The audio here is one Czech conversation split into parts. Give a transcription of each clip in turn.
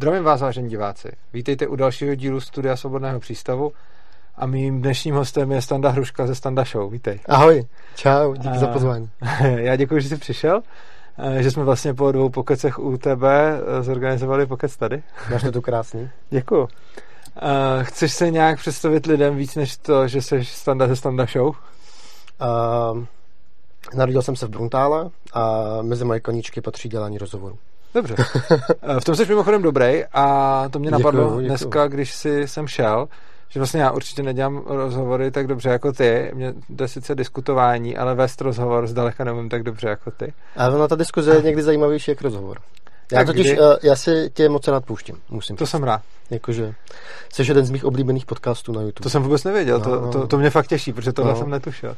Zdravím vás, vážení diváci. Vítejte u dalšího dílu Studia Svobodného přístavu a mým dnešním hostem je Standa Hruška ze Standa Show. Vítej. Ahoj, čau, díky za pozvání. Já děkuji, že jsi přišel, že jsme vlastně po 2 pokecech u tebe zorganizovali pokec tady. Máš to tu krásný. Děkuji. Chceš se nějak představit lidem víc než to, že jsi Standa ze Standa Show? Narodil jsem se v Bruntále a mezi moje koníčky patří dělání rozhovoru. Dobře. V tom jsi mimochodem dobrý a to mě napadlo dneska, když jsi sem šel, že vlastně já určitě nedělám rozhovory tak dobře jako ty. Mě to je sice diskutování, ale vést rozhovor zdaleka neumím tak dobře jako ty. Ale ona ta diskuze je někdy zajímavější jak rozhovor. Já si tě moc rád pouštím, musím to říct. Jsem rád. Jakože jsi jeden z mých oblíbených podcastů na YouTube. To jsem vůbec nevěděl, to mě fakt těší, protože tohle jsem netušil.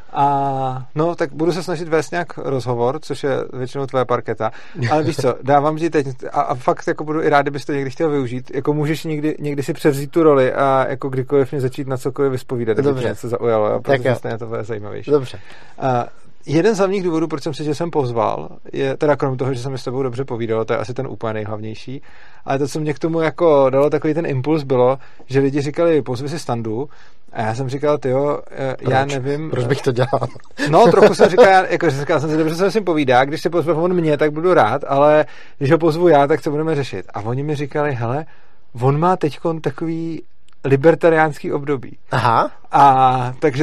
A no, tak budu se snažit vést nějak rozhovor, což je většinou tvoje parketa. Ale víš co, dávám ti teď a fakt jako budu i rád, kdybys to někdy chtěl využít. Jako můžeš někdy si převzít tu roli a jako kdykoliv mě začít na cokoliv vyspovídat, kdyby tě něco zaujalo, a protože stejně to bude zajímavější. Dobře. Jeden z hlavních důvodů, proč jsem si tě sem pozval, je teda krom toho, že jsem s tebou dobře povídal, to je asi ten úplně nejhlavnější, ale to, co mě k tomu jako dalo takový ten impuls, bylo, že lidi říkali, pozvi si Standu, a já jsem říkal, já nevím. Proč bych to dělal? No, trochu jsem říkal, říkal jsem si, dobře se s ním povídá, když se pozve on mě, tak budu rád, ale když ho pozvu já, tak co budeme řešit. A oni mi říkali, hele, on má teďkon takový libertariánský období. Aha. A takže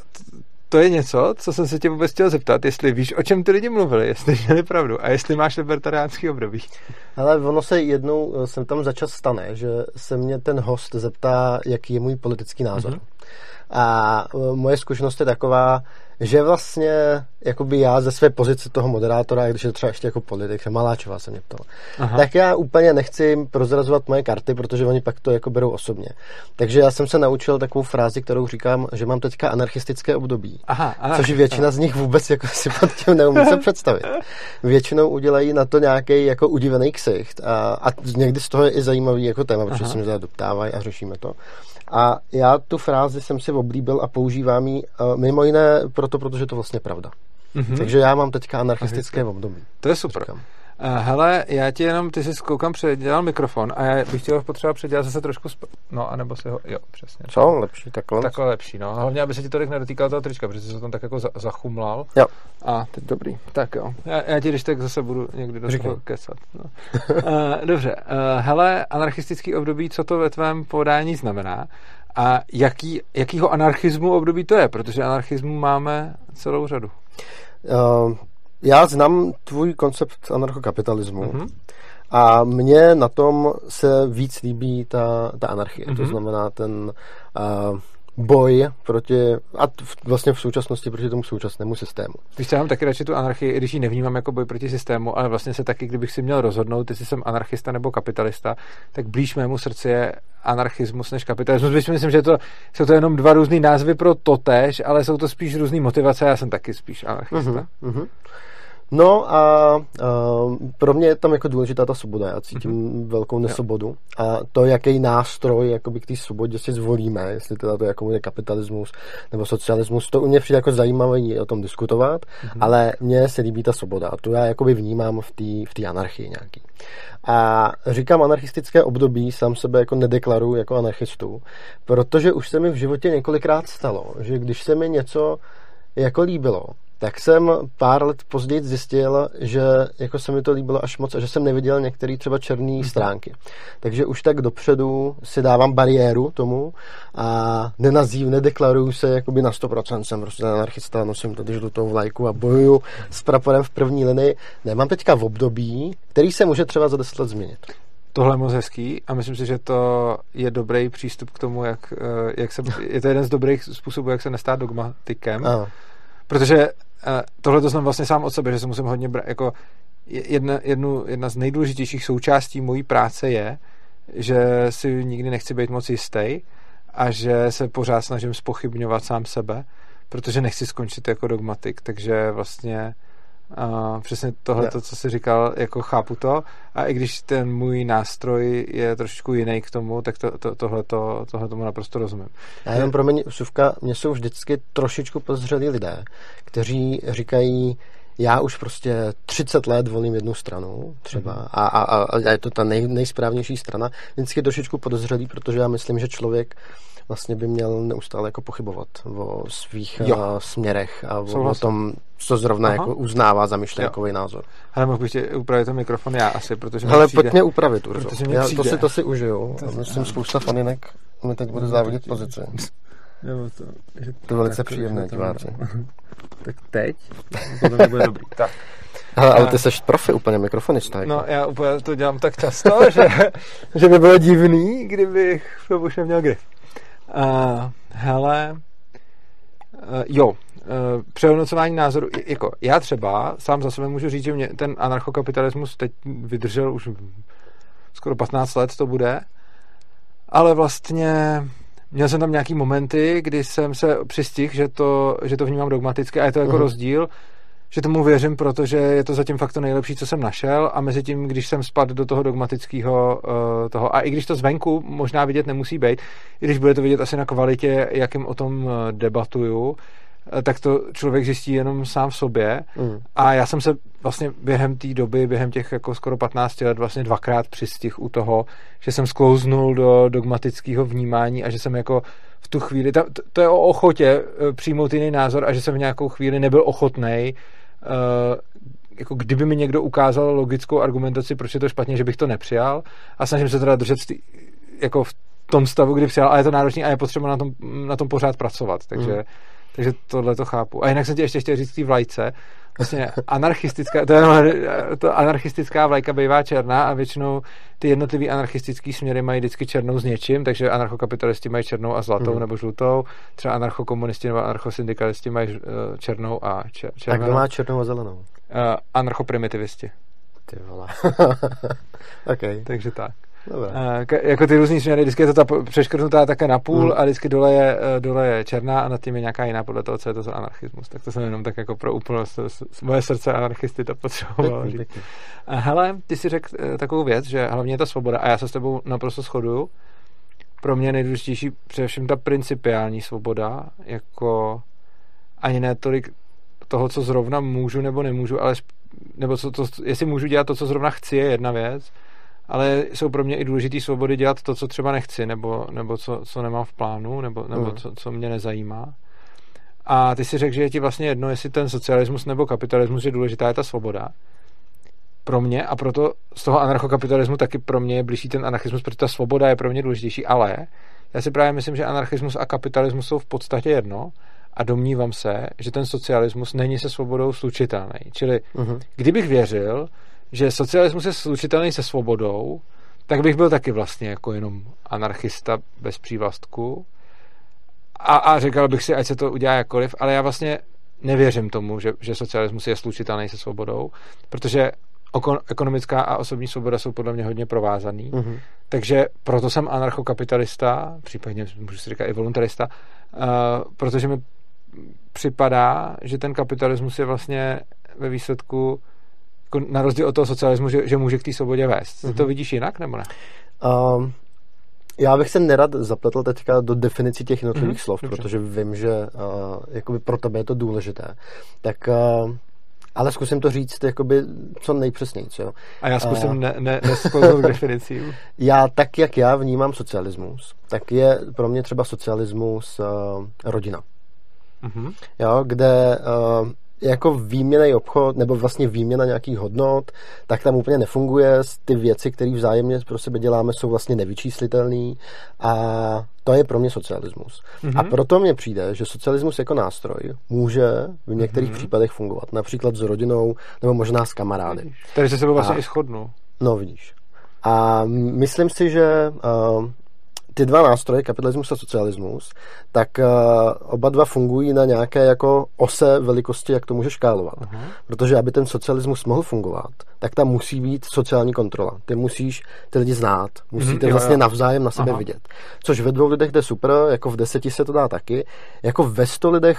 to je něco, co jsem se tě vůbec chtěl zeptat, jestli víš, o čem ty lidi mluvili, jestli měli pravdu a jestli máš libertariánský období. Ale ono se jednou sem tam za čas stane, že se mě ten host zeptá, jaký je můj politický názor. A moje zkušenost je taková, že vlastně jakoby já ze své pozice toho moderátora, když je třeba ještě jako politik, Maláčová se mě ptala, tak já úplně nechci prozrazovat moje karty, protože oni pak to jako berou osobně. Takže já jsem se naučil takovou frázi, kterou říkám, že mám teďka anarchistické období. Což většina z nich vůbec jako si pod tím neumí se představit. Většinou udělají na to nějaký jako udivený ksicht a někdy z toho je i zajímavý jako téma, protože se mě doptávají a řešíme to. A já tu frázi jsem si oblíbil a používám ji mimo jiné protože to vlastně pravda. Takže já mám teďka anarchistické období. To je super. Hele, ty jsi koukám předělal mikrofon a já bych chtěl potřeba předělat zase trošku anebo si ho, jo, přesně. Co? Lepší takhle? Takhle lepší, no. Hlavně, aby se ti tolik nedotýkal toho trička, protože jsi to tam tak jako zachumlal. Jo. A teď dobrý. Tak jo. Já ti když tak zase budu někdy do toho kecat. No. Dobře. Hele, anarchistický období, co to ve tvém podání znamená? A jakýho anarchismu období to je? Protože anarchismu máme celou řadu. Já znám tvůj koncept anarchokapitalismu a mně na tom se víc líbí ta anarchie. To znamená ten boj proti, a vlastně v současnosti proti tomu současnému systému. Víš, já mám taky radši tu anarchii, i když ji nevnímám jako boj proti systému, ale vlastně se taky, kdybych si měl rozhodnout, jestli jsem anarchista nebo kapitalista, tak blíž mému srdci je anarchismus než kapitalismus. Myslím, že jsou to jenom 2 různý názvy pro totéž, ale jsou to spíš různý motivace, já jsem taky spíš anarchista. No a pro mě je tam jako důležitá ta svoboda. Já cítím velkou nesvobodu. A to, jaký nástroj jakoby k té svobodě si zvolíme, jestli teda to jako je kapitalismus nebo socialismus, to u mě přijde jako zajímavé o tom diskutovat, ale mně se líbí ta svoboda. A to já jakoby vnímám v té anarchii nějaký. A říkám anarchistické období, sám sebe jako nedeklaruju jako anarchistu, protože už se mi v životě několikrát stalo, že když se mi něco jako líbilo, tak jsem pár let později zjistil, že jako se mi to líbilo až moc a že jsem neviděl některé třeba černé stránky. Takže už tak dopředu si dávám bariéru tomu a nedeklaruju se jakoby na 100%, jsem prostě anarchista, nosím tady žlutou vlajku a bojuju s praporem v první linii. Nemám teďka v období, který se může třeba za 10 let změnit. Tohle je moc hezký a myslím si, že to je dobrý přístup k tomu, je to jeden z dobrých způsobů, jak se nestát dogmatikem. Protože tohle to znám vlastně sám od sebe, že se musím hodně brát, jako jedna z nejdůležitějších součástí mojí práce je, že si nikdy nechci být moc jistý a že se pořád snažím zpochybňovat sám sebe, protože nechci skončit jako dogmatik, takže vlastně přesně tohleto, co jsi říkal, jako chápu to a i když ten můj nástroj je trošičku jiný k tomu, tak tohle tomu naprosto rozumím. Já jenom promiň, Suvka, mě jsou vždycky trošičku podezřelí lidé, kteří říkají, já už prostě 30 let volím jednu stranu třeba a je to ta nejsprávnější strana. Vždycky je trošičku podezřelý, protože já myslím, že člověk vlastně by měl neustále jako pochybovat o svých směrech a o tom, co zrovna jako uznává za myšlenkový názor. Ale mohl bych tě upravit ten mikrofon já asi, protože hele, pojď mě upravit, Urzo. To si užiju. A myslím, spousta faninek mi teď bude závodit pozici. To je velice příjemné, diváci. Tak teď? Potom to bude dobrý. Tak. Ale ty seš profi úplně mikrofonista. Jako. No, já úplně to dělám tak často, že by bylo divný, kdybych to už neměl grif. Hele, přehodnocování názoru, jako já třeba sám za sebe můžu říct, že mě ten anarchokapitalismus teď vydržel už skoro 15 let to bude, ale vlastně měl jsem tam nějaký momenty, kdy jsem se přistihl, že to vnímám dogmaticky a je to jako rozdíl, že tomu věřím, protože je to zatím fakt to nejlepší, co jsem našel a mezi tím, když jsem spadl do toho dogmatického toho, a i když to zvenku možná vidět nemusí být, i když bude to vidět asi na kvalitě, jakým o tom debatuju, tak to člověk zjistí jenom sám v sobě a já jsem se vlastně během té doby, během těch jako skoro 15 let vlastně dvakrát přistihl u toho, že jsem sklouznul do dogmatického vnímání a že jsem jako v tu chvíli, to je o ochotě přijmout jiný názor a že jsem v nějakou chvíli nebyl ochotnej, jako kdyby mi někdo ukázal logickou argumentaci, proč je to špatně, že bych to nepřijal a snažím se teda držet jako v tom stavu, kdy přijal, a je to náročný a je potřeba na tom pořád pracovat, takže tohle to chápu. A jinak jsem ti ještě chtěl říct té vlajce, vlastně anarchistická vlajka bývá černá a většinou ty jednotlivý anarchistický směry mají vždycky černou s něčím, takže anarchokapitalisti mají černou a zlatou nebo žlutou, třeba anarchokomunisti nebo anarchosyndikalisti mají černou a červenou. Tak kdo má černou a zelenou? Anarchoprimitivisti. Ty vole. Okay. Takže tak. Jako ty různý směry, vždycky je to ta přeškrtnutá také na půl a vždycky dole je černá a nad tím je nějaká jiná podle toho, co je to za anarchismus. Tak to jsem jenom tak jako pro úplnost, moje srdce anarchisty to potřebovalo říct. Hele, ty si řekl takovou věc, že hlavně je ta svoboda a já se s tebou naprosto shoduju. Pro mě je nejdůležitější především ta principiální svoboda, jako ani ne tolik toho, co zrovna můžu nebo nemůžu, ale nebo jestli můžu dělat to, co zrovna chci, je jedna věc, ale jsou pro mě i důležitý svobody dělat to, co třeba nechci, nebo co nemám v plánu, nebo co mě nezajímá. A ty si řekl, že je ti vlastně jedno, jestli ten socialismus nebo kapitalismus, že důležitá je ta svoboda. Pro mě, a proto z toho anarchokapitalismu taky pro mě je blížší ten anarchismus, protože ta svoboda je pro mě důležitější, ale já si právě myslím, že anarchismus a kapitalismus jsou v podstatě jedno a domnívám se, že ten socialismus není se svobodou slučitelný. Čili kdybych věřil, že socialismus je slučitelný se svobodou, tak bych byl taky vlastně jako jenom anarchista bez přívlastku a říkal bych si, ať se to udělá jakkoliv, ale já vlastně nevěřím tomu, že socialismus je slučitelný se svobodou, protože ekonomická a osobní svoboda jsou podle mě hodně provázaný, takže proto jsem anarchokapitalista, případně můžu si říkat i voluntarista, protože mi připadá, že ten kapitalismus je vlastně ve výsledku na rozdíl od toho socialismu, že může k té svobodě vést. Ty to vidíš jinak, nebo ne? Já bych se nerad zapletl teďka do definicí těch jednotlivých slov, protože vím, že jakoby pro tebe je to důležité. Tak ale zkusím to říct jakoby co nejpřesněji. Jo? A já zkusím nesklouznout k definicím. Tak, jak já vnímám socialismus, tak je pro mě třeba socialismus rodina. Jo, kde jako výměnný obchod, nebo vlastně výměna nějakých hodnot, tak tam úplně nefunguje. Ty věci, které vzájemně pro sebe děláme, jsou vlastně nevyčíslitelné a to je pro mě socialismus. A proto mně přijde, že socialismus jako nástroj může v některých případech fungovat. Například s rodinou, nebo možná s kamarády. Takže se sebou vlastně i shodnu. No, vidíš. A myslím si, že ty dva nástroje, kapitalismus a socialismus, tak oba dva fungují na nějaké jako ose velikosti, jak to může škálovat. Protože aby ten socialismus mohl fungovat, tak tam musí být sociální kontrola. Ty musíš ty lidi znát, musíte vlastně navzájem na sebe vidět. Což ve 2 lidech jde super, jako v 10 se to dá taky, jako ve 100 lidech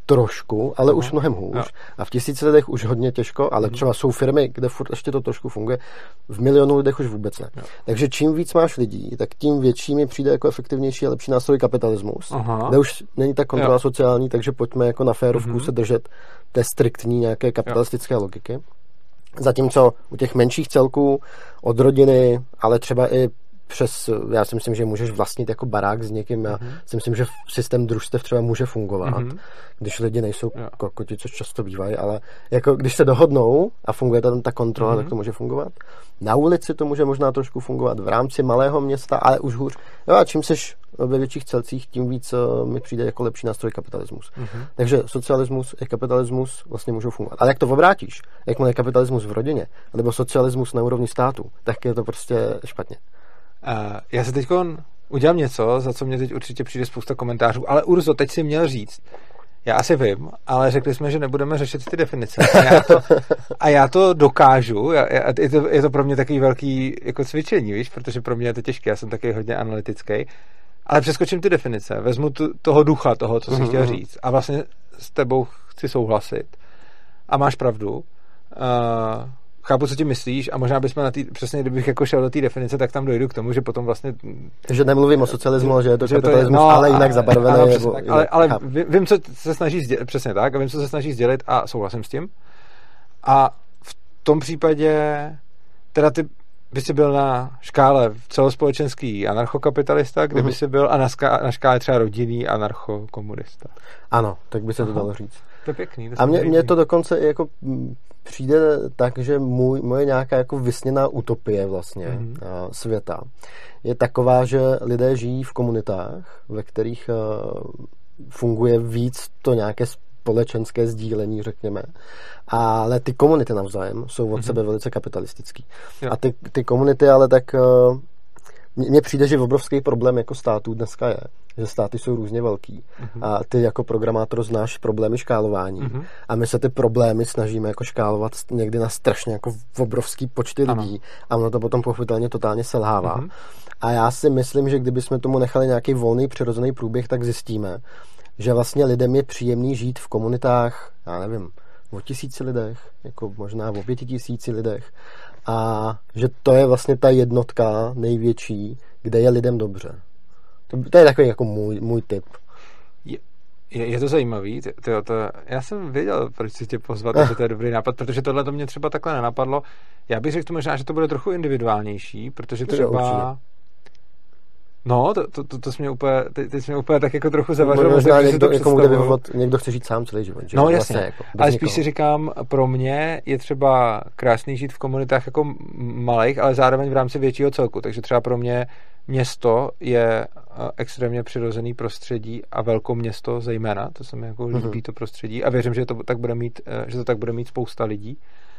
trošku, ale už mnohem hůř. A v 1000 lidech už hodně těžko, ale třeba jsou firmy, kde furt ještě to trošku funguje. V milionu lidech už vůbec ne. Takže čím víc máš lidí, tak tím větší mi přijde jako efektivnější a lepší nástroj kapitalismus, kde už není ta kontrola sociální, takže pojďme jako na férovku se držet té striktní nějaké kapitalistické logiky. Zatímco u těch menších celků od rodiny, ale třeba i já si myslím, že můžeš vlastnit jako barák s někým. Já si myslím, že systém družstev třeba může fungovat, když lidi nejsou kokoti, což často bývají, ale jako když se dohodnou a funguje tam ta kontrola, tak to může fungovat. Na ulici to může možná trošku fungovat v rámci malého města, ale už hůř. Jo, a čím seš ve větších celcích, tím víc mi přijde jako lepší nástroj kapitalismus. Takže socialismus i kapitalismus vlastně můžou fungovat. Ale jak to obrátíš, jak má kapitalismus v rodině, nebo socialismus na úrovni státu, tak je to prostě špatně. Já se teď udělám něco, za co mě teď určitě přijde spousta komentářů, ale Urzo, teď si měl říct, já asi vím, ale řekli jsme, že nebudeme řešit ty definice. A já to dokážu, je to pro mě takový velký jako cvičení, víš, protože pro mě je to těžké, já jsem taky hodně analytický, ale přeskočím ty definice, vezmu toho ducha toho, co jsi chtěl říct a vlastně s tebou chci souhlasit a máš pravdu. Chápu, co ti myslíš a možná bychom přesně, kdybych jako šel do té definice, tak tam dojdu k tomu, že potom vlastně... Že nemluvím o socialismu, že je to kapitalismus, ale jinak zabarvený. Ale vím, co se snaží sdělit, přesně tak, a vím, co se snaží sdělit a souhlasím s tím. A v tom případě teda ty by si byl na škále celospolečenský anarchokapitalista, kde by si byl a na škále třeba rodinný anarchokomunista. Ano, tak by se to dalo říct. To je pěkný. A mně to dokonce jako přijde tak, že moje nějaká jako vysněná utopie vlastně světa je taková, že lidé žijí v komunitách, ve kterých funguje víc to nějaké společenské sdílení, řekněme. Ale ty komunity navzájem jsou od sebe velice kapitalistický. Jo. A ty komunity ale tak mně přijde, že obrovský problém jako států dneska je, že státy jsou různě velký a ty jako programátor znáš problémy škálování a my se ty problémy snažíme jako škálovat někdy na strašně jako obrovský počty lidí a ono to potom pochopitelně totálně selhává. A já si myslím, že kdybychom tomu nechali nějaký volný přirozený průběh, tak zjistíme, že vlastně lidem je příjemný žít v komunitách, já nevím, o 1000 lidech, jako možná o 5000 lidech a že to je vlastně ta jednotka největší, kde je lidem dobře. To je takový jako můj tip. Je to zajímavý. Já jsem věděl, proč si tě pozvat, že to je dobrý nápad, protože tohle to mě třeba takhle nenapadlo. Já bych řekl možná, že to bude trochu individuálnější, protože třeba... No, to jsi mě úplně, ty jsi mě úplně tak jako trochu zavařil. Možná někdo chce žít sám celý život. Že? No jasně, vlastně jako, ale spíš si říkám, pro mě je třeba krásný žít v komunitách jako malých, ale zároveň v rámci většího celku. Takže třeba pro mě město je extrémně přirozený prostředí a velkoměsto zejména. To se mi jako líbí to prostředí a věřím, že to tak bude mít spousta lidí.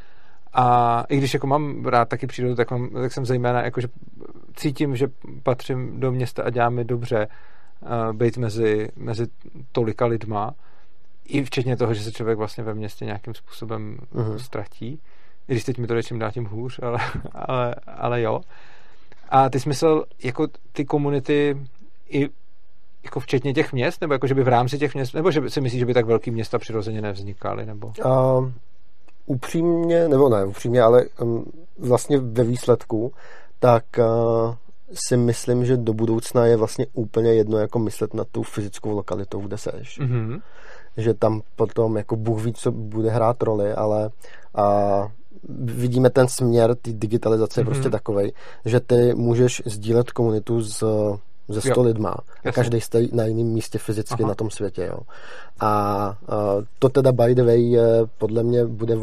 A i když jako mám rád taky přírodu, tak jsem zejména jako, že cítím, že patřím do města a dělá mi dobře být mezi tolika lidma. I včetně toho, že se člověk vlastně ve městě nějakým způsobem ztratí. I když teď mi to jde čím dál tím hůř, ale jo. A ty smysl, jako ty komunity i jako včetně těch měst, nebo jako, že by v rámci těch měst, nebo že si myslíš, že by tak velký města přirozeně nevznikaly, nebo... Upřímně, nebo ne upřímně, ale vlastně ve výsledku, tak si myslím, že do budoucna je vlastně úplně jedno jako myslet na tu fyzickou lokalitu, kde seš. Že tam potom jako Bůh ví, co bude hrát roli, ale vidíme ten směr, ty digitalizace je prostě takovej, že ty můžeš sdílet komunitu ze 100 lidma a každý stojí na jiném místě fyzicky na tom světě. Jo. A to teda by the way podle mě bude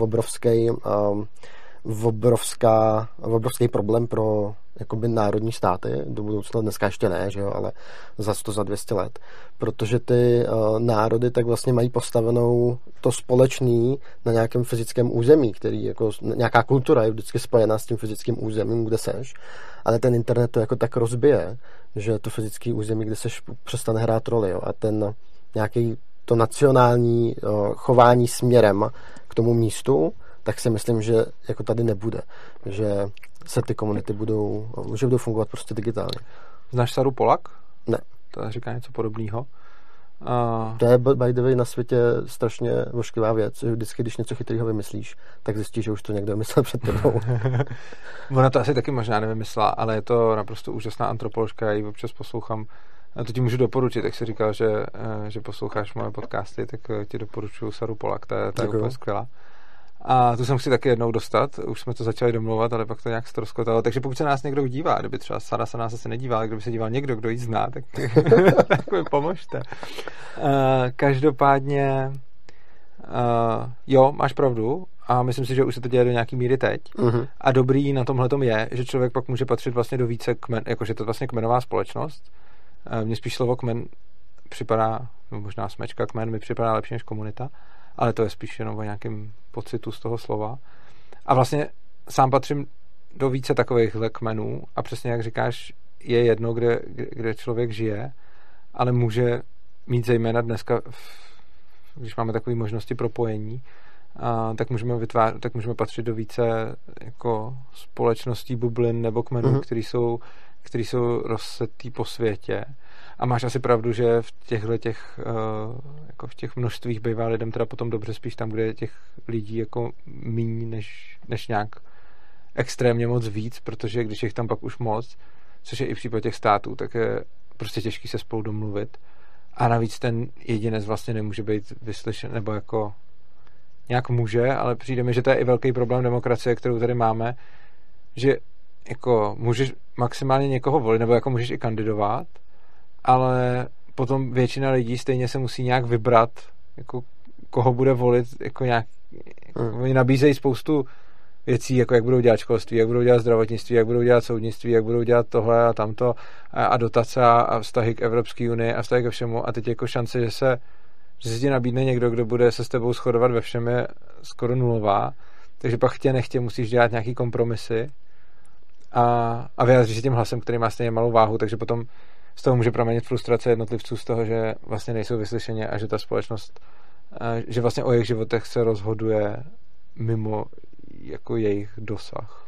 obrovský problém pro jakoby národní státy do budoucna, dneska ještě ne, že jo, ale za 200 let, protože ty národy tak vlastně mají postavenou to společný na nějakém fyzickém území, který jako nějaká kultura je vždycky spojená s tím fyzickým územím, kde seš, ale ten internet to jako tak rozbije, že to fyzické území, kde seš, přestane hrát roli, jo, a ten nějaký to nacionální chování směrem k tomu místu, tak si myslím, že jako tady nebude, že se ty komunity budou fungovat prostě digitálně. Znáš Saru Polak? Ne. To říká něco podobného. To je by the way na světě strašně vošklivá věc, že vždycky, když něco chytrýho vymyslíš, tak zjistíš, že už to někdo vymyslel před tebou. Ona to asi taky možná nevymyslela, ale je to naprosto úžasná antropoložka, já ji občas poslouchám. A to ti můžu doporučit, jak jsi říkal, že posloucháš moje podcasty, tak ti doporučuji Saru Polak, ta je úplně skvělá. A tu jsem si taky jednou dostat, už jsme to začali domlouvat, ale pak to nějak ztroskotalo. Takže pokud se nás někdo dívá, kdyby třeba Sara se nás asi nedívá, ale kdyby se díval někdo, kdo ji zná, tak, tak mi pomožte. Každopádně jo, máš pravdu a myslím si, že už se to děje do nějaký míry teď. Uh-huh. A dobrý na tomhletom je, že člověk pak může patřit vlastně do více kmen, jakože to vlastně kmenová společnost. Mně spíš slovo kmen připadá, no možná smečka kmen mi připadá lepší než komunita, ale to je spíš jenom o nějakém pocitu z toho slova. A vlastně sám patřím do více takovýchhle kmenů a přesně jak říkáš, je jedno, kde člověk žije, ale může mít zejména dneska, když máme takové možnosti propojení, tak můžeme patřit do více jako společností, bublin nebo kmenů, který jsou rozsetý po světě. A máš asi pravdu, že v jako v těch množstvích bývá lidem teda potom dobře spíš tam, kde je těch lidí jako míň než nějak extrémně moc víc, protože když je tam pak už moc, což je i v případě těch států, tak je prostě těžký se spolu domluvit. A navíc ten jedinec vlastně nemůže být vyslyšen, nebo jako nějak může, ale přijde mi, že to je i velký problém demokracie, kterou tady máme, že jako můžeš maximálně někoho volit, nebo jako můžeš i kandidovat, ale potom většina lidí stejně se musí nějak vybrat, jako koho bude volit, jako nějak, oni nabízejí spoustu věcí, jako jak budou dělat školství, jak budou dělat zdravotnictví, jak budou dělat soudnictví, jak budou dělat tohle a tamto a dotace a vztahy k Evropské unii a vztahy ke všemu a teď jako šance, že se ti nabídne někdo, kdo bude se s tebou shodovat ve všem je skoro nulová, takže pak chtě nechtě musíš dělat nějaký kompromisy a vyjádříš se tím hlasem, který má stejně malou váhu, takže potom z toho může pramenit frustrace jednotlivců z toho, že vlastně nejsou vyslyšeni a že ta společnost, že vlastně o jejich životech se rozhoduje mimo jako jejich dosah.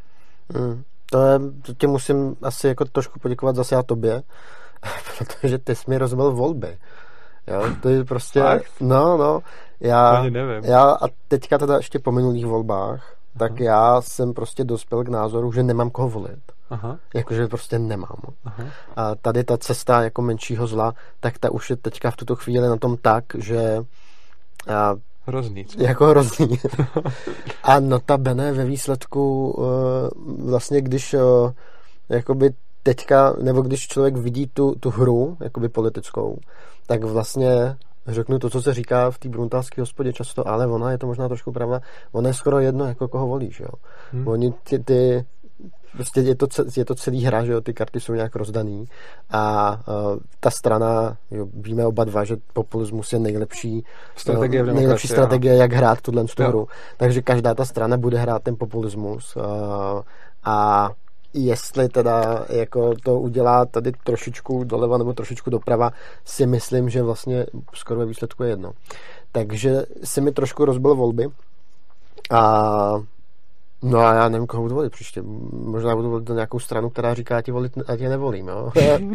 To tě musím asi jako trošku poděkovat zase já tobě, protože ty jsi mi rozbil volby. Jo, to je prostě... Fakt? No, já a teďka teda ještě po minulých volbách, tak já jsem prostě dospěl k názoru, že nemám koho volit. Aha. Jakože prostě nemám. Aha. A tady ta cesta jako menšího zla, tak ta už je teďka v tuto chvíli na tom tak, že hrozný. Jako hrozný. A notabene ve výsledku vlastně, když jakoby teďka, nebo když člověk vidí tu hru jakoby politickou, tak vlastně řeknu to, co se říká v té bruntálské hospodě často, ale ona je to možná trošku pravda, ona je skoro jedno, jako koho volíš, jo. Oni ty prostě je to celý hra, že jo, ty karty jsou nějak rozdaný a ta strana, jo, víme oba dva, že populismus je nejlepší strategie, jak hrát tuhle hru. Takže každá ta strana bude hrát ten populismus a jestli teda jako to udělá tady trošičku doleva nebo trošičku doprava, si myslím, že vlastně skoro ve výsledku je jedno. Takže si mi trošku rozbil volby no a já nevím, koho budu volit příště. Možná budu volit do nějakou stranu, která říká, ať je nevolím. Jo?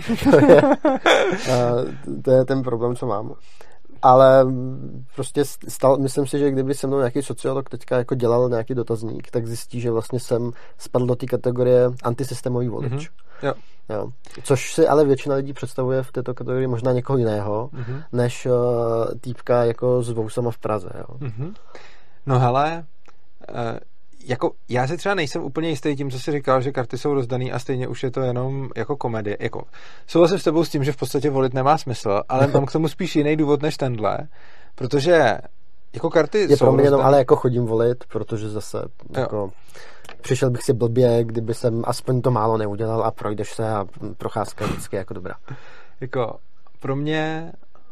To je ten problém, co mám. Ale prostě myslím si, že kdyby se mnou nějaký sociolog teďka jako dělal nějaký dotazník, tak zjistí, že vlastně jsem spadl do té kategorie antisystémový volič. Jo. Což si ale většina lidí představuje v této kategorii možná někoho jiného, než týpka jako s vousama v Praze. Jo. No hele, jako já si třeba nejsem úplně jistý tím, co jsi říkal, že karty jsou rozdaný a stejně už je to jenom jako komedie. Jako, souhlasím s tebou s tím, že v podstatě volit nemá smysl, ale mám k tomu spíš jiný důvod než tenhle, protože jako karty je jsou pro mě jenom, ale jako chodím volit, protože zase jako přišel bych si blbě, kdyby jsem aspoň to málo neudělal a projdeš se a procházka je vždycky jako dobrá. Jako pro mě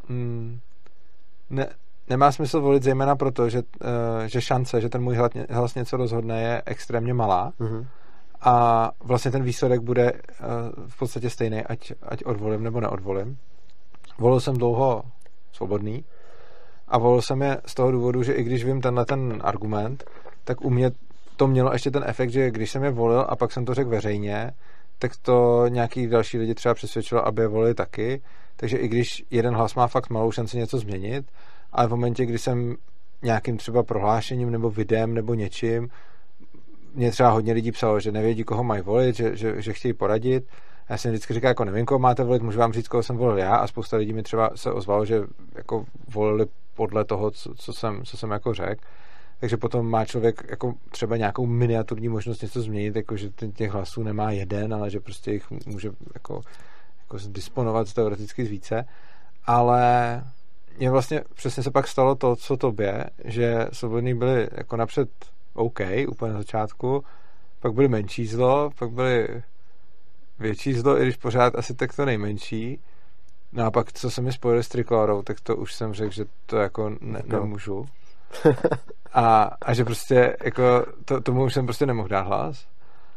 nemá smysl volit zejména proto, že šance, že ten můj hlas něco rozhodne, je extrémně malá a vlastně ten výsledek bude v podstatě stejný, ať odvolím nebo neodvolím. Volil jsem dlouho Svobodný a volil jsem je z toho důvodu, že i když vím tenhle ten argument, tak u mě to mělo ještě ten efekt, že když jsem je volil a pak jsem to řekl veřejně, tak to nějaký další lidi třeba přesvědčilo, aby je volili taky, takže i když jeden hlas má fakt malou šanci něco změnit, ale v momentě, kdy jsem nějakým třeba prohlášením nebo videem nebo něčím, mě třeba hodně lidí psalo, že nevědí, koho mají volit, že chtějí poradit. Já jsem vždycky říkal, jako nevím, koho máte volit, můžu vám říct, koho jsem volil já, a spousta lidí mi třeba se ozvalo, že jako volili podle toho, co jsem jako řekl. Takže potom má člověk jako třeba nějakou miniaturní možnost něco změnit, jako že těch hlasů nemá jeden, ale že prostě jich může jako disponovat teoreticky z více. Ale mně vlastně přesně se pak stalo to, co tobě, že Svobodný byli jako napřed OK, úplně na začátku, pak byli menší zlo, pak byli větší zlo, i když pořád asi tak to nejmenší. No a pak, co se mi spojili s Trikolorou, tak to už jsem řekl, že to jako nemůžu. A že prostě jako tomu už jsem prostě nemohl dát hlas.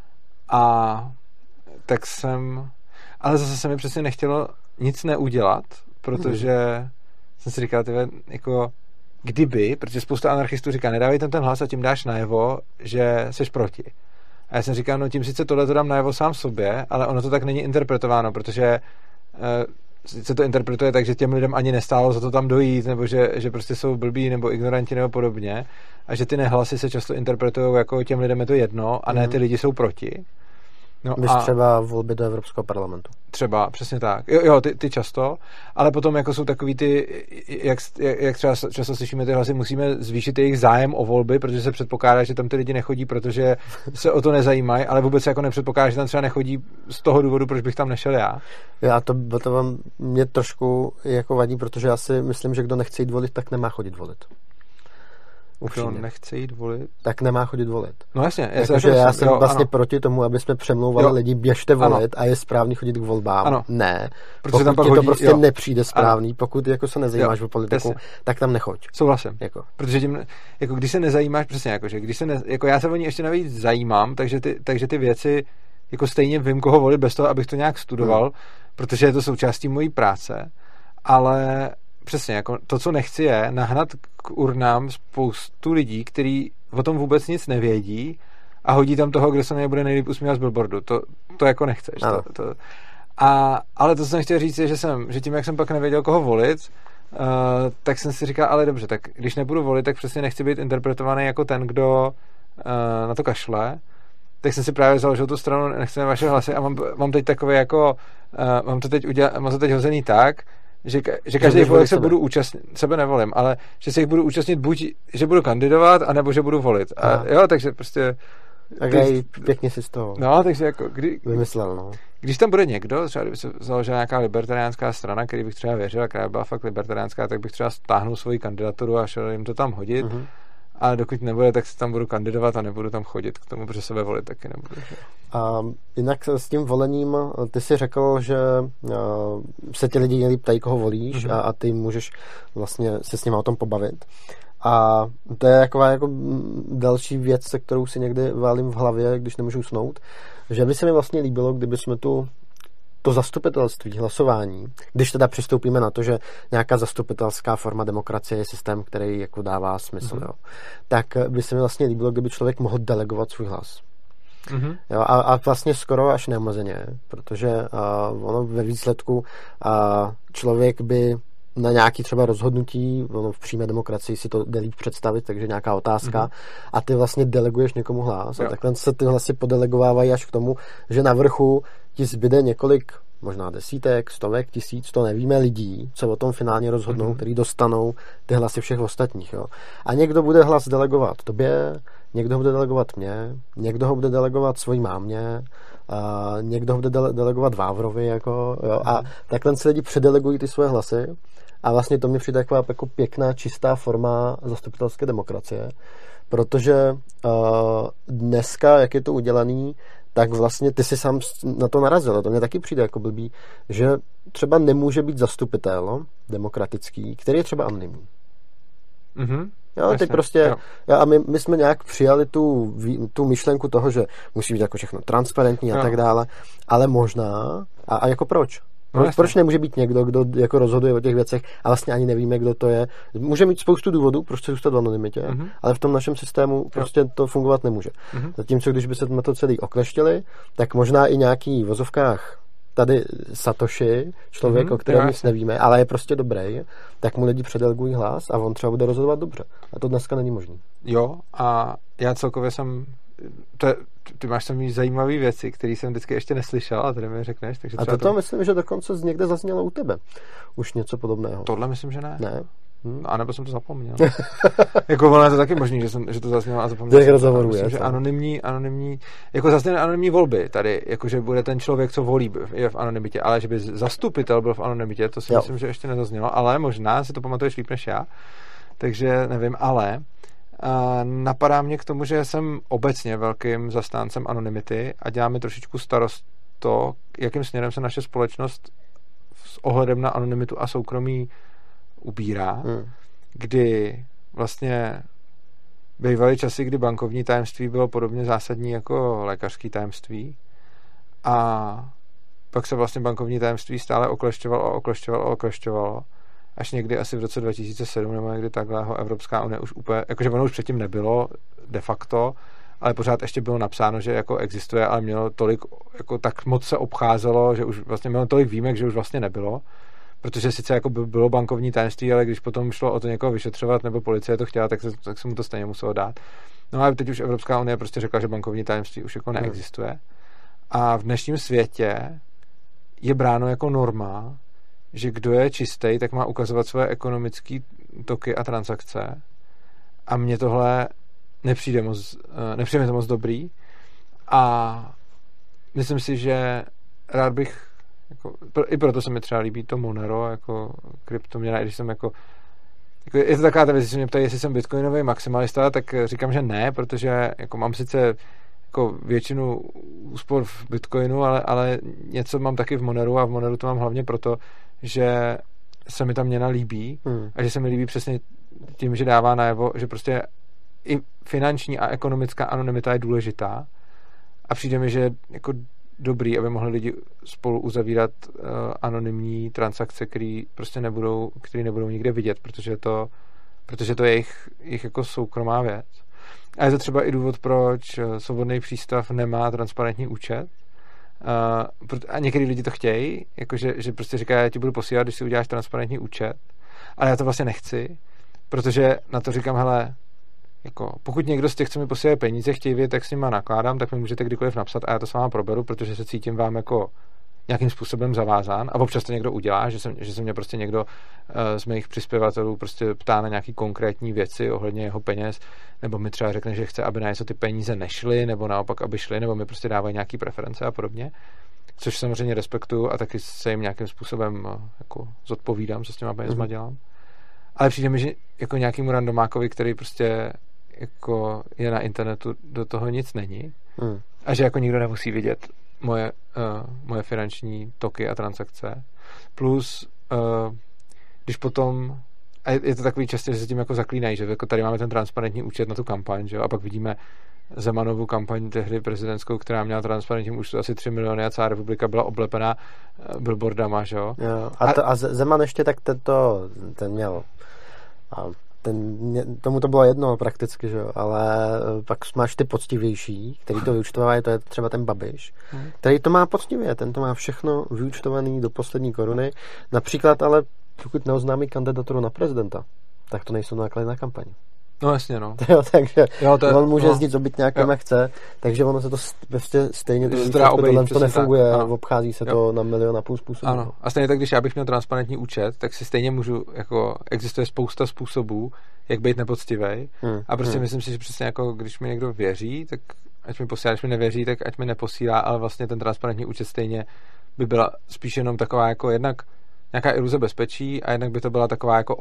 A tak jsem... Ale zase se mi přesně nechtělo nic neudělat, protože jsem si říkal, jako kdyby, protože spousta anarchistů říká, nedávej tam ten hlas a tím dáš najevo, že seš proti. A já jsem říkal, no tím sice tohle to dám najevo sám sobě, ale ono to tak není interpretováno, protože se to interpretuje tak, že těm lidem ani nestálo za to tam dojít, nebo že prostě jsou blbí nebo ignoranti nebo podobně, a že ty nehlasy se často interpretují jako těm lidem je to jedno a ne ty lidi jsou proti. No a třeba volby do Evropského parlamentu. Třeba, přesně tak. Jo, ty často, ale potom jako jsou takový ty, jak třeba často slyšíme ty hlasy, musíme zvýšit jejich zájem o volby, protože se předpokládá, že tam ty lidi nechodí, protože se o to nezajímají, ale vůbec se jako nepředpokládá, že tam třeba nechodí z toho důvodu, proč bych tam nešel já. Já to vám mě trošku jako vadí, protože já si myslím, že kdo nechce jít volit, tak nemá chodit volit. Kdo nechce jít volit, tak nemá chodit volit. No jasně. Já jsem vlastně proti tomu, aby jsme přemlouvali lidi, běžte volit, a je správný chodit k volbám. Ano. Ne, protože pokud ti to prostě nepřijde správný, pokud jako se nezajímáš o politiku, tak tam nechoď. Souhlasím. Protože tím, jako když se nezajímáš, přesně jakože, když se jako já se o ní ještě navíc zajímám, takže ty věci jako stejně vím, koho volit bez toho, abych to nějak studoval, protože je to součástí mojí práce, ale přesně, jako to, co nechci, je nahnat k urnám spoustu lidí, kteří o tom vůbec nic nevědí a hodí tam toho, kdo se nebude nejlíp usmívat z billboardu. To jako nechceš. Ale to, co jsem chtěl říct, je, že tím, jak jsem pak nevěděl, koho volit, tak jsem si říkal, ale dobře, tak když nebudu volit, tak přesně nechci být interpretovaný jako ten, kdo na to kašle. Tak jsem si právě založil tu stranu Nechceme vaše hlasy a mám teď takové jako mám to teď hozený tak, že každý volek se budu účastnit, sebe nevolím, ale že se jich budu účastnit buď, že budu kandidovat, anebo že budu volit. A jo, takže prostě... Pěkně si z toho takže jako... vymyslel, no. Když tam bude někdo, třeba kdyby se založila nějaká libertariánská strana, který bych třeba věřil, a která byla fakt libertariánská, tak bych třeba stáhnul svoji kandidaturu a šel jim to tam hodit. Ale dokud nebude, tak se tam budu kandidovat a nebudu tam chodit k tomu, protože sebe volit taky nebudu. A jinak s tím volením, ty jsi řekl, že se ti lidi nejlíp ptají, koho volíš, a ty můžeš vlastně se s nimi o tom pobavit. A to je taková jako další věc, se kterou si někdy válím v hlavě, když nemůžu usnout, že by se mi vlastně líbilo, kdyby jsme to zastupitelství, hlasování, když teda přistoupíme na to, že nějaká zastupitelská forma demokracie je systém, který jako dává smysl, jo, tak by se mi vlastně líbilo, kdyby člověk mohl delegovat svůj hlas. Jo, a vlastně skoro až neomezeně, protože ono ve výsledku člověk by na nějaký třeba rozhodnutí, ono v přímé demokracii si to jde líp představit, takže nějaká otázka, a ty vlastně deleguješ někomu hlas. A takhle se ty hlasy podelegovávají až k tomu, že na vrchu ti zbyde několik, možná desítek, stovek, tisíc, to nevíme, lidí, co o tom finálně rozhodnou, který dostanou ty hlasy všech ostatních. Jo. A někdo bude hlas delegovat tobě, někdo ho bude delegovat mě, někdo ho bude delegovat svojí mámě, někdo ho bude delegovat Vávrovi, jako, jo, a takhle se lidi předelegují ty svoje hlasy. A vlastně to mi přijde taková jako pěkná, čistá forma zastupitelské demokracie, protože dneska, jak je to udělaný, tak vlastně ty si sám na to narazil. To mě taky přijde jako blbý, že třeba nemůže být zastupitel demokratický, který je třeba anonymní. Jo, teď prostě, a my jsme nějak přijali tu myšlenku toho, že musí být jako všechno transparentní a tak dále, ale možná, a jako proč? Proč nemůže být někdo, kdo jako rozhoduje o těch věcech a vlastně ani nevíme, kdo to je? Může mít spoustu důvodů, proč se zůstat v anonymitě, ale v tom našem systému prostě to fungovat nemůže. Zatímco, když by se na to celý okleštili, tak možná i nějaký v vozovkách tady Satoshi, člověk, o kterém nic nevíme, ale je prostě dobrý, tak mu lidi předelgují hlas a on třeba bude rozhodovat dobře. A to dneska není možné. Jo, a já celkově jsem... Ty máš tam zajímavé věci, které jsem vždycky ještě neslyšel a tady mi řekneš. Takže a to myslím, že dokonce někde zaznělo u tebe. Už něco podobného. Tohle myslím, že ne. Ne? A nebo jsem to zapomněl. Jako ono je to taky možný, že to zaznělo a zapomněl. Těch rozhovorů myslím, že anonymní, jako zazněly anonymní volby tady, jakože bude ten člověk, co volí, je v anonymitě, ale že by zastupitel byl v anonymitě, to si myslím, že ještě nezaznělo, ale možná si to pamatuješ líp než já, takže nevím, ale napadá mě k tomu, že jsem obecně velkým zastáncem anonymity a dělá mi trošičku starost to, jakým směrem se naše společnost s ohledem na anonymitu a soukromí ubírá, kdy vlastně bývaly časy, kdy bankovní tajemství bylo podobně zásadní jako lékařský tajemství a pak se vlastně bankovní tajemství stále oklešťovalo, až někdy asi v roce 2007 nebo někdy takhle ho Evropská unie už úplně, jakože ono už předtím nebylo de facto, ale pořád ještě bylo napsáno, že jako existuje, ale mělo tolik, jako tak moc se obcházelo, že už vlastně mělo tolik výjimek, že už vlastně nebylo. Protože sice jako bylo bankovní tajemství, ale když potom šlo o to někoho vyšetřovat nebo policie to chtěla, tak se mu to stejně muselo dát. No a teď už Evropská unie prostě řekla, že bankovní tajemství už jako neexistuje. A v dnešním světě je bráno jako norma, že kdo je čistý, tak má ukazovat svoje ekonomické toky a transakce. A mně tohle nepřijde mi to moc dobrý. A myslím si, že rád bych i proto se mi třeba líbí to Monero jako kryptoměna, i když jsem jako je to taková ta věc, když se mě ptají, jestli jsem bitcoinový maximalista, tak říkám, že ne, protože jako mám sice jako většinu úspor v bitcoinu, ale něco mám taky v Moneru a v Moneru to mám hlavně proto, že se mi ta měna líbí a že se mi líbí přesně tím, že dává najevo, že prostě i finanční a ekonomická anonymita je důležitá a přijde mi, že je jako dobrý, aby mohli lidi spolu uzavírat anonymní transakce, které prostě nebudou nikde vidět, protože to je jejich jako soukromá věc. A je to třeba i důvod, proč Svobodný přístav nemá transparentní účet. A některý lidi to chtějí, jakože, že prostě říkají, já ti budu posílat, když si uděláš transparentní účet. Ale já to vlastně nechci, protože na to říkám, hele, jako, pokud někdo z těch, co mi posílají peníze, chtějí vědět, jak s nima nakládám, tak mi můžete kdykoliv napsat a já to s váma proberu, protože se cítím vám jako nějakým způsobem zavázán a občas to někdo udělá, že se mě prostě někdo z mých přispěvatelů prostě ptá na nějaký konkrétní věci ohledně jeho peněz, nebo mi třeba řekne, že chce, aby na něco ty peníze nešly, nebo naopak, aby šly, nebo mi prostě dávají nějaký preference a podobně, což samozřejmě respektuju a taky se jim nějakým způsobem jako zodpovídám, co s těma penězma dělám. Ale přijde mi, že jako nějakýmu randomákovi, který prostě jako je na internetu, do toho nic není a že jako nikdo nemusí vidět moje finanční toky a transakce. Plus, když potom a je to takový častě, že se tím jako zaklínají, že jako tady máme ten transparentní účet na tu kampaň, že? A pak vidíme Zemanovu kampaň tehdy prezidentskou, která měla transparentní účet asi 3 miliony a celá republika byla oblepená billboardama, že jo? A Zeman ještě tak ten měl tomu to bylo jedno prakticky, že jo, ale pak máš ty poctivější, který to vyúčtovávají, to je třeba ten Babiš, který to má poctivě, ten to má všechno vyúčtovaný do poslední koruny, například ale pokud neoznámí kandidaturu na prezidenta, tak to nejsou náklady na kampaň. No jasně, no. Takže on může jezdit obytňákem, jak chce, takže ono se to stejně to nefunguje, obchází se to na 1,5 milionu způsobů. Ano. A stejně tak, když já bych měl transparentní účet, tak si stejně můžu, jako existuje spousta způsobů, jak být nepoctivej. A prostě myslím si, že přesně jako když mi někdo věří, tak ať mi posílá, když mi nevěří, tak ať mi neposílá, ale vlastně ten transparentní účet stejně by byla spíš jenom taková jako jednak nějaká iluze bezpečí a jednak by to byla taková jako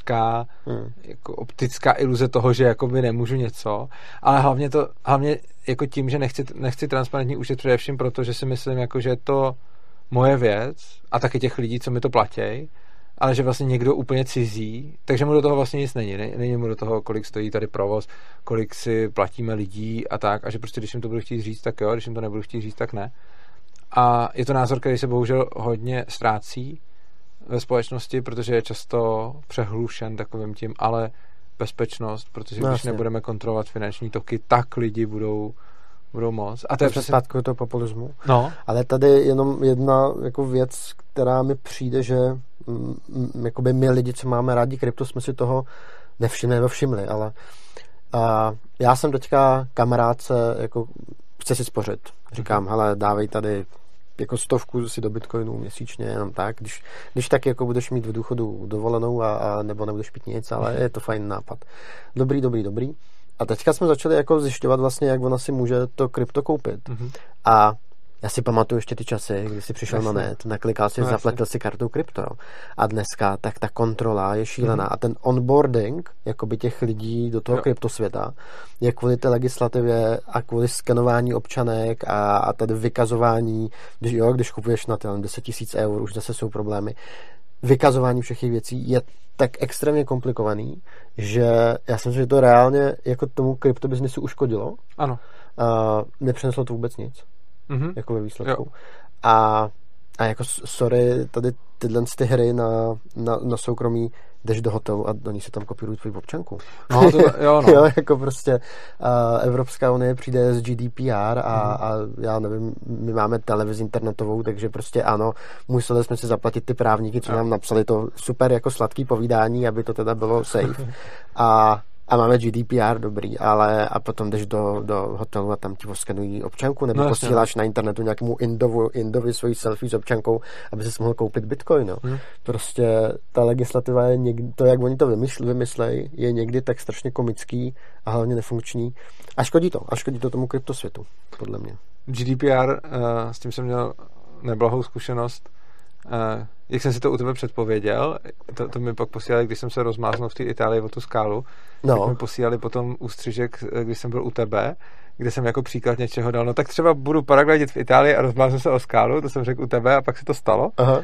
optická iluze toho, že jakoby nemůžu něco, ale hlavně jako tím, že nechci transparentní účet především proto, že si myslím, jako, že je to moje věc a taky těch lidí, co mi to platí, ale že vlastně někdo úplně cizí, takže mu do toho vlastně nic není. Není mu do toho, kolik stojí tady provoz, kolik si platíme lidí a tak, a že prostě když jim to budu chtít říct, tak jo, když jim to nebudu chtít říct, tak ne. A je to názor, který se bohužel hodně ztrácí ve společnosti, protože je často přehlušen takovým tím, ale bezpečnost, protože když nebudeme kontrolovat finanční toky, tak lidi budou budou moc. A to je přesně zpátku toho populismu. No. Ale tady jenom jedna jako věc, která mi přijde, že jakoby my lidi, co máme rádi krypto, jsme si toho nevšimli, ale já jsem teďka kamarádce, jako chce si spořit. Říkám, hele, dávej tady jako 100 si do bitcoinu měsíčně, jenom tak. Když tak jako budeš mít v důchodu dovolenou a nebo nebudeš pít nic, ale je to fajn nápad. Dobrý. A teďka jsme začali jako zjišťovat vlastně, jak ona si může to krypto koupit. A já si pamatuju ještě ty časy, kdy jsi přišel na net, naklikal si, zaplatil si kartou krypto. A dneska tak ta kontrola je šílená. A ten onboarding jakoby těch lidí do toho kryptosvěta je kvůli té legislativě a kvůli skenování občanek a tady vykazování, když kupuješ na 10 000 eur, už zase jsou problémy. Vykazování všech těch věcí je tak extrémně komplikovaný, že já si myslím, že to reálně jako tomu kryptobiznisu uškodilo. Ano. Nepřineslo to vůbec nic. Jako ve výsledku. A jako sorry, tady tyhle ty hry na soukromí, jdeš do hotelu a do ní se tam kopírují tvoji občanku. No, jo, jako prostě Evropská unie přijde s GDPR a já nevím, my máme televizi internetovou, takže prostě ano, museli jsme si zaplatit ty právníky, co nám napsali to super jako sladký povídání, aby to teda bylo safe. A máme GDPR, dobrý, ale a potom jdeš do hotelu a tam ti oskenují občanku, nebo posíláš na internetu nějakému Indovi svoji selfie s občankou, aby si mohl koupit bitcoin. No. Prostě ta legislativa je někdy, to, jak oni to vymyslejí, je někdy tak strašně komický a hlavně nefunkční. A škodí to tomu kryptosvětu, podle mě. GDPR, s tím jsem měl neblahou zkušenost. Jak jsem si to u tebe předpověděl, to mi pak posílali, když jsem se rozmáznul v té Itálii o tu skálu, tak mi posílali potom ústřižek, když jsem byl u tebe, kde jsem jako příklad něčeho dal. No tak třeba budu paraglidit v Itálii a rozmáznu se o skálu, to jsem řekl u tebe a pak se to stalo. Aha.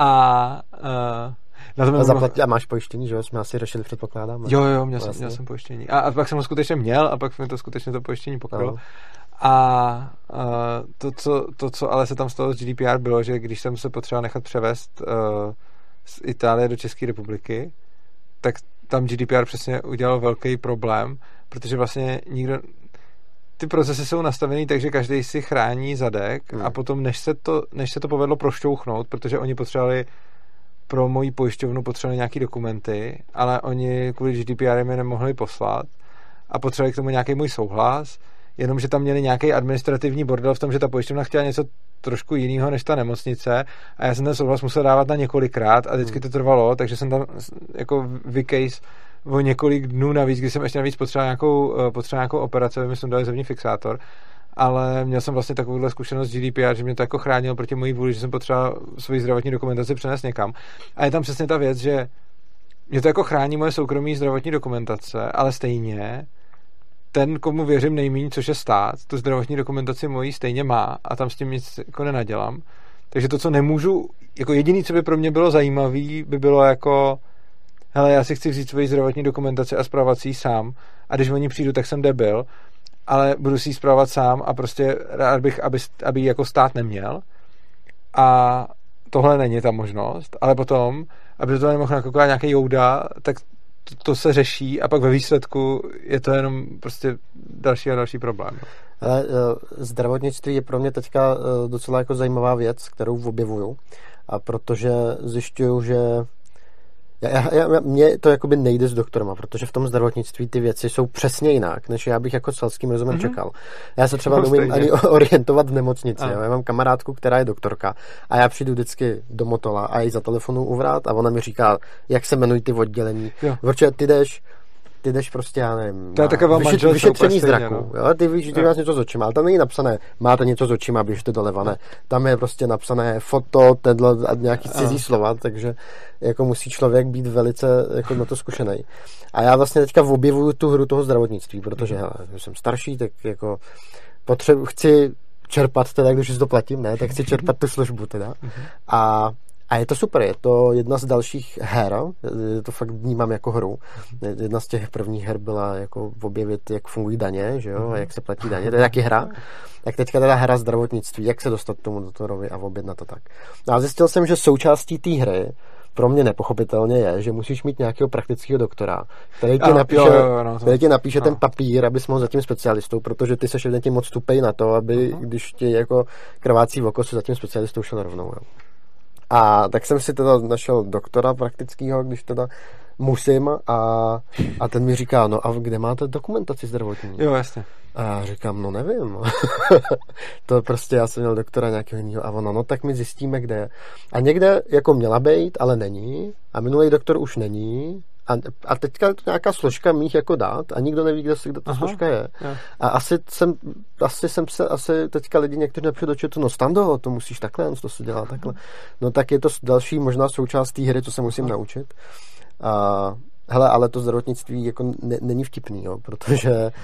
A máš pojištění, že jo? Jsme asi řešili, předpokládám. Jo, měl jsem pojištění. A pak jsem ho skutečně měl a pak mi to skutečně to pojištění pokrylo. A to, co ale se tam stalo s GDPR, bylo, že když jsem se potřeboval nechat převést z Itálie do České republiky, tak tam GDPR přesně udělal velký problém, protože vlastně ty procesy jsou nastavený tak, že každý si chrání zadek a potom, než se to povedlo prošťouchnout, protože oni potřebovali pro moji pojišťovnu nějaký dokumenty, ale oni kvůli GDPR mi nemohli poslat a potřebovali k tomu nějaký můj souhlas, jenomže tam měli nějaký administrativní bordel v tom, že ta pojišťovna chtěla něco trošku jiného než ta nemocnice a já jsem ten souhlas musel dávat na několikrát a vždycky to trvalo, takže jsem tam jako vykejs o několik dnů navíc, když jsem ještě navíc potřeboval nějakou operaci, aby mi jsem dali zevní fixátor, ale měl jsem vlastně takovouhle zkušenost s GDPR, že mě to jako chránilo proti mojí vůli, že jsem potřeboval svoji zdravotní dokumentaci přenést někam. A je tam přesně ta věc, že mě to jako chrání moje soukromí zdravotní dokumentace, ale stejně ten, komu věřím nejméně, což je stát, tu zdravotní dokumentaci mojí stejně má a tam s tím nic jako nenadělám. Takže to, co nemůžu, jako jediný, co by pro mě bylo zajímavý, by bylo jako hele, já si chci vzít svoji zdravotní dokumentaci a spravovat si ji sám a když o ní přijdu, tak jsem debil, ale budu si ji spravovat sám a prostě rád bych, aby ji jako stát neměl a tohle není ta možnost, ale potom, aby to nemohl nakoukat nějaký jouda, tak to se řeší a pak ve výsledku je to jenom prostě další a další problém. Ale zdravotnictví je pro mě teďka docela jako zajímavá věc, kterou objevuju, a protože zjišťuju, že mně to jakoby nejde s doktorama, protože v tom zdravotnictví ty věci jsou přesně jinak, než já bych jako selským rozumem čekal. Já se třeba neumím ani orientovat v nemocnici. Já mám kamarádku, která je doktorka a já přijdu vždycky do Motola a jí za telefonu uvrát a ona mi říká, jak se jmenují ty oddělení. Protože ty jdeš prostě, já nevím, to je taková vyšetření zraku. No. Jo? Ty víš, ty máš něco s očima, ale tam není napsané, máte něco s očima, běžte doleva, ne. Tam je prostě napsané foto, tenhle a nějaký cizí slova, takže jako musí člověk být velice jako na to zkušený. A já vlastně teďka objevuju tu hru toho zdravotnictví, protože jsem starší, tak jako chci čerpat teda, když to platím, ne, tak chci čerpat tu službu teda. A je to super, je to jedna z dalších her, to fakt vnímám jako hru. Jedna z těch prvních her byla jako objevit, jak fungují daně, že jo, a jak se platí daně, to je taky hra. Tak teďka teda hra zdravotnictví, jak se dostat k tomu doktorovi a objednat to tak. No a zjistil jsem, že součástí té hry pro mě nepochopitelně je, že musíš mít nějakého praktického doktora, který ti napíše ten papír, abys mohl za tím specialistou, protože ty seš evidentně moc tupej na to, aby když ti jako krvácí oko, se za tím specialistou šel rovnou. Jo. A tak jsem si teda našel doktora praktického, když teda musím a ten mi říká, no a kde máte dokumentaci zdravotní? Jo, jasně. A já říkám, no nevím. To prostě já jsem měl doktora nějakého jiného a ono, no tak my zjistíme, kde je. A někde jako měla být, ale není. A minulý doktor už není. A teďka je to nějaká složka mých jako dát a nikdo neví, kde ta složka je. Jo. A asi teďka lidi někteří napíšou do chatu, no Stando, to musíš takhle, to se dělá takhle. No tak je to další možná součást té hry, co se musím naučit. Hele, ale to zdravotnictví jako není vtipný, jo, protože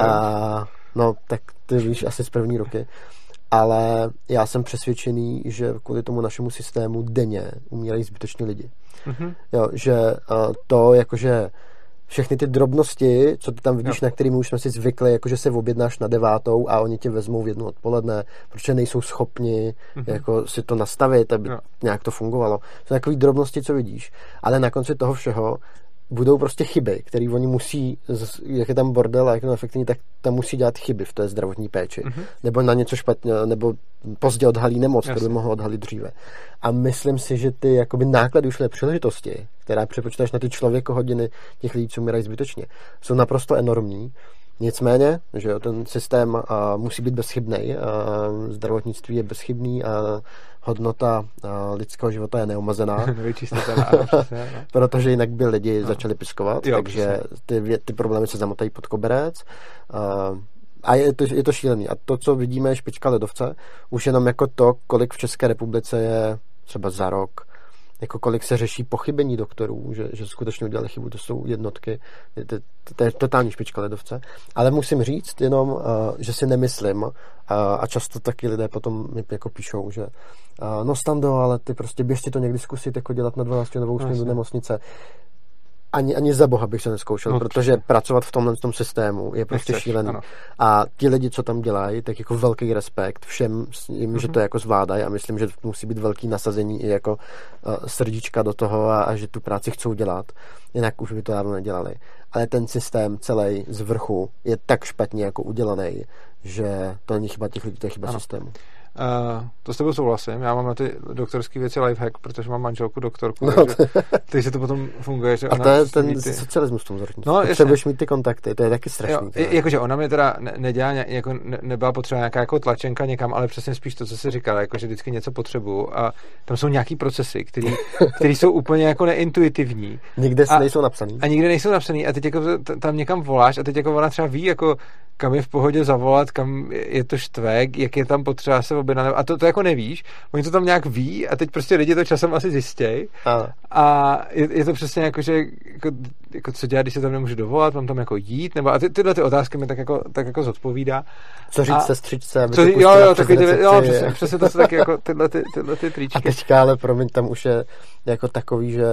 no, tak ty víš asi z první roky, ale já jsem přesvědčený, že kvůli tomu našemu systému denně umírají zbytečně lidi. Mm-hmm. Jo, že to jakože všechny ty drobnosti, co ty tam vidíš, na kterými už jsme si zvykli, jakože se objednáš na 9 a oni tě vezmou v 1 odpoledne, protože nejsou schopni jako si to nastavit, aby nějak to fungovalo. Jsou takové drobnosti, co vidíš. Ale na konci toho všeho budou prostě chyby, které oni musí, jak je tam bordel a jak je to efektivní, tak tam musí dělat chyby v té zdravotní péči. Nebo na něco špatně, nebo pozdě odhalí nemoc, kterou by mohl odhalit dříve. A myslím si, že ty jakoby náklady ušlé příležitosti, která přepočítáš na ty člověkohodiny těch lidí, co umírají zbytečně, jsou naprosto enormní. Nicméně, že jo, ten systém musí být bezchybný, zdravotnictví je bezchybný a hodnota lidského života je neomezená. Protože jinak by lidi začali piskovat, takže ty problémy se zamotají pod koberec. A je to šílený. A to, co vidíme, je špička ledovce. Už jenom jako to, kolik v České republice je třeba za rok, jako kolik se řeší pochybení doktorů, že skutečně udělali chybu, to jsou jednotky, to je totální špička ledovce. Ale musím říct jenom, že si nemyslím, a často taky lidé potom mi jako píšou, že no Stando, ale ty prostě běžte to někdy zkusit jako dělat na 12 novou směnu do nemocnice. Ani za boha bych se neskoušel, protože pracovat v tomhle systému je prostě šílený. Ano. A ti lidi, co tam dělají, tak jako velký respekt všem jim, že to jako zvládají a myslím, že musí být velký nasazení i jako srdíčka do toho a že tu práci chcou dělat. Jinak už by to dávno nedělali. Ale ten systém celý z vrchu je tak špatně jako udělaný, že to není chyba těch lidí, to je chyba systému. To s tebou souhlasím. Já mám na ty doktorské věci lifehack, protože mám manželku doktorku, takže to potom funguje. Že a to je ten socialismus v tom zdravotnictví. Potřebuješ mít ty kontakty, to je taky strašný. Jakože ona mi teda nedělá, jako nebyla potřeba nějaká jako tlačenka někam, ale přesně spíš to, co jsi říkal, jakože vždycky něco potřebuju a tam jsou nějaký procesy, které jsou úplně jako neintuitivní. Nikde nejsou napsaný. A nikde nejsou napsaný a teď jako tam někam voláš a teď jako ona třeba ví, jako kam je v pohodě zavolat, kam je to štvek, jak je tam potřeba se objednat. A to jako nevíš. Oni to tam nějak ví a teď prostě lidi to časem asi zjistějí. A je to přesně jako, že jako co dělat, když se tam nemůžu dovolat, mám tam jako jít, nebo a tyhle ty otázky mi tak jako zodpovídá. Co říct sestřičce, aby přesně to jsou taky jako tyhle ty tričky. A teďka ale promiň, tam už je jako takový, že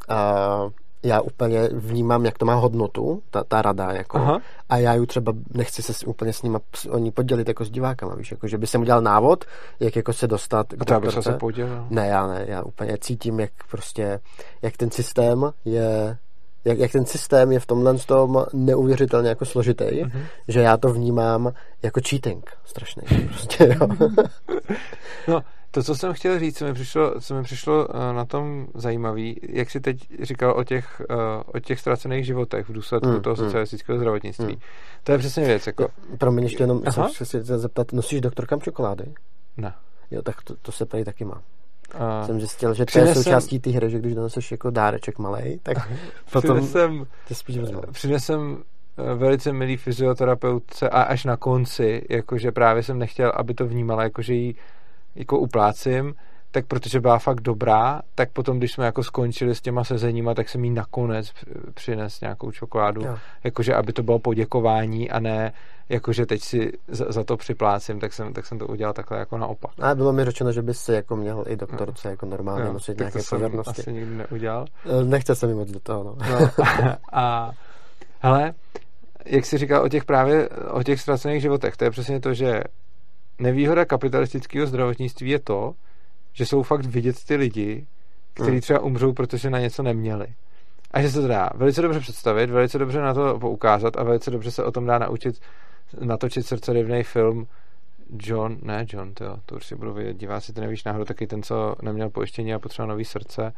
já úplně vnímám, jak to má hodnotu, ta rada, jako. A já ju třeba nechci se úplně s nima oni podělit jako s divákama, víš, jako, že by jsem udělal návod, jak jako se dostat k doktorce. A to se podělil? Ne, já úplně cítím, jak prostě, jak ten systém je jak ten systém je v tomhle tom neuvěřitelně jako složitý, že já to vnímám jako cheating strašný. Prostě, jo. No, to, co jsem chtěl říct, co mi přišlo na tom zajímavý, jak jsi teď říkal o těch ztracených životech v důsledku toho socialistického zdravotnictví. To je přesně věc. Jako... Promiň, ještě jenom se zeptat, nosíš doktorkám čokolády? Ne. Jo, tak to se tady taky má. Jsem zjistil, že to je součástí té hry, že když doneseš jako dáreček malej, tak potom tě spíš vezmou. Přinesem velice milý fyzioterapeutce a až na konci, jakože právě jsem nechtěl, aby to vnímala, jakože ji jako uplácím, tak protože byla fakt dobrá, tak potom, když jsme jako skončili s těma sezeníma, tak jsem jí nakonec přines nějakou čokoládu, jakože aby to bylo poděkování a ne jakože teď si za to připlácím, tak jsem to udělal takhle jako naopak. A bylo mi řečeno, že bys si jako měl i doktorce jako normálně nosit nějaké pozornosti. Asi nikdy neudělal. Nechtěl jsem mi moc do toho, no. A hele, jak jsi říkal o těch ztracených životech, to je přesně to, že nevýhoda kapitalistického zdravotnictví je to, že jsou fakt vidět ty lidi, kteří třeba umřou, protože na něco neměli. A že se to dá velice dobře představit, velice dobře na to poukázat a velice dobře se o tom dá natočit srdcerivný film John, to určitě budu vědět, diváci, ty nevíš náhodou, taky ten, co neměl pojištění a potřeboval nový srdce,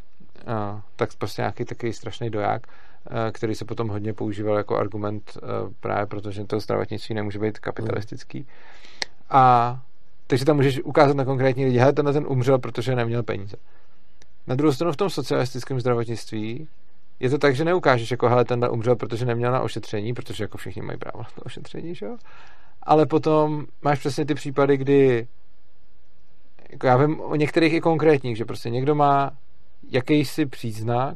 tak prostě nějaký takový strašný doják, který se potom hodně používal jako argument právě protože to zdravotnictví nemůže být kapitalistický. A takže tam můžeš ukázat na konkrétní lidi, hele, ten umřel, protože neměl peníze. Na druhou stranu v tom socialistickém zdravotnictví je to tak, že neukážeš jako, hele, ten umřel, protože neměl na ošetření, protože jako všichni mají právo na to ošetření, že jo? Ale potom máš přesně ty případy, kdy jako já vím o některých i konkrétních, že prostě někdo má jakýsi příznak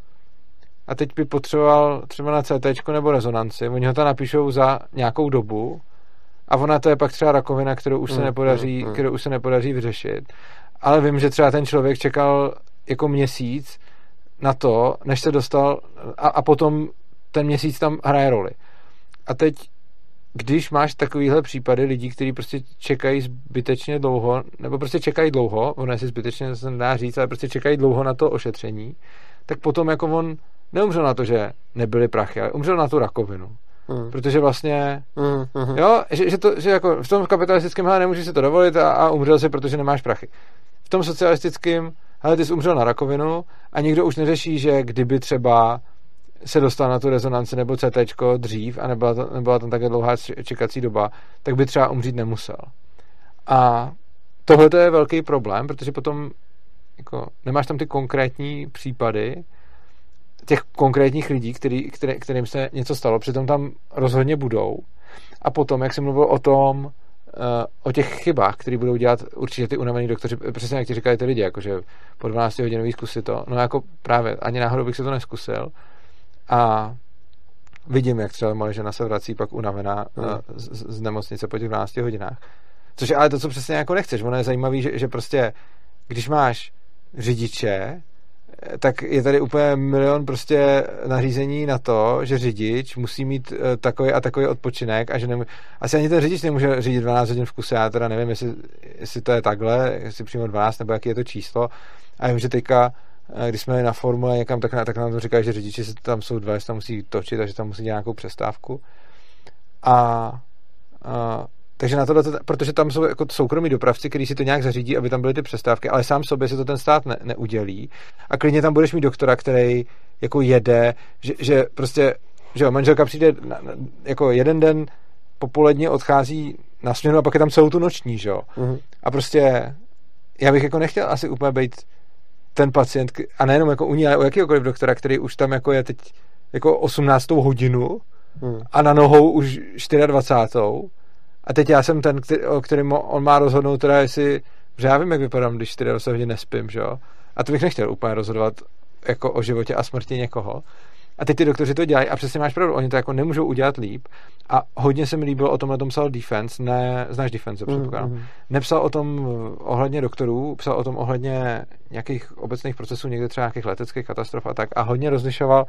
a teď by potřeboval třeba na CT nebo rezonanci, oni ho tam napíšou za nějakou dobu a ona to je pak třeba rakovina, kterou už se nepodaří vyřešit. Ale vím, že třeba ten člověk čekal jako měsíc na to, než se dostal a potom ten měsíc tam hraje roli. A teď, když máš takovýhle případy lidí, kteří prostě čekají zbytečně dlouho, nebo prostě čekají dlouho, ono je si zbytečně se nedá říct, ale prostě čekají dlouho na to ošetření, tak potom jako on neumřel na to, že nebyly prachy, ale umřel na tu rakovinu. Protože vlastně jo, že jako v tom kapitalistickém nemůžeš si to dovolit a umřel si, protože nemáš prachy. V tom socialistickém ty jsi umřel na rakovinu a nikdo už neřeší, že kdyby třeba se dostal na tu rezonanci nebo CTčko dřív a nebyla tam také dlouhá čekací doba, tak by třeba umřít nemusel. A tohle je velký problém, protože potom jako nemáš tam ty konkrétní případy těch konkrétních lidí, kterým se něco stalo, přitom tam rozhodně budou. A potom, jak jsem mluvil o těch chybách, které budou dělat určitě ty unavený doktoři, přesně jak ti říkají ty lidi, jakože po 12 hodinový zkusy to, no jako právě ani náhodou bych se to neskusil a vidím, jak třeba moje žena se vrací pak unavená z nemocnice po těch 12 hodinách. Což je ale to, co přesně jako nechceš. Ono je zajímavý, že prostě, když máš řidiče, tak je tady úplně milion prostě nařízení na to, že řidič musí mít takový a takový odpočinek a že asi ani ten řidič nemůže řídit 12 hodin v kuse, já teda nevím, jestli to je takhle, jestli přímo 12, nebo jaký je to číslo. A vím, že teďka, když jsme na formule někam, tak nám to říkají, že řidiči tam jsou dva, že tam musí točit a že tam musí dělat nějakou přestávku. Takže na tohle, protože tam jsou jako soukromí dopravci, kteří si to nějak zařídí, aby tam byly ty přestávky, ale sám sobě si to ten stát neudělí. A klidně tam budeš mít doktora, který jako jede, že prostě, že jo, manželka přijde jako jeden den popoledně odchází na směnu a pak je tam celou tu noční, že jo. A prostě já bych jako nechtěl asi úplně být ten pacient, a nejenom jako u ní, ale u jakýhokoliv doktora, který už tam jako je teď jako 18. hodinu a na nohou už 24. A teď já jsem ten, o kterým on má rozhodnout teda, jestli, že já vím, jak vypadám, když 24 hodin nespím, že jo. A to bych nechtěl úplně rozhodovat jako o životě a smrti někoho. A teď ty doktoři to dělají a přesně máš pravdu, oni to jako nemůžou udělat líp. A hodně se mi líbilo, o tomhle tom psal Defense, znáš Defense, předpokládám. Nepsal o tom ohledně doktorů, psal o tom ohledně nějakých obecných procesů, někde třeba nějakých leteckých katastrof a tak. A hodně rozlišoval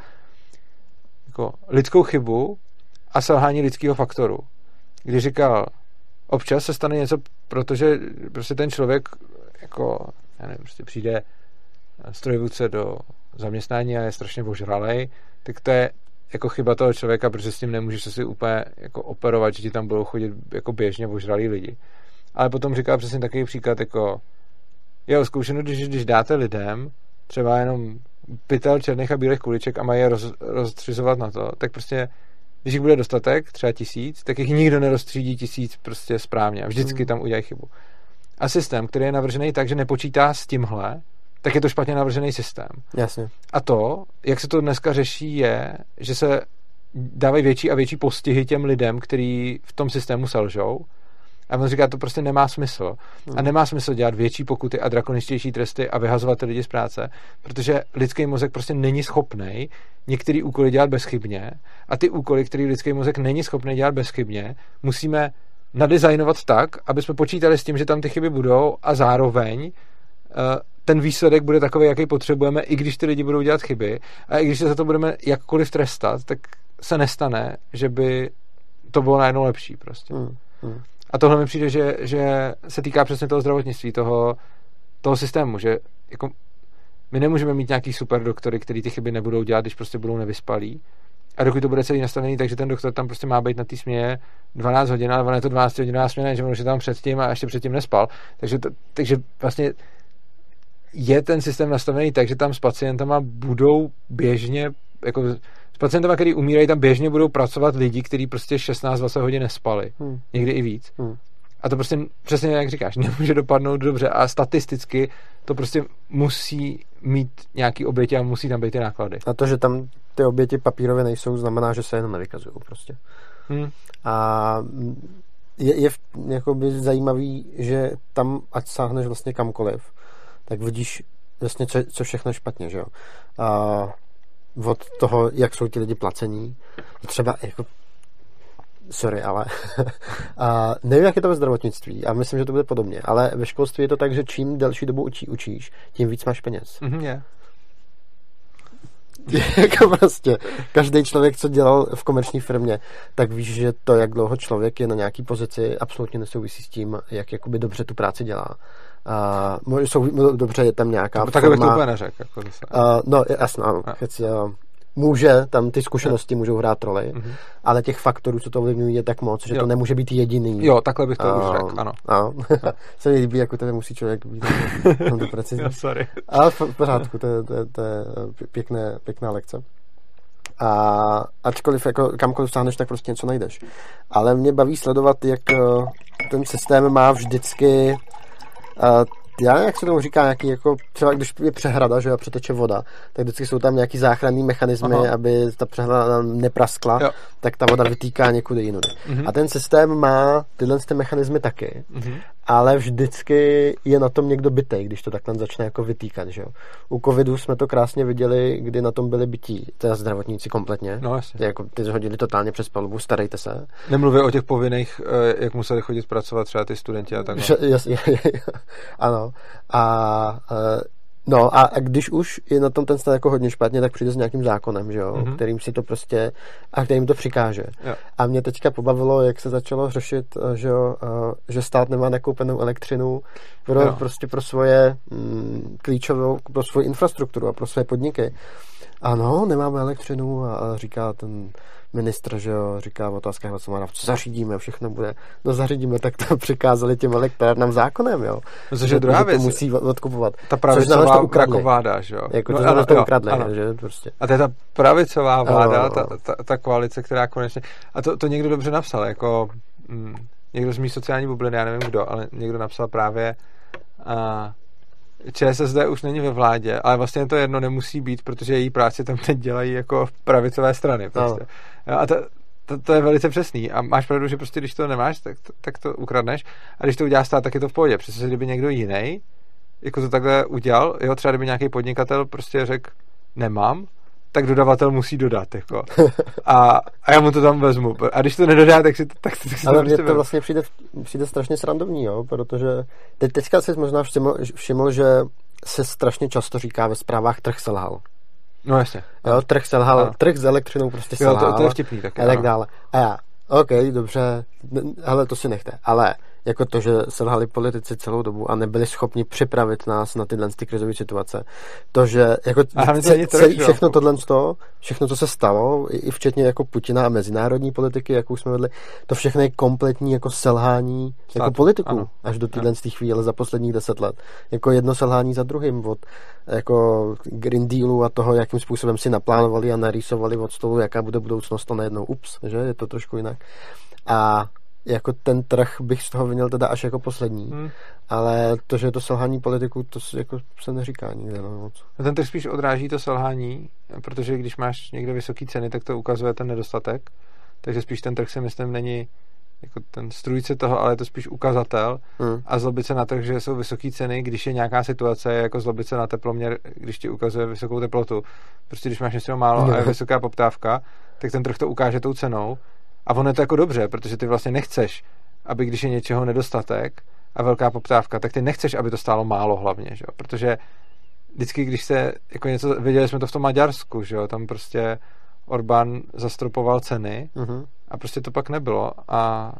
jako lidskou chybu a selhání lidského faktoru. Když říkal, občas se stane něco, protože prostě ten člověk jako, já nevím, prostě přijde strojvůdce do zaměstnání a je strašně ožralej, tak to je jako chyba toho člověka, protože s tím nemůžeš si úplně jako operovat, že ti tam budou chodit jako běžně ožralí lidi. Ale potom říkal přesně takový příklad, jako je zkoušeno, když dáte lidem třeba jenom pytel černých a bílých kuliček a mají je rozstřizovat na to, tak prostě když jich bude dostatek, třeba 1000, tak jich nikdo nerozstřídí 1000 prostě správně a vždycky tam udělají chybu. A systém, který je navržený tak, že nepočítá s tímhle, tak je to špatně navržený systém. Jasně. A to, jak se to dneska řeší, je, že se dávají větší a větší postihy těm lidem, kteří v tom systému selžou. A on říká, to prostě nemá smysl. A nemá smysl dělat větší pokuty a drakoničtější tresty a vyhazovat ty lidi z práce, protože lidský mozek prostě není schopný některé úkoly dělat bezchybně a ty úkoly, který lidský mozek není schopný dělat bezchybně, musíme nadizajnovat tak, aby jsme počítali s tím, že tam ty chyby budou a zároveň ten výsledek bude takový, jaký potřebujeme, i když ty lidi budou dělat chyby a i když se za to budeme jakkoliv trestat, tak se nestane, že by to bylo najednou lepší prostě. A tohle mi přijde, že se týká přesně toho zdravotnictví, toho systému, že jako My nemůžeme mít nějaký super doktory, který ty chyby nebudou dělat, když prostě budou nevyspalí. A dokud to bude celý nastavený, takže ten doktor tam prostě má být na té směně 12 hodin, ale on je to 12-hodinová směna, že on už je tam předtím a ještě předtím nespal. Takže vlastně je ten systém nastavený tak, že tam s pacientama budou běžně, jako s pacientama, který umírají, tam běžně budou pracovat lidi, kteří prostě 16-20 hodin nespali. Někdy i víc. A to prostě přesně jak říkáš, nemůže dopadnout dobře a statisticky to prostě musí mít nějaký oběti a musí tam být ty náklady. A to, že tam ty oběti papírově nejsou, znamená, že se jenom nevykazují prostě. A je jakoby zajímavý, že tam, ať sáhneš vlastně kamkoliv, tak vidíš vlastně, co všechno je špatně, že jo. A od toho, jak jsou ti lidi placení, třeba jako sorry, ale a nevím, jak je to ve zdravotnictví a myslím, že to bude podobně, ale ve školství je to tak, že čím delší dobu učíš, tím víc máš peněz. Jako prostě každý člověk, co dělal v komerční firmě, tak víš, že to, jak dlouho člověk je na nějaký pozici, absolutně nesouvisí s tím, jak jakoby dobře tu práci dělá. Dobře, je tam nějaká forma. Tak bych to úplně neřekl. Jako no, jasno, ano. Může, tam ty zkušenosti můžou hrát roli, ale těch faktorů, co to ovlivňují, je tak moc, že to nemůže být jediný. Jo, takhle bych to už řekl, ano. Se mi líbí, jako tady musí člověk být tam to precizně. Jo, sorry. Ale v pořádku, to je pěkná lekce. A ačkoliv jako kamkoliv sáhneš, tak prostě něco najdeš. Ale mě baví sledovat, jak ten systém má vždycky já jak se tomu říká, nějaký jako, třeba když je přehrada, že přeteče voda, tak vždycky jsou tam nějaký záchranný mechanismy, aby ta přehrada nepraskla, tak ta voda vytýká někudy jinudy. A ten systém má tyhle mechanismy taky, ale vždycky je na tom někdo bitej, když to takhle začne jako vytýkat, že jo. U covidu jsme to krásně viděli, kdy na tom byli bití, teda zdravotníci kompletně. No jasně. Jako ty zhodili totálně přes palubu, starejte se. Nemluvě o těch povinných, jak museli chodit pracovat třeba ty studenti a takhle. Jasně, ano. A když už je na tom ten stát jako hodně špatně, tak přijde s nějakým zákonem, že jo, kterým si to prostě a kterým to přikáže. Jo. A mě teďka pobavilo, jak se začalo řešit, že jo, že stát nemá nakoupenou elektřinu pro svoje klíčovou, pro svoji infrastrukturu a pro své podniky. Ano, nemáme elektřinu a říká ten ministr, že jo, říká v otázkách co zařídíme, všechno bude, zařídíme, tak to přikázali těm elektrárnám zákonem, jo. Což je druhá věc. To musí odkupovat. Ta pravicová jako vláda, že jo. Jako to ukradli, že prostě. A to je ta pravicová vláda, ta koalice, která konečně, a to někdo dobře napsal, jako někdo z mý sociální bubliny, já nevím kdo, ale někdo napsal právě ČSSD už není ve vládě, ale vlastně to jedno nemusí být, protože její práci tam teď dělají jako pravicové strany. Prostě. A to je velice přesný. A máš pravdu, že prostě když to nemáš, tak to ukradneš. A když to udělá stát, tak je to v pohodě. Přestože kdyby někdo jiný jako to takhle udělal, jo, třeba kdyby nějaký podnikatel prostě řekl nemám, tak dodavatel musí dodat. Jako. A já mu to tam vezmu. A když to nedodá, tak si to ale mně to vlastně přijde strašně srandovní, jo, protože teďka jsi možná všiml, že se strašně často říká ve zprávách trh selhal. No jasně. Jo, trh selhal, trh s elektřinou prostě selhal. Jo, to je vtipný taky. A tak dále. A já, OK, dobře, hele, to si nechte. Ale jako to, že selhali politici celou dobu a nebyli schopni připravit nás na tyhle krizové situace. To, že jako všechno tohle, všechno, co se stalo, i včetně jako Putina a mezinárodní politiky, jakou jsme vedli, to všechno je kompletní jako selhání jako politiků až do téhle chvíle za posledních 10 let. Jako jedno selhání za druhým od jako Green Dealu a toho, jakým způsobem si naplánovali a narýsovali od stolu, jaká bude budoucnost, a najednou že je to trošku jinak. A jako ten trh bych z toho vinil teda až jako poslední, ale to, že je to selhání politiků, to jako se neříká nikde moc. Ten trh spíš odráží to selhání, protože když máš někde vysoké ceny, tak to ukazuje ten nedostatek, takže spíš ten trh si myslím není jako ten strůjce toho, ale je to spíš ukazatel a zlobit se na trh, že jsou vysoké ceny, když je nějaká situace, jako zlobit se na teploměr, když ti ukazuje vysokou teplotu. Prostě když máš něco málo a je vysoká poptávka, tak ten trh to ukáže tou cenou. A ono je to jako dobře, protože ty vlastně nechceš, aby když je něčeho nedostatek a velká poptávka, tak ty nechceš, aby to stálo málo hlavně, že jo? Protože vždycky, když se jako něco, viděli jsme to v tom Maďarsku, že jo? Tam prostě Orbán zastropoval ceny a prostě to pak nebylo a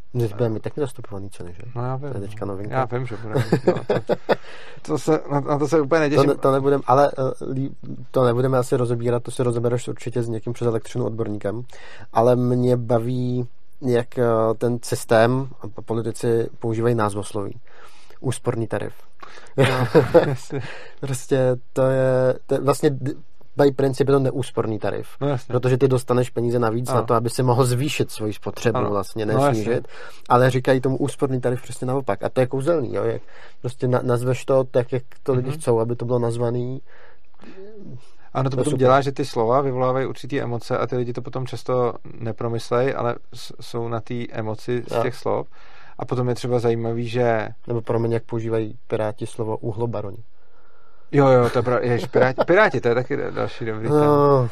Dnes budeme mít taky zastupovaný ceny, že? No já vím. To je teďka novinka. Já vím, že budeme mít, na to se úplně netěším. To nebudeme, ale to nebudeme asi rozebírat, to si rozebereš určitě s někým přes elektřinu odborníkem, ale mě baví, jak ten systém a politici používají názvosloví. Úsporný tarif. No, prostě to je vlastně by princip je to neúsporný tarif. No, protože ty dostaneš peníze navíc na to, aby si mohl zvýšit svoji spotřebu, vlastně nesnížit, ale říkají tomu úsporný tarif přesně naopak. A to je kouzelný, jo? Jak prostě nazveš to tak, jak to lidi chcou, aby to bylo nazvaný. Ano, to potom dělá, že ty slova vyvolávají určitý emoce a ty lidi to potom často nepromyslejí, ale jsou na té emoci z těch slov. A potom je třeba zajímavý, že... Nebo promiň, jak používají Piráti slovo uhlobaroni. Jo, to je pravda. Piráti, to je taky další dobrý téma.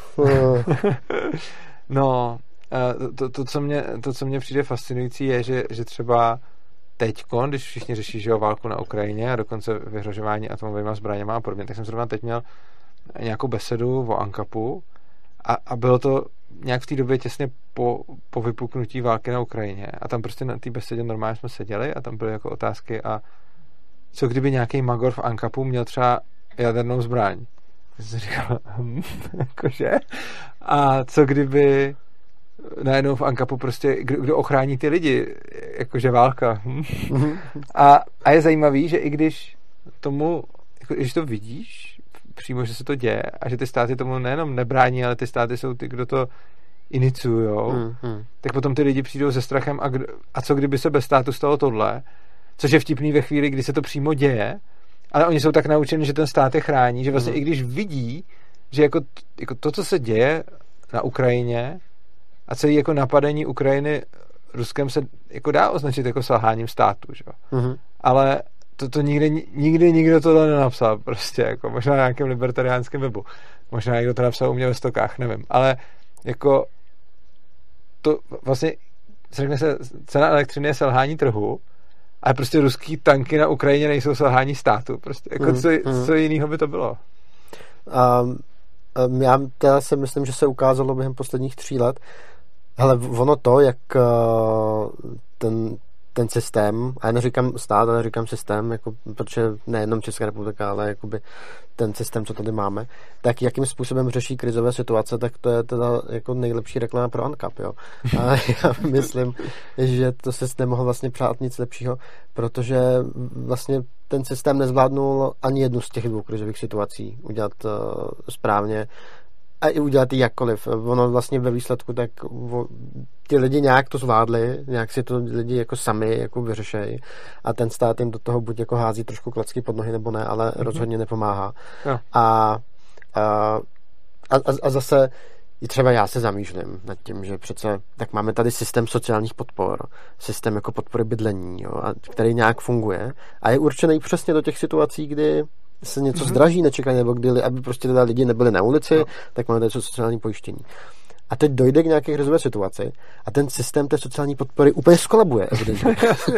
No, to, co mě přijde fascinující, je, že třeba teďko, když všichni řeší, že válku na Ukrajině a dokonce vyhrožování atomovými zbraněma a podobně, tak jsem zrovna teď měl nějakou besedu o ANCAPu a bylo to nějak v té době těsně po vypuknutí války na Ukrajině a tam prostě na té besedě normálně jsme seděli a tam byly jako otázky a co kdyby nějaký magor v ANCAPu měl třeba jadernou zbraň. Jsem říkal, jakože? A co kdyby najednou v ANCAPu prostě, kdo ochrání ty lidi, jakože válka. A je zajímavý, že i když tomu, jako, když to vidíš přímo, že se to děje a že ty státy tomu nejenom nebrání, ale ty státy jsou ty, kdo to iniciujou, tak potom ty lidi přijdou se strachem a co kdyby se bez státu stalo tohle, což je vtipný ve chvíli, kdy se to přímo děje, ale oni jsou tak naučeni, že ten stát je chrání, že vlastně i když vidí, že jako to, co se děje na Ukrajině a celý jako napadení Ukrajiny Ruskem se jako dá označit jako selháním státu, že? Ale to nikdy nikdo tohle nenapsal prostě, jako možná na nějakém libertariánském webu. Možná někdo to napsal u mě ve stokách, nevím. Ale jako to vlastně řekne se, cena elektřiny je selhání trhu, ale prostě ruský tanky na Ukrajině nejsou selhání státu. Prostě jako co jiného by to bylo? Já teda si myslím, že se ukázalo během posledních 3 let. Hele, ono to, jak ten systém, a já neříkám stát, ale říkám systém, jako, protože nejenom Česká republika, ale jakoby ten systém, co tady máme, tak jakým způsobem řeší krizové situace, tak to je teda jako nejlepší reklama pro ANCAP, jo. A já myslím, že to se nemohl vlastně přát nic lepšího, protože vlastně ten systém nezvládnul ani jednu z těch 2 krizových situací udělat správně a i udělat jakkoliv. Ono vlastně ve výsledku tak ti lidi nějak to zvládli, nějak si to lidi jako sami jako vyřešejí a ten stát jim do toho buď jako hází trošku klacky pod nohy nebo ne, ale rozhodně nepomáhá. No. A zase třeba já se zamýšlím nad tím, že přece tak máme tady systém sociálních podpor, systém jako podpory bydlení, jo, který nějak funguje a je určený přesně do těch situací, kdy se něco zdraží nečekaně, nebo kdy, aby prostě teda lidi nebyli na ulici, tak máme tady sociální pojištění. A teď dojde k nějaké krizové situaci a ten systém té sociální podpory úplně skolabuje, evidentně.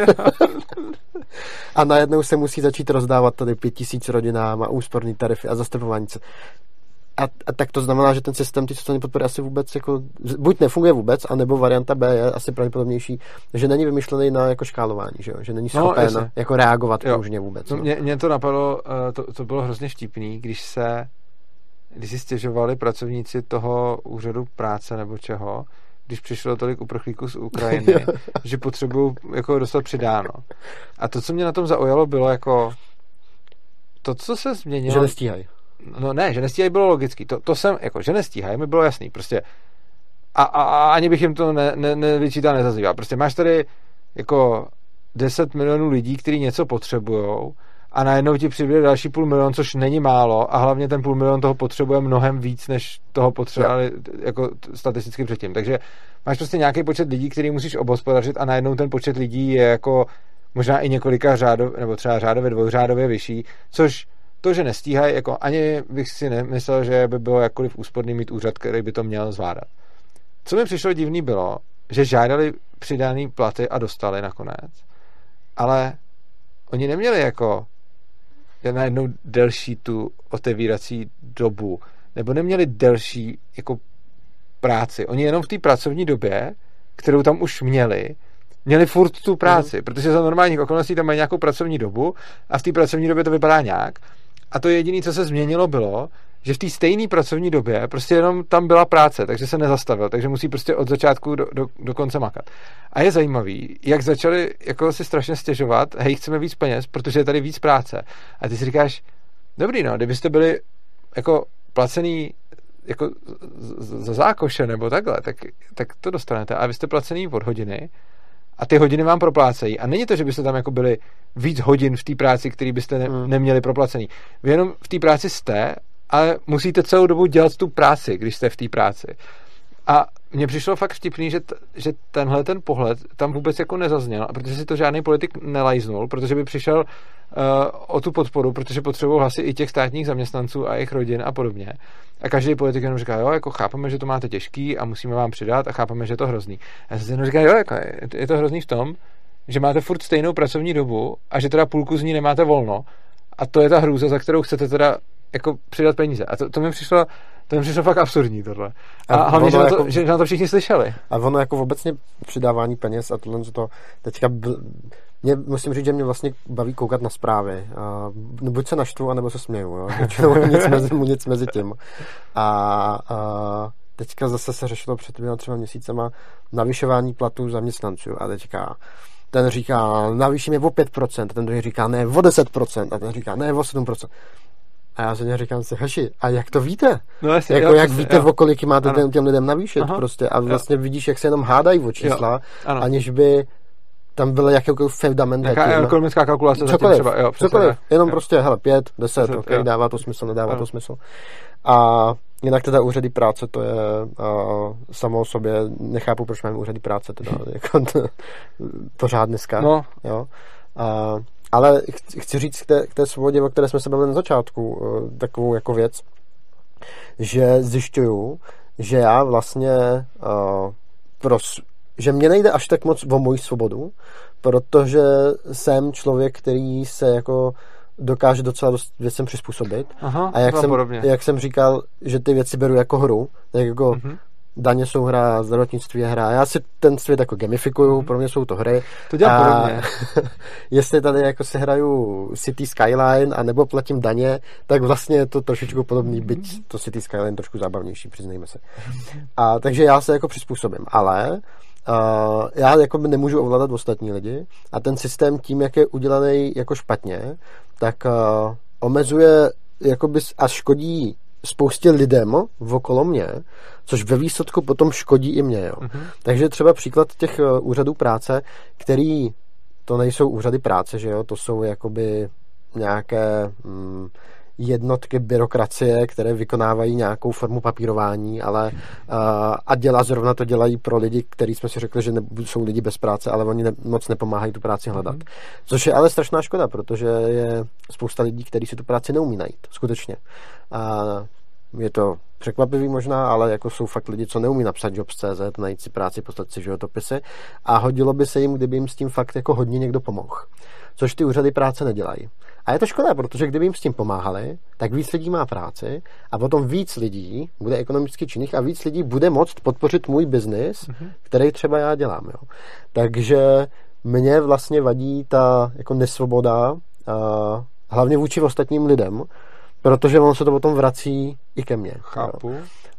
A najednou se musí začít rozdávat tady 5 000 rodinám a úsporný tarify a zastropování. A tak to znamená, že ten systém ty sociální podpory asi vůbec jako, buď nefunguje vůbec, anebo varianta B je asi pravděpodobnější, že není vymyšlený na jako škálování, že není schopen jako reagovat pružně vůbec. No, mě to napadlo, to bylo hrozně vtipný, když si stěžovali pracovníci toho úřadu práce nebo čeho, když přišlo tolik uprchlíků z Ukrajiny, že potřebují jako dostat přidáno. A to, co mě na tom zaujalo, bylo jako to, co se změnilo. Že nestíhají. No ne, že nestíhají bylo logický. To jsem, jako, že nestíhají, mi bylo jasný. Prostě a ani bych jim to nevyčítal, nezazýval. Prostě máš tady jako 10 milionů lidí, kteří něco potřebujou a najednou ti přibude další 500 000, což není málo a hlavně ten 500 000 toho potřebuje mnohem víc, než toho potřebovali jako statisticky předtím. Takže máš prostě nějaký počet lidí, který musíš obhospodařit a najednou ten počet lidí je jako možná i několika nebo třeba řádově, dvouřádově vyšší, což to, že nestíhají, jako ani bych si nemyslel, že by bylo jakkoliv úsporný mít úřad, který by to měl zvládat. Co mi přišlo divný bylo, že žádali přidaný platy a dostali nakonec, ale oni neměli jako najednou delší tu otevírací dobu, nebo neměli delší jako práci. Oni jenom v té pracovní době, kterou tam už měli, měli furt tu práci, protože za normálních okolností tam mají nějakou pracovní dobu a v té pracovní době to vypadá nějak. A to jediné, co se změnilo, bylo, že v té stejné pracovní době prostě jenom tam byla práce, takže se nezastavil, takže musí prostě od začátku do konce makat. A je zajímavý, jak začali jako si strašně stěžovat, hej, chceme víc peněz, protože je tady víc práce. A ty si říkáš, dobrý, no, kdybyste byli jako placený jako za zákoše nebo takhle, tak to dostanete. A vy jste placený od hodiny a ty hodiny vám proplácejí. A není to, že byste tam jako byli víc hodin v té práci, který byste neměli proplacený. Vy jenom v té práci jste, ale musíte celou dobu dělat tu práci, když jste v té práci. A mně přišlo fakt vtipný, že tenhle ten pohled tam vůbec jako nezazněl, a protože si to žádný politik nelajznul, protože by přišel o tu podporu, protože potřebují hlasy i těch státních zaměstnanců a jejich rodin a podobně. A každý politik jenom říká, jo, jako chápeme, že to máte těžký a musíme vám přidat a chápeme, že je to hrozný. A já jsem si jenom říkal, jo, jako je to hrozný v tom, že máte furt stejnou pracovní dobu a že teda půlku z ní nemáte volno a to je ta hrůza, za kterou chcete teda jako přidat peníze. A to mi přišlo fakt absurdní tohle. A hlavně, že na to všichni slyšeli. A ono jako obecně přidávání peněz a tohle to teďka musím říct, že mě vlastně baví koukat na zprávy. Buď se naštvu, anebo se směju. Jo? Nic mezi tím. A teďka zase se řešilo před 2-3 měsícema navyšování platů zaměstnanců. A teďka ten říká, navýším je o 5%, a ten druhý říká, ne, o 10%, a ten říká, ne, o 7%. A já se říkám si, heši, a jak to víte? No, jasně, jako, jak víte, o kolik máte těm lidem navýšit prostě. A vlastně vidíš, jak se jenom hádají o čísla, aniž by tam byl jakýkoliv fundament. Jaká ekonomická kalkulace zatím třeba. Jo, cokoliv. Jenom prostě, hele, 5, 10, okay, dává to smysl, nedává to smysl. A jinak teda úřady práce, to je samo o sobě, nechápu, proč máme úřady práce, teda jako pořád dneska. No. Jo. Ale chci říct k té svobodě, o které jsme se bavili na začátku, takovou jako věc, že zjišťuju, že já vlastně že mě nejde až tak moc o moji svobodu, protože jsem člověk, který se jako dokáže docela dost věcem přizpůsobit. Aha, a jak jsem říkal, že ty věci beru jako hru, tak jako daně jsou hra, zdravotnictví je hra. Já si ten svět jako gamifikuju, pro mě jsou to hry. To dělá podobně. Jestli tady jako si hraju City Skyline a nebo platím daně, tak vlastně je to trošičku podobný, byť to City Skyline trošku zábavnější, přiznejme se. A takže já se jako přizpůsobím, ale já jako nemůžu ovládat ostatní lidi a ten systém tím, jak je udělaný jako špatně, tak omezuje jakoby a škodí spoustě lidem okolo mě, což ve výsledku potom škodí i mě. Jo. Takže třeba příklad těch úřadů práce, který to nejsou úřady práce, že jo, to jsou jakoby nějaké jednotky byrokracie, které vykonávají nějakou formu papírování, ale zrovna to dělají pro lidi, kteří jsme si řekli, že jsou lidi bez práce, ale oni moc nepomáhají tu práci hledat. Což je ale strašná škoda, protože je spousta lidí, kteří si tu práci neumí najít. Skutečně. Je to překvapivý možná, ale jako jsou fakt lidi, co neumí napsat jobs.cz, najít si práci, poslat si životopisy a hodilo by se jim, kdyby jim s tím fakt jako hodně někdo pomohl. Což ty úřady práce nedělají. A je to škoda, protože kdyby jim s tím pomáhali, tak víc lidí má práci a potom víc lidí bude ekonomicky činných a víc lidí bude moct podpořit můj biznis, který třeba já dělám. Jo. Takže mě vlastně vadí ta jako nesvoboda, hlavně vůči ostatním lidem, protože on se to potom vrací i ke mně. Chápu.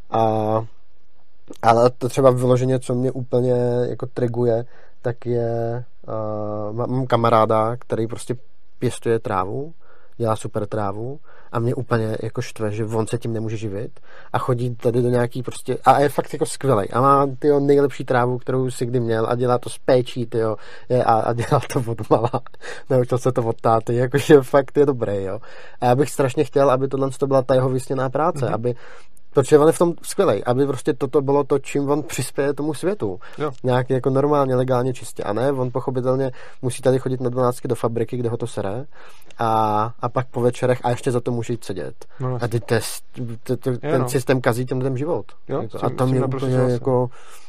Ale to třeba vyloženě, co mě úplně jako triguje, tak je mám kamaráda, který prostě pěstuje trávu, dělá super trávu a mě úplně jako štve, že on se tím nemůže živit a chodí tady do nějaký prostě a je fakt jako skvělej a má tyjo nejlepší trávu, kterou si kdy měl a dělá to s péčí, tyjo, a dělá to od mala. Naučil se to od táty, jakože fakt je dobrý, jo. A já bych strašně chtěl, aby tohle to byla ta jeho vysněná práce, aby protože on je v tom skvělej, aby prostě toto bylo to, čím on přispěje tomu světu. Jo. Nějak jako normálně, legálně, čistě. A ne, on pochopitelně musí tady chodit na 12 do fabriky, kde ho to sere a pak po večerech a ještě za to může jít sedět. No, a ten systém kazí těm lidem život. Jo, a tam je úplně jako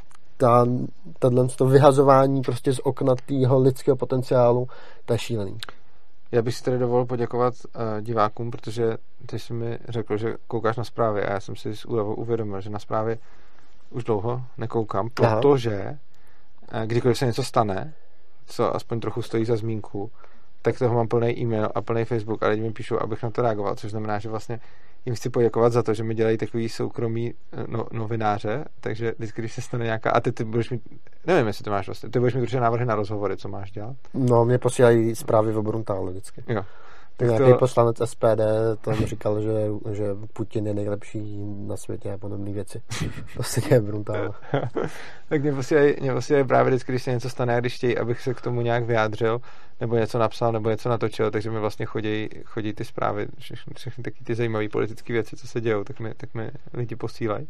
to vyhazování prostě z okna tého lidského potenciálu, to je šílený. Já bych si tedy dovolil poděkovat divákům, protože ty jsi mi řekl, že koukáš na zprávy a já jsem si s úlevou uvědomil, že na zprávy už dlouho nekoukám, protože kdykoliv se něco stane, co aspoň trochu stojí za zmínku, tak toho mám plný e-mail a plný Facebook a lidi mi píšou, abych na to reagoval, což znamená, že vlastně jim chci poděkovat za to, že mi dělají takový soukromý novináře, takže vždycky, když se stane nějaká, a ty budeš mít, nevím, jestli to máš vlastně, ty budeš mít určitě návrhy na rozhovory, co máš dělat? No, mě posílají zprávy v Bruntálu vždycky. Jo. Tak nějaký poslanec SPD tam říkal, že Putin je nejlepší na světě a podobné věci. To se děje Bruntálu. Tak mě posílají právě vždycky, když se něco stane, a když chtějí, abych se k tomu nějak vyjádřil, nebo něco napsal, nebo něco natočil, takže mi vlastně chodí ty zprávy, všechny taky ty zajímavé politické věci, co se dějou, tak mi lidi posílají.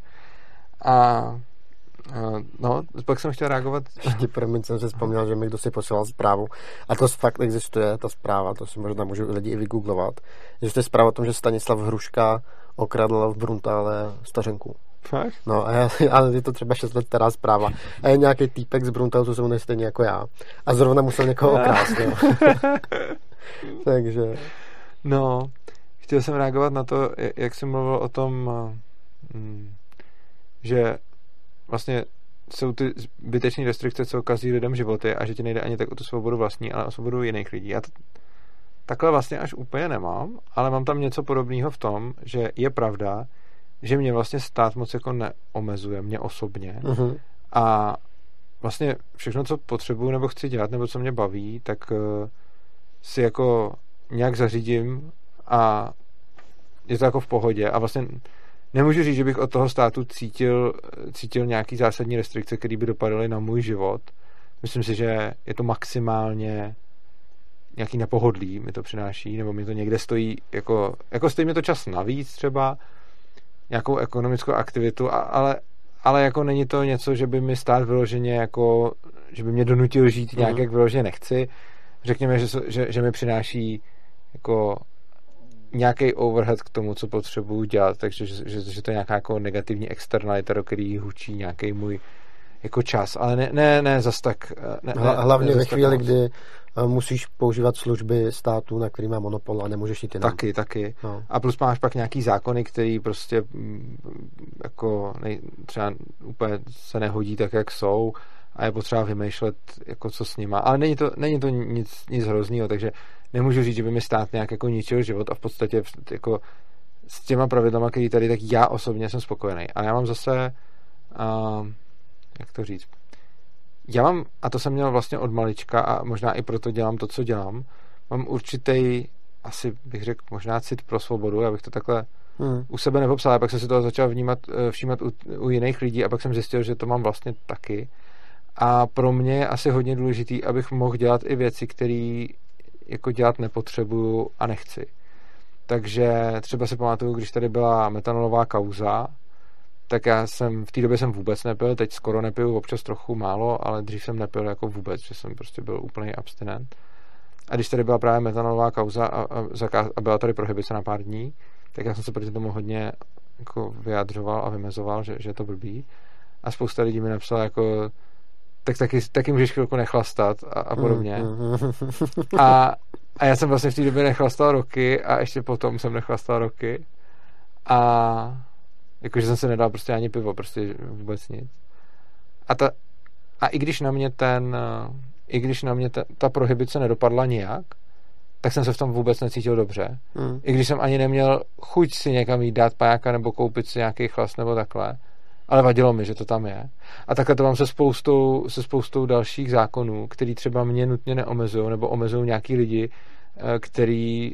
No, pak jsem chtěl reagovat. Ještě promiň, jsem si vzpomněl, že mi kdo si posílal zprávu. A to fakt existuje, ta zpráva, to si možná můžu lidi i vygooglovat. Existuje zpráva o tom, že Stanislav Hruška okradl v Bruntále stařenku. Fakt? No, ale je to třeba 6 let stará zpráva. A je nějaký týpek z Bruntálu, co se jmenuje stejně jako já. A zrovna musel někoho okrást. Takže. No, chtěl jsem reagovat na to, jak jsem mluvil o tom, že vlastně jsou ty zbytečné restrikce, co kazí lidem životy a že ti nejde ani tak o tu svobodu vlastní, ale o svobodu jiných lidí. Já to takhle vlastně až úplně nemám, ale mám tam něco podobného v tom, že je pravda, že mě vlastně stát moc jako neomezuje, mě osobně. Uh-huh. A vlastně všechno, co potřebuju nebo chci dělat, nebo co mě baví, tak si jako nějak zařídím a je to jako v pohodě a vlastně nemůžu říct, že bych od toho státu cítil nějaký zásadní restrikce, které by dopadaly na můj život. Myslím si, že je to maximálně nějaký nepohodlí mi to přináší, nebo mi to někde stojí, jako stojí mi to čas navíc třeba, nějakou ekonomickou aktivitu, ale jako není to něco, že by mi stát vyloženě jako, že by mě donutil žít nějak, jak vyloženě nechci. Řekněme, že mi přináší jako nějaký overhead k tomu, co potřebuju dělat, takže že to je nějaká jako negativní externalita, do který hučí nějaký můj jako čas, ale ne zas tak. Hlavně ve chvíli, kdy musíš používat služby státu, na který má monopol a nemůžeš jít jinam. Taky. No. A plus máš pak nějaký zákony, který prostě jako třeba úplně se nehodí tak, jak jsou a je potřeba vymýšlet, jako co s nima. Ale není to nic hroznýho, takže nemůžu říct, že by mi stát nějak jako ničil život a v podstatě jako s těma pravidlama, který tady, tak já osobně jsem spokojený. Ale já mám zase jak to říct? Já mám, a to jsem měl vlastně od malička a možná i proto dělám to, co dělám, mám určitý, asi bych řekl, možná cit pro svobodu, já bych to takhle u sebe nepopsal, a pak jsem si toho začal všímat u jiných lidí a pak jsem zjistil, že to mám vlastně taky. A pro mě je asi hodně důležitý, abych mohl dělat i věci, které jako dělat nepotřebuju a nechci. Takže třeba si pamatuju, když tady byla metanolová kauza, tak já v té době jsem vůbec nepil, teď skoro nepiju, občas trochu málo, ale dřív jsem nepil jako vůbec, že jsem prostě byl úplný abstinent. A když tady byla právě metanolová kauza a byla tady prohibice na pár dní, tak já jsem se proti tomu hodně jako vyjadřoval a vymezoval, že je to blbý. A spousta lidí mi napsala jako tak taky můžeš chvilku nechlastat a podobně. A já jsem vlastně v té době nechlastal roky a ještě potom jsem nechlastal roky. A jakože jsem se nedal prostě ani pivo, prostě vůbec nic. A i když na mě ta prohibice nedopadla nijak, tak jsem se v tom vůbec necítil dobře. I když jsem ani neměl chuť si někam jít dát pajáka nebo koupit si nějaký chlast nebo takhle, ale vadilo mi, že to tam je. A takhle to mám se spoustou dalších zákonů, který třeba mě nutně neomezují, nebo omezují nějaký lidi, který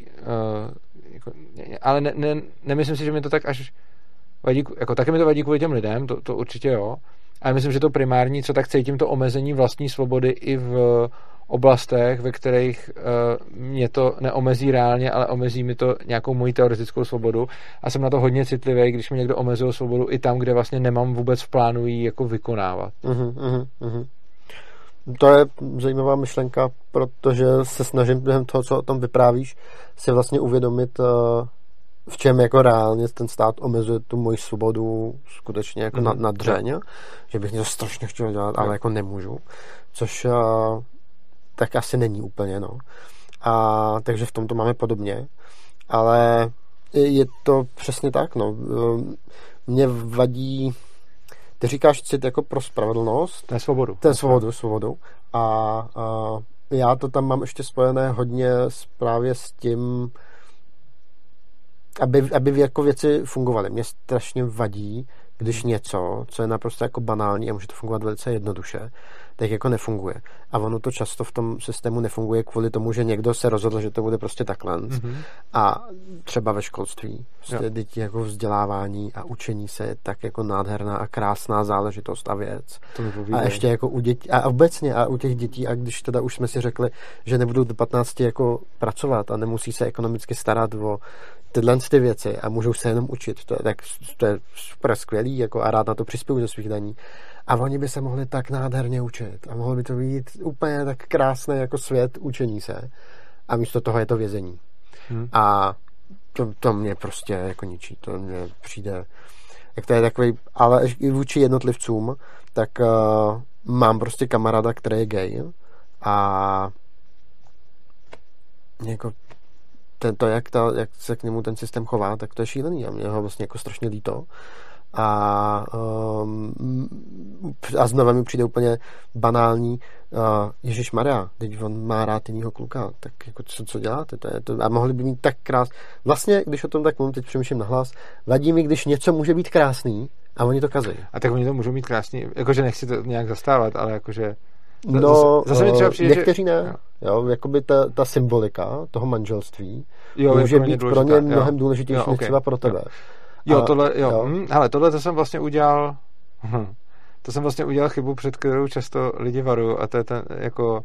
ale nemyslím si, že mi to tak až vadí, jako taky mi to vadí kvůli těm lidem, to určitě jo, ale myslím, že to primární, co tak cítím, to omezení vlastní svobody i v oblastech, ve kterých mě to neomezí reálně, ale omezí mi to nějakou moji teoretickou svobodu a jsem na to hodně citlivý, když mi někdo omezuje svobodu i tam, kde vlastně nemám vůbec v plánu ji jako vykonávat. To je zajímavá myšlenka, protože se snažím během toho, co o tom vyprávíš, si vlastně uvědomit, v čem jako reálně ten stát omezuje tu moji svobodu skutečně jako na dřeň, že bych něco strašně chtěl dělat, ale jako nemůžu, což tak asi není úplně, no. A takže v tom to máme podobně, ale je to přesně tak, no. Mě vadí ty říkáš cit jako pro spravedlnost. To je svobodu. To je svobodu. A já to tam mám ještě spojené hodně právě s tím, aby jako věci fungovaly. Mě strašně vadí, když něco, co je naprosto jako banální a může to fungovat velice jednoduše, tak jako nefunguje. A ono to často v tom systému nefunguje kvůli tomu, že někdo se rozhodl, že to bude prostě takhle. Mm-hmm. A třeba ve školství. Prostě děti jako vzdělávání a učení se je tak jako nádherná a krásná záležitost a věc. A ještě jako u dětí, a obecně a u těch dětí, a když teda už jsme si řekli, že nebudou do 15 jako pracovat a nemusí se ekonomicky starat o tyhle ty věci a můžou se jenom učit, to je super skvělý jako a rád na to přispěju ze svých daní. A oni by se mohli tak nádherně učit a mohlo by to být úplně tak krásný jako svět učení se a místo toho je to vězení. A to mě prostě jako ničí, to mě přijde, jak to je takový, ale i vůči jednotlivcům, tak mám prostě kamaráda, který je gay a jako jak se k němu ten systém chová, tak to je šílený a mě ho vlastně jako strašně líto. A znova mi přijde úplně banální Ježišmarja, teď on má rád jinýho kluka, tak jako co děláte? A mohli by mít tak vlastně, když o tom tak mluvím, teď přemýšlím nahlas, vadí mi, když něco může být krásný a oni to kazí. A tak oni to můžou mít krásný, jakože nechci to nějak zastávat, ale jakože zase mi třeba přijde, někteří ne. Jo, jakoby ta symbolika toho manželství může jako být pro ně mnohem důležitější než třeba pro tebe. Hele, tohle to jsem vlastně udělal to jsem vlastně udělal chybu, před kterou často lidi varují, a to je ten jako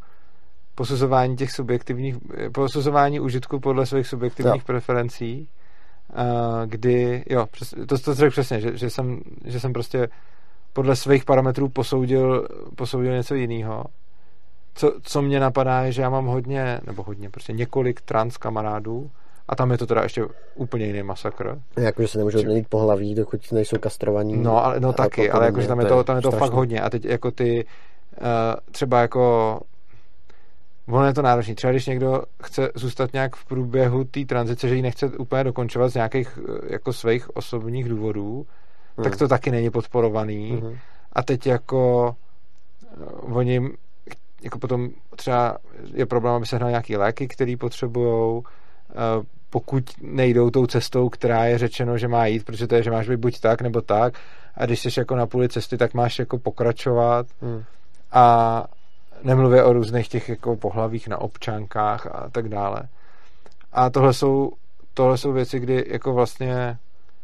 posuzování užitku podle svých subjektivních preferencí, kdy, to řekl přesně, že jsem prostě podle svých parametrů posoudil něco jiného. Co mě napadá, je, že já mám hodně, prostě několik trans kamarádů, a tam je to teda ještě úplně jiný masakr. Jakože se nemůžou změnit pohlaví, dokud nejsou kastrovaní. No taky, ale jakože tam je to fakt hodně. A teď jako ty třeba jako ono je to náročný. Třeba když někdo chce zůstat nějak v průběhu té tranzice, že ji nechce úplně dokončovat z nějakých jako svých osobních důvodů, tak to taky není podporovaný. A teď jako oni jako potom třeba je problém, aby se hnali nějaký léky, který potřebujou, pokud nejdou tou cestou, která je řečeno, že má jít, protože to je, že máš být buď tak, nebo tak, a když jsi jako na půli cesty, tak máš jako pokračovat a nemluvě o různých těch jako pohlavích na občankách a tak dále. A tohle jsou věci, kdy jako vlastně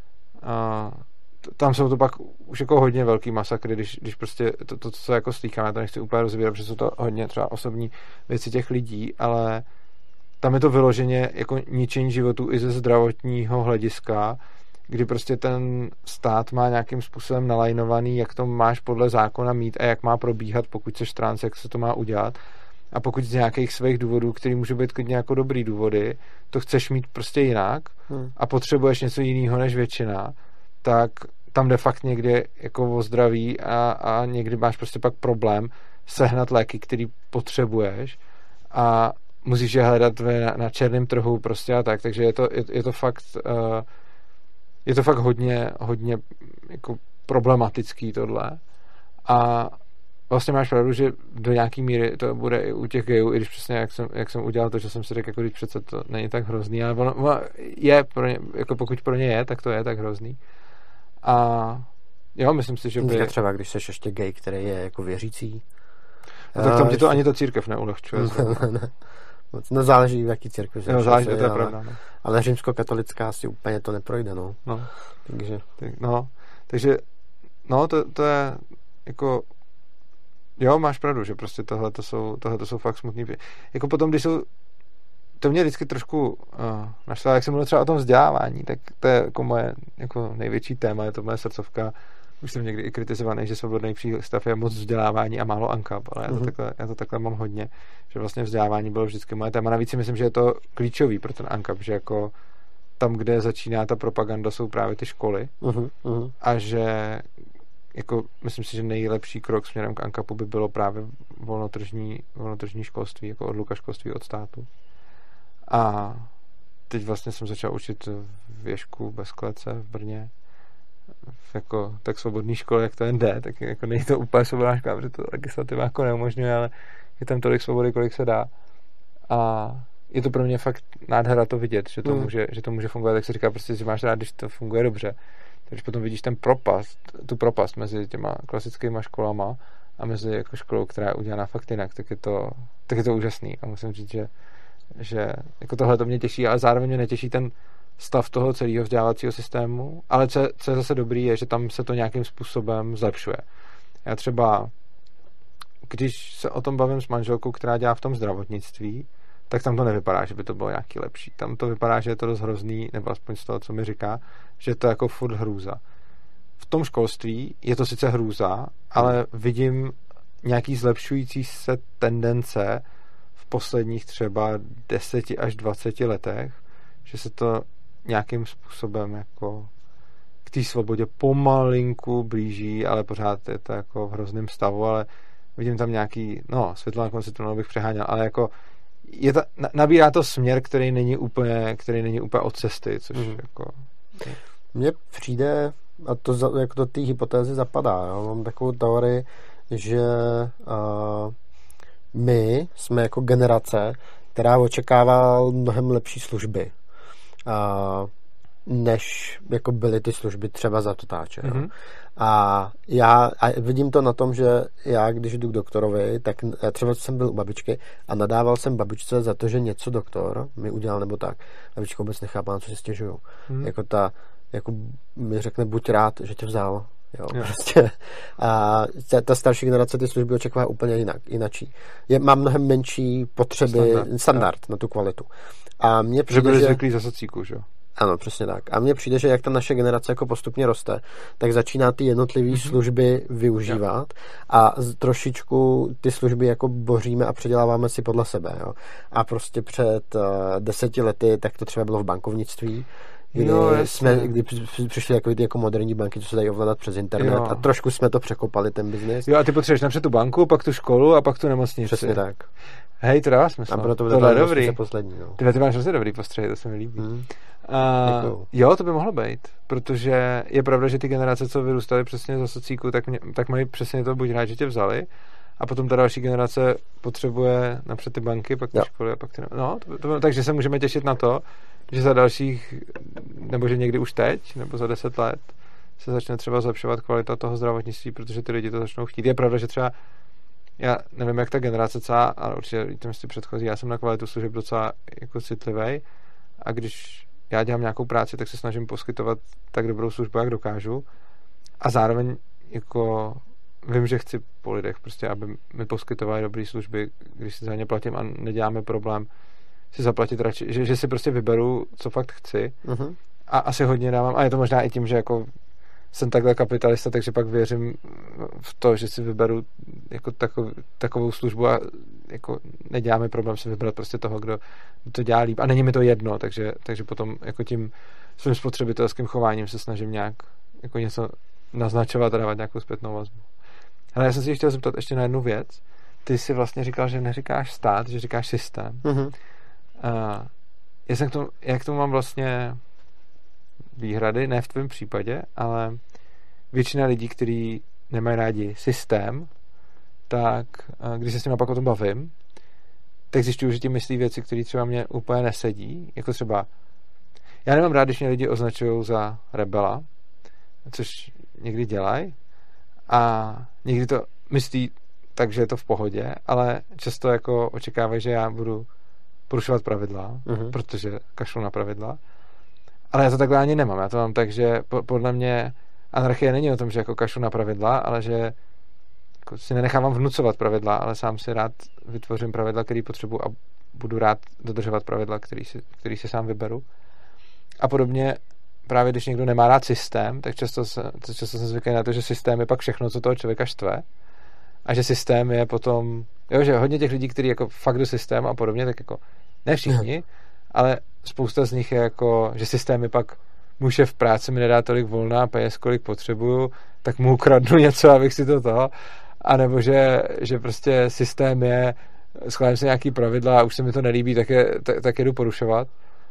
tam jsou to pak už jako hodně velký masakry, když prostě to co jako slýchám, já to nechci úplně rozvírat, protože jsou to hodně třeba osobní věci těch lidí, ale tam je to vyloženě jako ničení životu i ze zdravotního hlediska, kdy prostě ten stát má nějakým způsobem nalajnovaný, jak to máš podle zákona mít a jak má probíhat, pokud seš trans, jak se to má udělat. A pokud z nějakých svých důvodů, který může být klidně jako dobrý důvody, to chceš mít prostě jinak a potřebuješ něco jiného než většina, tak tam de facto někde jako o zdraví a někdy máš prostě pak problém sehnat léky, který potřebuješ a musíš je hledat na černém trhu prostě a tak, takže je to fakt hodně jako problematický tohle a vlastně máš pravdu, že do nějaký míry to bude i u těch gayů, i když přesně jak jsem udělal to, že jsem si řekl, jako když přece to není tak hrozný, ale ono je pro ně, jako pokud pro ně je, tak to je tak hrozný. A jo, myslím si, že by... Třeba když jsi ještě gay, který je jako věřící. No, tak tam ti to ani ta církev neulehčuje. No záleží, v jaký církvi. No, záleží, to je pravda. No. Ale římskokatolická asi úplně to neprojde, no. Takže to je jako jo, máš pravdu, že prostě tohle jsou fakt smutný. Jako potom, když jsou to mě vždycky trošku našlo, jak jsem mluvil třeba o tom vzdělávání, tak to je jako moje jako největší téma, je to moje srdcovka. Už jsem někdy i kritizovaný, že svobodný přístav je moc vzdělávání a málo ANCAP, ale já to takhle mám hodně, že vlastně vzdělávání bylo vždycky moje téma. Navíc si myslím, že je to klíčový pro ten ANCAP, že jako tam, kde začíná ta propaganda, jsou právě ty školy a že jako myslím si, že nejlepší krok směrem k ANCAPu by bylo právě volnotržní školství, jako odluka školství od státu. A teď vlastně jsem začal učit v Ježku bez klece v Brně jako tak svobodné škole, jak to jen jde, tak jako není to úplně svobodná škola, protože to legislativa jako neumožňuje, ale je tam tolik svobody, kolik se dá. A je to pro mě fakt nádhera to vidět, že to může fungovat, tak se říká prostě, že máš rád, když to funguje dobře. Takže potom vidíš tu propast mezi těma klasickýma školama a mezi jako školou, která je udělaná fakt jinak, tak je to úžasný. A musím říct, že jako tohle to mě těší, ale zároveň mě netěší ten stav toho celého vzdělávacího systému, ale co je zase dobrý, je, že tam se to nějakým způsobem zlepšuje. Já třeba, když se o tom bavím s manželkou, která dělá v tom zdravotnictví, tak tam to nevypadá, že by to bylo nějaký lepší. Tam to vypadá, že je to dost hrozný, nebo aspoň z toho, co mi říká, že je to jako furt hrůza. V tom školství je to sice hrůza, ale vidím nějaký zlepšující se tendence v posledních třeba 10 až 20 letech, že se to nějakým způsobem jako k té svobodě pomalinku blíží, ale pořád je to jako v hrozném stavu, ale vidím tam nějaký, světlo na konci tunelu bych přeháněl, ale jako nabírá to směr, který není úplně od cesty, což jako... Mně přijde, a to jako do té hypotézy zapadá, jo? Mám takovou teorii, že my jsme jako generace, která očekává mnohem lepší služby, než jako byly ty služby třeba za totáče. A já vidím to na tom, že já, když jdu k doktorovi, tak já třeba jsem byl u babičky a nadával jsem babičce za to, že něco doktor mi udělal nebo tak. Babička vůbec nechápá, na co si stěžuju. Jako mi řekne, buď rád, že tě vzal. Jo, prostě. A ta starší generace ty služby očekává úplně jinačí. Má mnohem menší potřeby, standard na tu kvalitu. A mně přijde, že byli zvyklí za socíku, že jo? Ano, přesně tak. A mně přijde, že jak ta naše generace jako postupně roste, tak začíná ty jednotlivé služby využívat a trošičku ty služby jako boříme a předěláváme si podle sebe. Jo. A prostě před 10 lety, tak to třeba bylo v bankovnictví, kdy přišly jako moderní banky, co se dají ovládat přes internet a trošku jsme to překopali, ten biznis. Jo, a ty potřebuješ napřed tu banku, pak tu školu a pak tu nemocnici. Přesně tak. Hej, to dává smysl. A proto tohle je dobrý. Poslední. No. Ty máš hrozně dobrý postřehy, to se mi líbí. Jo, to by mohlo být, protože je pravda, že ty generace, co vyrůstaly přesně za socíku, tak mají přesně to, buď rád, že tě vzali, a potom ta další generace potřebuje napřed ty banky, pak ty školy a pak ty... takže se můžeme těšit na to, že za dalších, nebo že někdy už teď, nebo za 10 let se začne třeba zlepšovat kvalita toho zdravotnictví, protože ty lidi to začnou chtít. Je pravda, že třeba já nevím, jak ta generace celá, ale určitě tím předchozí, já jsem na kvalitu služeb docela jako citlivej a když já dělám nějakou práci, tak se snažím poskytovat tak dobrou službu, jak dokážu a zároveň jako vím, že chci po lidech prostě, aby mi poskytovali dobré služby, když si za ně platím a neděláme problém si zaplatit radši, že si prostě vyberu, co fakt chci a asi hodně dávám, a je to možná i tím, že jako jsem takhle kapitalista, takže pak věřím v to, že si vyberu jako takovou službu a jako neděláme problém si vybrat prostě toho, kdo to dělá líp a není mi to jedno, takže potom jako tím svým spotřebitelským chováním se snažím nějak jako něco naznačovat a dávat nějakou zpětnou vazbu. Ale já jsem si chtěl zeptat ještě na jednu věc. Ty jsi vlastně říkal, že neříkáš stát, že říkáš systém. Já k tomu mám vlastně výhrady, ne v tvém případě, ale většina lidí, kteří nemají rádi systém, tak když se s nimi pak o tom bavím, tak zjišťuju, že ti myslí věci, které třeba mě úplně nesedí, jako třeba já nemám rád, když mě lidi označují za rebela, což někdy dělají a někdy to myslí tak, že je to v pohodě, ale často jako očekávají, že já budu porušovat pravidla, protože kašlu na pravidla. Ale já to takhle ani nemám. Já to mám tak, že podle mě anarchie není o tom, že jako kašlu na pravidla, ale že jako si nenechávám vnucovat pravidla, ale sám si rád vytvořím pravidla, který potřebuji a budu rád dodržovat pravidla, který si sám vyberu. A podobně právě když někdo nemá rád systém, tak často jsem zvyklý na to, že systém je pak všechno, co toho člověka štve. A že systém je potom, že hodně těch lidí, kteří jako fakt do systému a podobně, tak jako ne všichni, ale spousta z nich je jako, že systém je pak můj šéf v práci mi nedá tolik volna a peněz, kolik potřebuju, tak mu ukradnu něco, abych si to a nebo že prostě systém je, schválím si nějaký pravidla a už se mi to nelíbí, tak je jdu porušovat.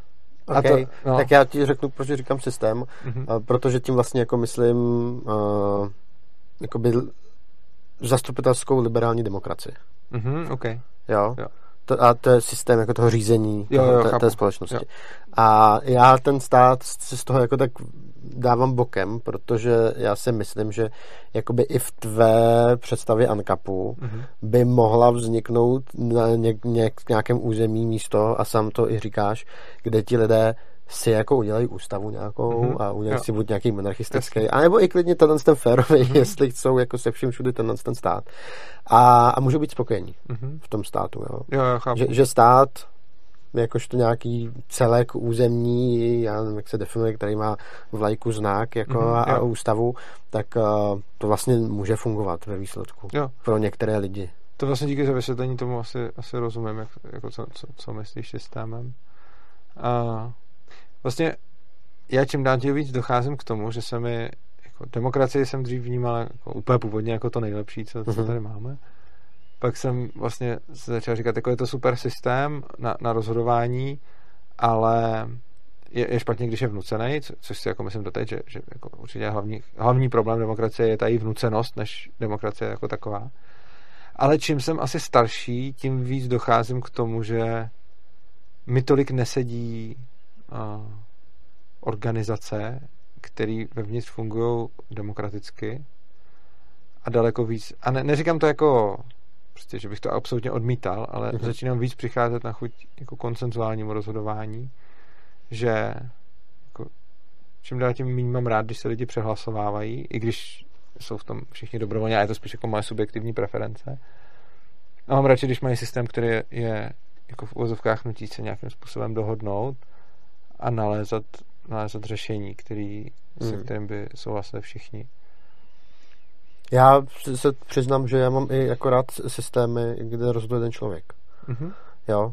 Okay. Tak já ti řeknu, proč říkám systém, protože tím vlastně jako myslím jakoby zastupitelskou liberální demokracii. Okay. Jo? A to je systém jako toho řízení té společnosti. Jo. A já ten stát z toho jako tak dávám bokem, protože já si myslím, že jakoby i v tvé představě ANCAPu by mohla vzniknout na nějakém území místo, a sám to i říkáš, kde ti lidé si jako udělají ústavu nějakou a udělají si buď nějaký monarchistický, anebo i klidně ten férový, jestli chcou jako se vším všude ten stát. A můžou být spokojení v tom státu. Jo, chápu. Že stát jakožto nějaký celek územní, já nevím, jak se definuje, který má vlajku, znak jako a ústavu, tak to vlastně může fungovat ve výsledku pro některé lidi. To vlastně díky za vysvětlení tomu asi rozumím, jako co myslíš systémem. Vlastně já čím dál tím víc docházím k tomu, že se mi jako demokracii jsem dřív vnímal jako úplně původně jako to nejlepší, co tady máme. Pak jsem vlastně začal říkat, jako je to super systém na rozhodování, ale je špatně, když je vnucený, což si jako myslím doteď, že jako určitě hlavní problém demokracie je ta její vnucenost, než demokracie jako taková. Ale čím jsem asi starší, tím víc docházím k tomu, že mi tolik nesedí organizace, které vevnitř fungují demokraticky a daleko víc. A neříkám to jako prostě, že bych to absolutně odmítal, ale začínám víc přicházet na chuť jako konsenzuálnímu rozhodování, že jako, čím dál tím méně mám rád, když se lidi přehlasovávají, i když jsou v tom všichni dobrovolně, a je to spíš jako moje subjektivní preference. A mám radši, když mají systém, který je jako v uvozovkách nutí se nějakým způsobem dohodnout a nalézat řešení, se kterým by souhlasili všichni. Já se přiznám, že já mám i jako rád systémy, kde rozhoduje jeden člověk. Jo.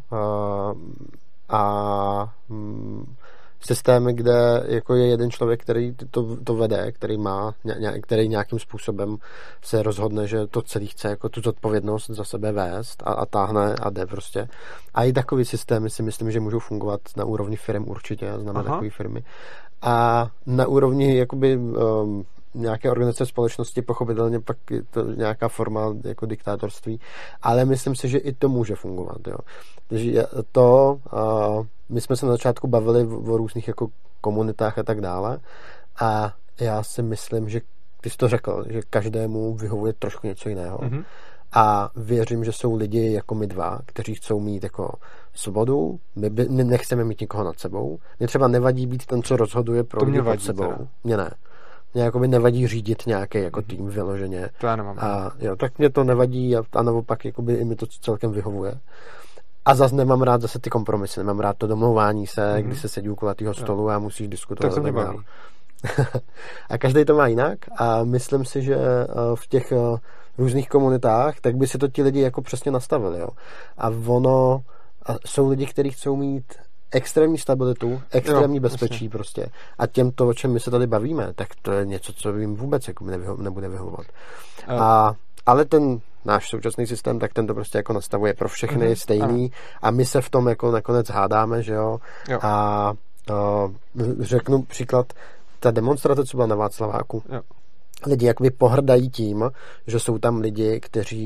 Systémy, kde jako je jeden člověk, který to vede, který nějakým způsobem se rozhodne, že to celý chce jako tu zodpovědnost za sebe vést a táhne a jde prostě. A i takový systémy si myslím, že můžou fungovat na úrovni firm určitě, já znám takové firmy. A na úrovni jakoby nějaké organizace společnosti pochopitelně pak je to nějaká forma jako diktátorství, ale myslím si, že i to může fungovat. Jo. Takže my jsme se na začátku bavili o různých jako komunitách a tak dále a já si myslím, že ty jsi to řekl, že každému vyhovuje trošku něco jiného. A věřím, že jsou lidi jako my dva, kteří chcou mít jako svobodu, my nechceme mít nikoho nad sebou. Mě třeba nevadí být ten, co rozhoduje pro lidi nad sebou. Mně ne. Mě jako by nevadí řídit nějaký jako tým vyloženě. To já nemám. A jo, tak mě to nevadí a naopak jakoby i mi to celkem vyhovuje. A zase nemám rád zase ty kompromisy, nemám rád to domlouvání se, kdy se sedí u kulatýho stolu a musíš diskutovat. Tak to mě baví. A každý to má jinak a myslím si, že v těch různých komunitách, tak by si to ti lidi jako přesně nastavili. Jo. A jsou lidi, kteří chcou mít extrémní stabilitu, extrémní bezpečí prostě. A těmto, o čem my se tady bavíme, tak to je něco, co jim vůbec jako nebude vyhovovat. Ale ten náš současný systém, tak ten to prostě jako nastavuje pro všechny stejný a my se v tom jako nakonec hádáme, že jo. A řeknu příklad, ta demonstrace, co byla na Václaváku. Lidi jakoby pohrdají tím, že jsou tam lidi,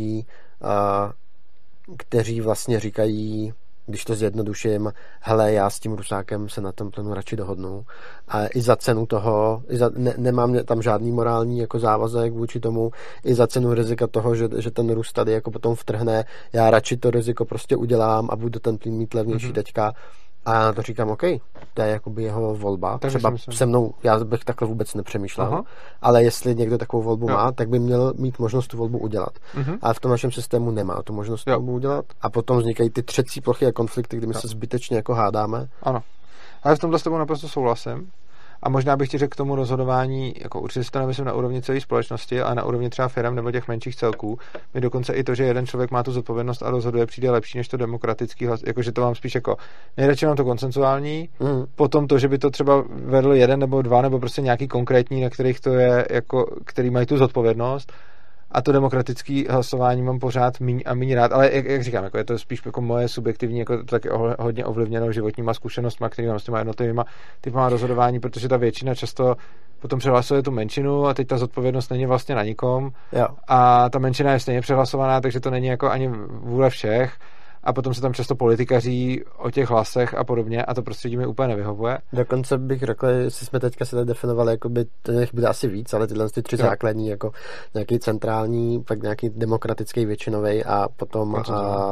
kteří vlastně říkají, když to zjednoduším, hele, já s tím Rusákem se na tom plynu radši dohodnu. A i za cenu toho, nemám tam žádný morální jako závazek vůči tomu, i za cenu rizika toho, že ten Rus tady jako potom vtrhne, já radši to riziko prostě udělám a budu ten plyn mít levnější teďka. A já na to říkám, OK, to je jakoby jeho volba. Tak třeba se mnou, já bych takhle vůbec nepřemýšlel, ale jestli někdo takovou volbu má, tak by měl mít možnost tu volbu udělat. A v tom našem systému nemá tu možnost tu volbu udělat. A potom vznikají ty třecí plochy a konflikty, kdy my se zbytečně jako hádáme. Ano. Ale v tomhle s tebou naprosto souhlasím. A možná bych ti řekl k tomu rozhodování, jako určitě si to nemyslím na úrovni celé společnosti, ale na úrovni třeba firem nebo těch menších celků. Mi dokonce i to, že jeden člověk má tu zodpovědnost a rozhoduje, přijde lepší než to demokratický hlas. Jakože to mám spíš jako nejradši mám to konsenzuální, potom to, že by to třeba vedl jeden nebo dva, nebo prostě nějaký konkrétní, na kterých to je, jako, který mají tu zodpovědnost. a to demokratické hlasování mám pořád míň a míň rád, ale jak říkám, jako je to spíš jako moje subjektivní, jako to taky hodně ovlivněno životníma zkušenostmi, které mám s těma jednotlivýma typama rozhodování, protože ta většina často potom přehlasuje tu menšinu a teď ta zodpovědnost není vlastně na nikom a ta menšina je stejně přehlasovaná, takže to není jako ani vůle všech a potom se tam často politikaří o těch hlasech a podobně a to prostředí mi úplně nevyhovuje. Dokonce bych řekl, jestli jsme teďka se definovali, jakoby, těch bude asi víc, ale tyhle ty 3 základní, jako nějaký centrální, pak nějaký demokratický většinový a potom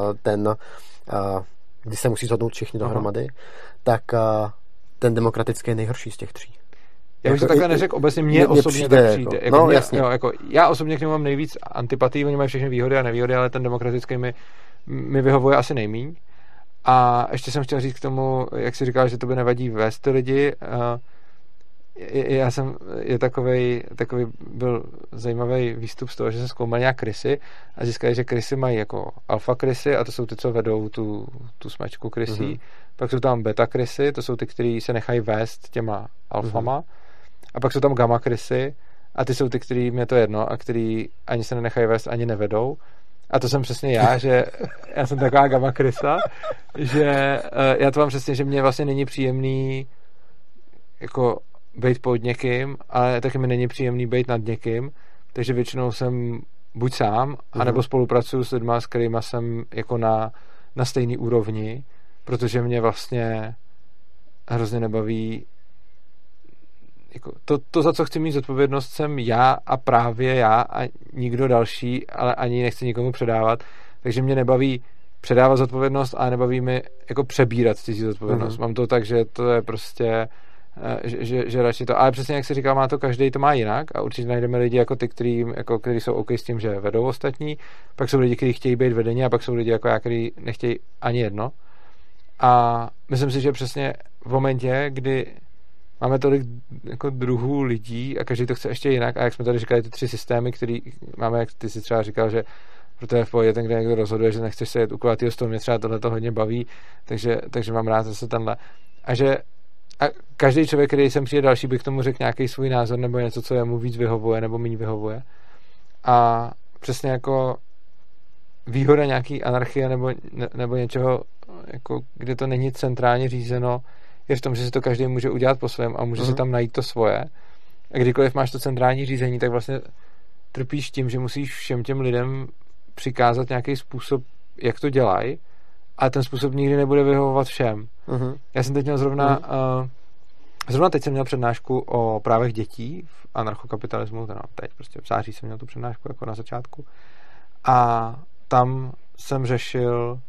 kdy se musí shodnout všichni dohromady, tak ten demokratický je nejhorší z těch 3. Já bych to takhle neřekl, obecně mě osobně tak přijde. Jako, no, jasně. Jako, já osobně k němu mám nejvíc antipatí, oni mají všechny výhody a nevýhody, ale ten demokratický mi vyhovuje asi nejmíň. A ještě jsem chtěl říct k tomu, jak jsi říkal, že to by nevadí vést ty lidi. Je takovej byl zajímavý výstup z toho, že se zkoumal nějak krysy a získali, že krysy mají jako alfa krysy a to jsou ty, co vedou tu smečku krysí. Mm-hmm. Pak jsou tam beta krysy, to jsou ty, kteří se nechají vést těma alfama. A pak jsou tam gamma krysy a ty jsou ty, kterým je to jedno a který ani se nenechají vést, ani nevedou. A to jsem přesně já, že já jsem taková gamma krysa, že já to mám přesně, že mě vlastně není příjemný jako být pod někým, ale taky mi není příjemný být nad někým, takže většinou jsem buď sám, anebo spolupracuju s lidma, s kterýma jsem jako na stejný úrovni, protože mě vlastně hrozně nebaví jako to, za co chci mít zodpovědnost, jsem já a právě já a nikdo další, ale ani nechci nikomu předávat, takže mě nebaví předávat zodpovědnost a nebaví mi jako přebírat cizí zodpovědnost. Mám to tak, že to je prostě že radši to, ale přesně jak jsi říkal, má to každý, to má jinak a určitě najdeme lidi jako ty, kteří jsou OK s tím, že vedou ostatní, pak jsou lidi, kteří chtějí být vedení a pak jsou lidi jako já, kteří nechtějí ani jedno. A myslím si, že přesně v momentě, kdy máme tolik jako druhů lidí a každý to chce ještě jinak a jak jsme tady říkali, ty 3 systémy, který máme, jak ty si třeba říkal, že proto je v pohodě ten, kde někdo rozhoduje, že nechceš se jet u kulatýho stolu, mě třeba tohle to hodně baví, takže mám rád zase tenhle. A každý člověk, který sem přijde další, by k tomu řekl nějaký svůj názor nebo něco, co jemu víc vyhovuje nebo méně vyhovuje. A přesně jako výhoda nějaký anarchie nebo něčeho, jako, kde to není centrálně řízeno, je v tom, že si to každý může udělat po svém a může si tam najít to svoje. A kdykoliv máš to centrální řízení, tak vlastně trpíš tím, že musíš všem těm lidem přikázat nějaký způsob, jak to dělají, a ten způsob nikdy nebude vyhovovat všem. Já jsem teď měl zrovna teď jsem měl přednášku o právech dětí v anarchokapitalismu, teď prostě v září jsem měl tu přednášku jako na začátku. A tam jsem řešil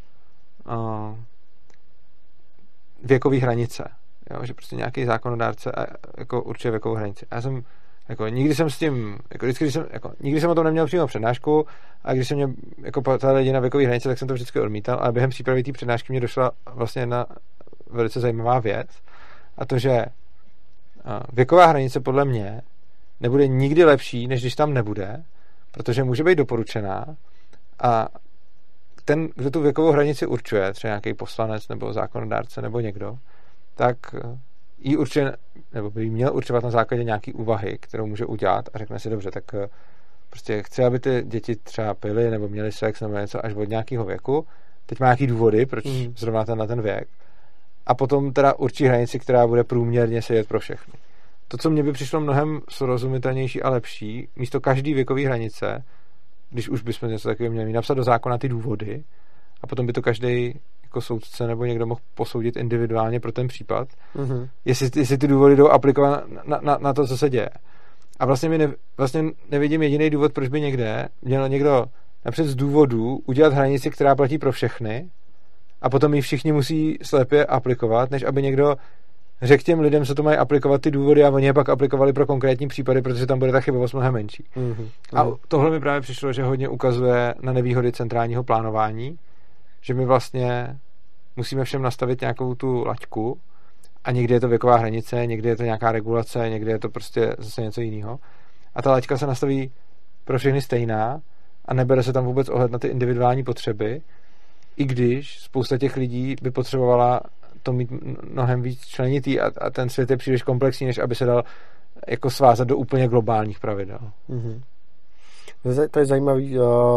věkové hranice. Jo, že prostě nějaký zákonodárce jako určuje věkovou hranici. Já jsem jako nikdy jsem s tím, jako vždycky, nikdy jsem o tom neměl přímo přednášku a když jsem měl jako ta lidi na věkové hranice, tak jsem to vždycky odmítal, ale během přípravy té přednášky mě došla vlastně jedna velice zajímavá věc a to, že věková hranice podle mě nebude nikdy lepší, než když tam nebude, protože může být doporučená a ten, kdo tu věkovou hranici určuje, třeba nějaký poslanec nebo zákonodárce nebo někdo, tak ji určuje, nebo by ji měl určovat na základě nějaký úvahy, kterou může udělat a řekne si, dobře, tak prostě chci, aby ty děti třeba pily nebo měli sex nebo něco až od nějakého věku. Teď má nějaký důvody, proč zrovna ten věk. A potom teda určí hranici, která bude průměrně sedět pro všechny. To, co mně by přišlo mnohem srozumitelnější a lepší, místo každý věkové hranice, když už bychom něco takového měli napsat do zákona ty důvody a potom by to každý jako soudce nebo někdo mohl posoudit individuálně pro ten případ, jestli ty důvody jdou aplikovat na to, co se děje. A vlastně nevidím jediný důvod, proč by měl někdo napřed z důvodů udělat hranici, která platí pro všechny a potom ji všichni musí slepě aplikovat, než aby někdo řekl těm lidem, co to mají aplikovat ty důvody a oni je pak aplikovali pro konkrétní případy, protože tam bude ta chybovost mnohem menší. A tohle mi právě přišlo, že hodně ukazuje na nevýhody centrálního plánování, že my vlastně musíme všem nastavit nějakou tu laťku a někdy je to věková hranice, někdy je to nějaká regulace, někdy je to prostě zase něco jiného. A ta laťka se nastaví pro všechny stejná a nebere se tam vůbec ohled na ty individuální potřeby, i když spousta těch lidí by potřebovala to mít mnohem víc členitý a ten svět je příliš komplexní, než aby se dal jako svázat do úplně globálních pravidel. To je zajímavý.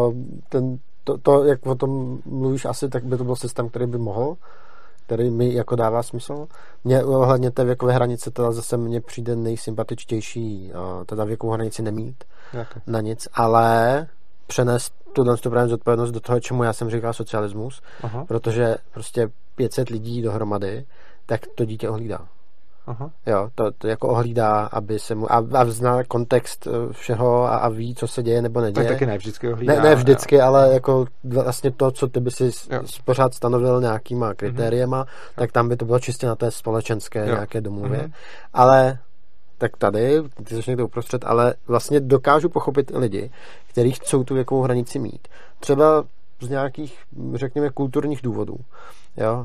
To, jak o tom mluvíš asi, tak by to byl systém, který by mohl, který mi jako dává smysl. Mně ohledně té věkové hranice teda zase mně přijde nejsympatičtější teda věkovou hranici nemít na nic, ale přenést tuhle právě zodpovědnost do toho, čemu já jsem říkal socialismus, protože prostě 500 lidí dohromady, tak to dítě ohlídá. Aha. Jo, to jako ohlídá, aby se mu a zná kontext všeho a ví, co se děje nebo neděje. Tak taky ne vždycky ohlídá. Ne vždycky, ale jako vlastně to, co ty by si pořád stanovil nějakýma kritériema, tak tam by to bylo čistě na té společenské nějaké domluvě. Ale tak tady, ty jsi někde uprostřed, ale vlastně dokážu pochopit lidi, kteří chcou tu věkovou hranici mít. Třeba z nějakých, řekněme, kulturních důvodů. Jo,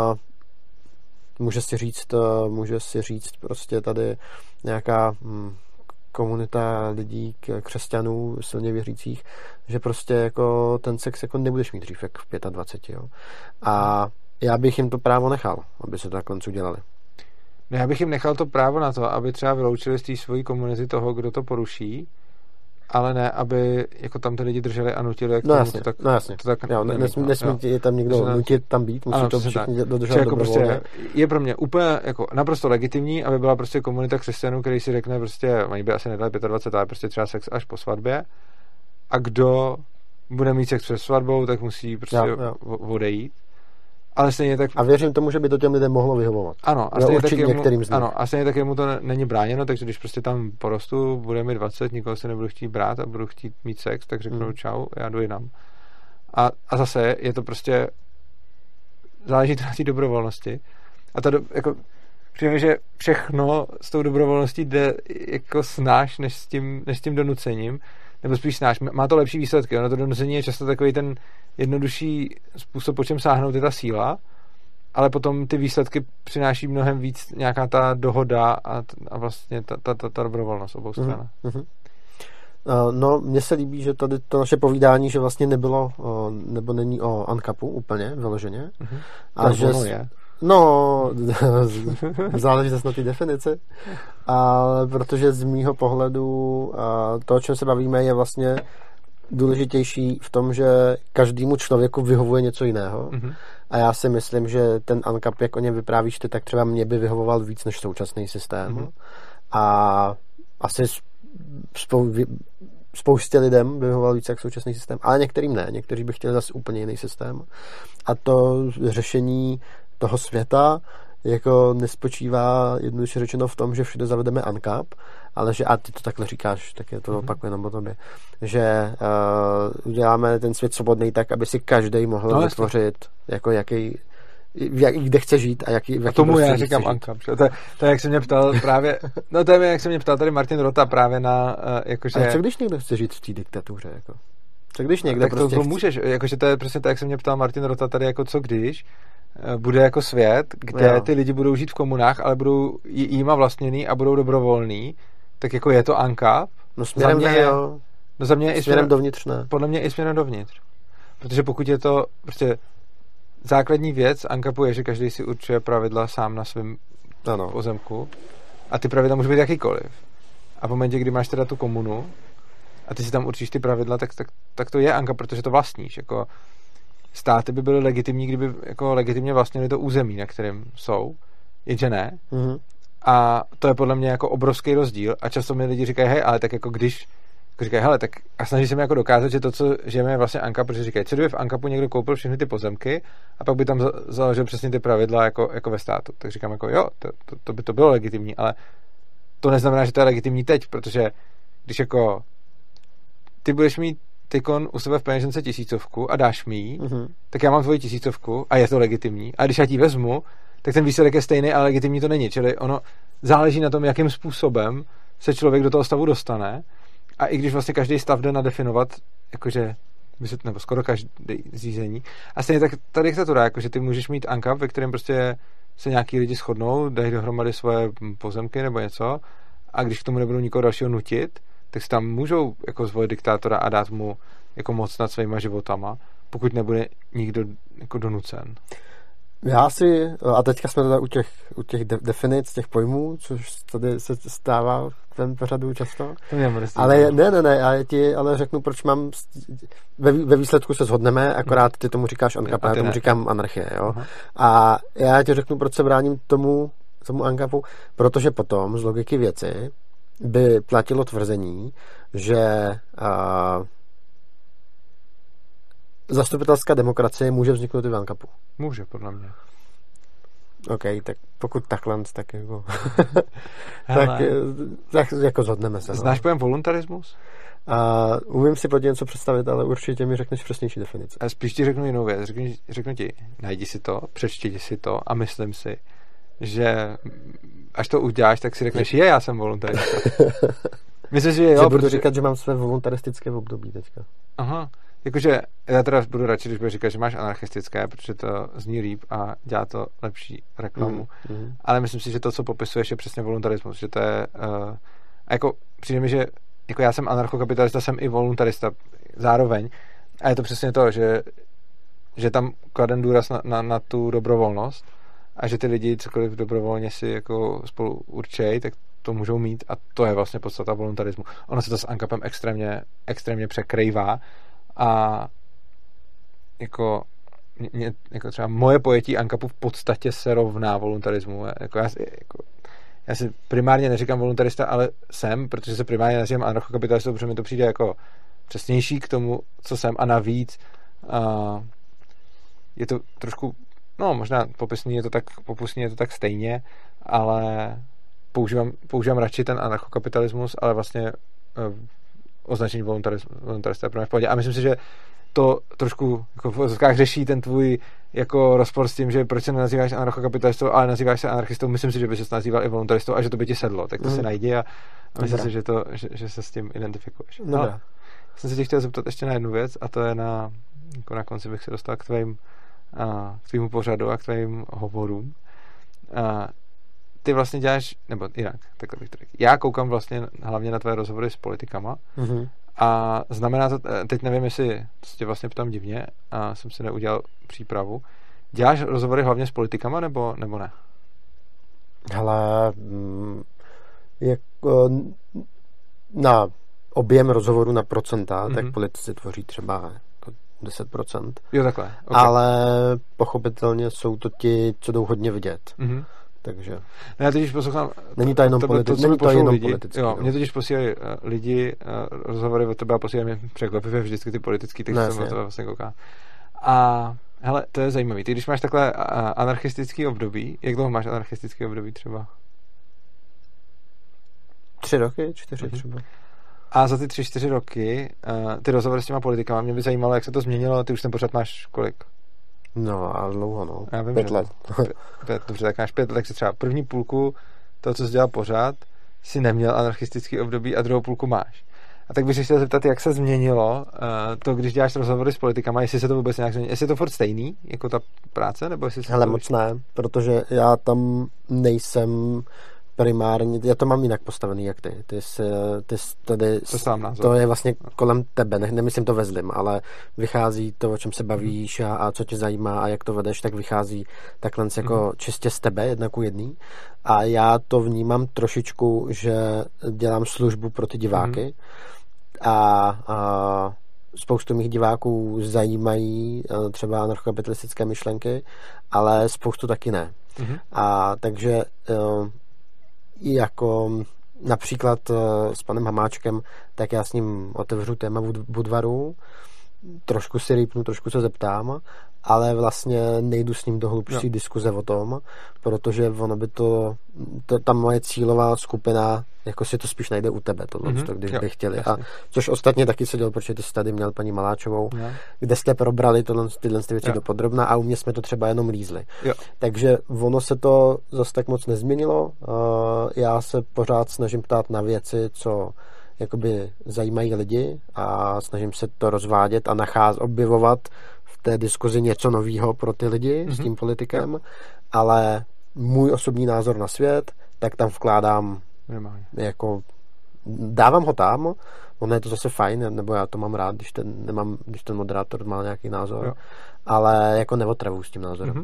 může si říct prostě tady nějaká komunita lidí, křesťanů, silně věřících, že prostě jako ten sex jako nebudeš mít dřív jak v 25. Jo. A já bych jim to právo nechal, aby se to takhle udělali. No já bych jim nechal to právo na to, aby třeba vyloučili z té svojí komunity toho, kdo to poruší, ale ne, aby jako tam ty lidi drželi a nutili jak jasně, to tak, no jasně. To tak nesmí je tam někdo nutit tam být, musí to všichni dodržovat jako prostě je pro mě úplně jako naprosto legitimní, aby byla prostě komunita křesťanů, který si řekne prostě, oni by asi nedali 25, ale prostě třeba sex až po svatbě a kdo bude mít sex před svatbou, tak musí prostě odejít. Ale stejně tak... A věřím tomu, že by to těm lidem mohlo vyhovovat. Ano, a stejně tak a stejně tak jemu to není bráněno, takže když prostě tam porostu, bude mi 20, nikoho se nebudu chtít brát a budu chtít mít sex, tak řeknu čau, já jdu jinam. A zase je to prostě záleží to na té dobrovolnosti. A ta jako přijde, že všechno s tou dobrovolností jde jako snáš, než s tím donucením. Nebo spíš snáš, má to lepší výsledky. Ono to donucení je často takový ten jednodušší způsob, po čem sáhnout je ta síla, ale potom ty výsledky přináší mnohem víc nějaká ta dohoda a vlastně ta dobrovolnost obou stran. No, mně se líbí, že tady to naše povídání, že vlastně nebylo, nebo není o ANCAPu úplně vyloženě. A že je. No, záleží zase na té definici. Ale protože z mýho pohledu to, o čem se bavíme, je vlastně důležitější v tom, že každému člověku vyhovuje něco jiného. A já si myslím, že ten ANCAP, jak o něm vyprávíš ty, tak třeba mě by vyhovoval víc než současný systém. A asi spoustě lidem by vyhovoval víc jak současný systém, ale některým ne. Někteří by chtěli zase úplně jiný systém. A to řešení toho světa jako nespočívá jednoduše řečeno v tom, že všude zavedeme ANCAP, ale že, a ty to takhle říkáš, tak je to opak jenom o tobě, že uděláme ten svět svobodný tak, aby si každej mohl vytvořit jako kde chce žít a jaký. A tomu já říkám ANCAP. To je, jak se mě ptal právě, no to je, jak se mě ptal tady Martin Rota právě na, jakože... A co když někdo chce žít v té diktatuře, jako? Co když někdo tak prostě to můžeš, jakože to je přesně tak, jak se mě ptal Martin Rota tady, jako co když bude jako svět, kde ty lidi budou žít v komunách, ale budou jíma vlastněný a budou dobrovolný, tak jako je to ANCAP? No směrem za mě je směrem dovnitř, ne? Podle mě i směrem dovnitř. Protože pokud je to prostě základní věc ANCAPu je, že každý si určuje pravidla sám na svém pozemku a ty pravidla můžou být jakýkoliv. A v momentě, kdy máš teda tu komunu a ty si tam určíš ty pravidla, tak to je ANCAP, protože to vlastníš. Jako státy by byly legitimní, kdyby jako legitimně vlastnili to území, na kterém jsou, jenže ne. A to je podle mě jako obrovský rozdíl a často mi lidi říkají, hej, ale tak jako když jako říkají, hele, tak a snaží se mi jako dokázat, že to, co žijeme, je vlastně ANCAP, protože říkají, co kdyby v ANCAPu někdo koupil všechny ty pozemky a pak by tam založil přesně ty pravidla jako ve státu. Tak říkám jako, jo, to by to bylo legitimní, ale to neznamená, že to je legitimní teď, protože když jako ty budeš mít tykon u sebe v peněžence 1000 a dáš mi ji, tak já mám tvoji 1000 a je to legitimní. A když já ti vezmu, tak ten výsledek je stejný, ale legitimní to není. Čili ono záleží na tom, jakým způsobem se člověk do toho stavu dostane. A i když vlastně každý stav jde nadefinovat, jakože, nebo skoro každý zřízení. A stejně tak ta diktatura, jakože ty můžeš mít ANCAP, ve kterém prostě se nějaký lidi shodnou, dají dohromady svoje pozemky nebo něco a když k tomu nebudou nikoho dalšího nutit, tak si tam můžou jako zvolit diktátora a dát mu jako moc nad svýma životama, pokud nebude nikdo jako donucen. Já si, a teďka jsme teda u těch definic, těch pojmů, což tady se stává v tom pořadu často. Ale ne, ale řeknu, proč mám, ve výsledku se shodneme, akorát ty tomu říkáš ANCAP, já tomu říkám anarchie, jo. A já ti řeknu, proč se bráním tomu ANCAPu, protože potom z logiky věci by platilo tvrzení, že zastupitelská demokracie může vzniknout i v ANCAPu. Může, podle mě. OK, tak pokud takhle, tak jako... tak jako zhodneme se. Znáš pojem voluntarismus? Umím si pod něco představit, ale určitě mi řekneš přesnější definici. A spíš ti řeknu jinou věc. Řeknu ti, najdi si to, přečti si to a myslím si, že až to uděláš, tak si řekneš, já jsem voluntarista. Myslím, že jo, budu říkat, že mám své voluntaristické období teďka. Aha. Jakože já teda budu radši, když budeš říkat, že máš anarchistické, protože to zní líp a dělá to lepší reklamu. Ale myslím si, že to, co popisuješ, je přesně voluntarismus. Že to je... a jako přijde mi, že jako já jsem anarchokapitalista, jsem i voluntarista zároveň. A je to přesně to, že tam kladem důraz na tu dobrovolnost a že ty lidi cokoliv dobrovolně si jako spolu určejí, tak to můžou mít a to je vlastně podstata voluntarismu. Ono se to s ANCAPem extrémně překrývá a jako třeba moje pojetí ANCAPu v podstatě se rovná voluntarismu. Já si primárně neříkám voluntarista, ale jsem, protože se primárně nazývám anarchokapitalistou, protože mi to přijde jako přesnější k tomu, co jsem a navíc je to trošku, no možná popusný je to tak stejně, ale používám radši ten anarchokapitalismus, ale vlastně označení voluntarista je pro mě v pohodě. A myslím si, že to trošku jako v ozovkách řeší ten tvůj jako rozpor s tím, že proč se nenazýváš anarchokapitalistou, ale nazýváš se anarchistou. Myslím si, že by se nazýval i voluntaristou a že to by ti sedlo. Tak to si najdi a myslím si, že se s tím identifikuješ. No, jsem se tě chtěl zeptat ještě na jednu věc a to je na konci bych se dostal k tvému pořadu a k tvým hovorům. Ty vlastně děláš, nebo jinak, takhle bych to řekl. Já koukám vlastně hlavně na tvé rozhovory s politikama a znamená to, teď nevím, jestli tě vlastně ptám divně a jsem si neudělal přípravu. Děláš rozhovory hlavně s politikama nebo ne? Hele, na objem rozhovoru na procenta, tak politici tvoří třeba 10%. Jo, takhle. Okay. Ale pochopitelně jsou to ti, co jdou hodně vidět. Takže... Já totiž poslouchám... Není to jenom politické. Jo, mě totiž posílají lidi rozhovory od tebe a posílají mě překvapivě vždycky ty politický, tak jsem o tebe vlastně kouká. A hele, to je zajímavý. Ty když máš takhle anarchistický období, jak dlouho máš anarchistický období třeba? 3 roky, 4 třeba. A za ty 3-4 roky ty rozhovory s těma politikama, mě by zajímalo, jak se to změnilo, ty už ten pořád máš kolik? No a dlouho, no. Já vím, 5 let. Dobře, tak máš 5 let, tak si třeba první půlku toho, co jsi dělal pořád, si neměl anarchistický období a druhou půlku máš. A tak bych se chtěl zeptat, jak se změnilo to, když děláš rozhovory s politikama, jestli se to vůbec nějak změnilo. Jestli je to furt stejný, jako ta práce, nebo jestli se... Hele, moc ne, protože já tam nejsem primárně, já to mám jinak postavený, jak ty. Ty tady, to je vlastně kolem tebe, nemyslím to ve zlým, ale vychází to, o čem se bavíš a co tě zajímá a jak to vedeš, tak vychází takhle jako čistě z tebe, 1:1. A já to vnímám trošičku, že dělám službu pro ty diváky a spoustu mých diváků zajímají třeba anarchokapitalistické myšlenky, ale spoustu taky ne. A takže jako například s panem Hamáčkem, tak já s ním otevřu téma Budvaru, trošku si rýpnu, trošku se zeptám, ale vlastně nejdu s ním do hlubší diskuze o tom, protože ono by ta moje cílová skupina jako si to spíš najde u tebe, když by chtěli. A což ostatně taky se dělo, protože ty jsi tady měl paní Maláčovou, kde jste probrali tyhle věci dopodrobna a u mě jsme to třeba jenom lízli. Takže ono se to zase tak moc nezměnilo. Já se pořád snažím ptát na věci, co jakoby zajímají lidi a snažím se to rozvádět a objevovat v té diskuzi něco nového pro ty lidi s tím politikem, ale můj osobní názor na svět, tak tam vkládám jako dávám ho tam, ono je to zase fajn, nebo já to mám rád, když ten moderátor má nějaký názor, ale jako neotravuju s tím názorem.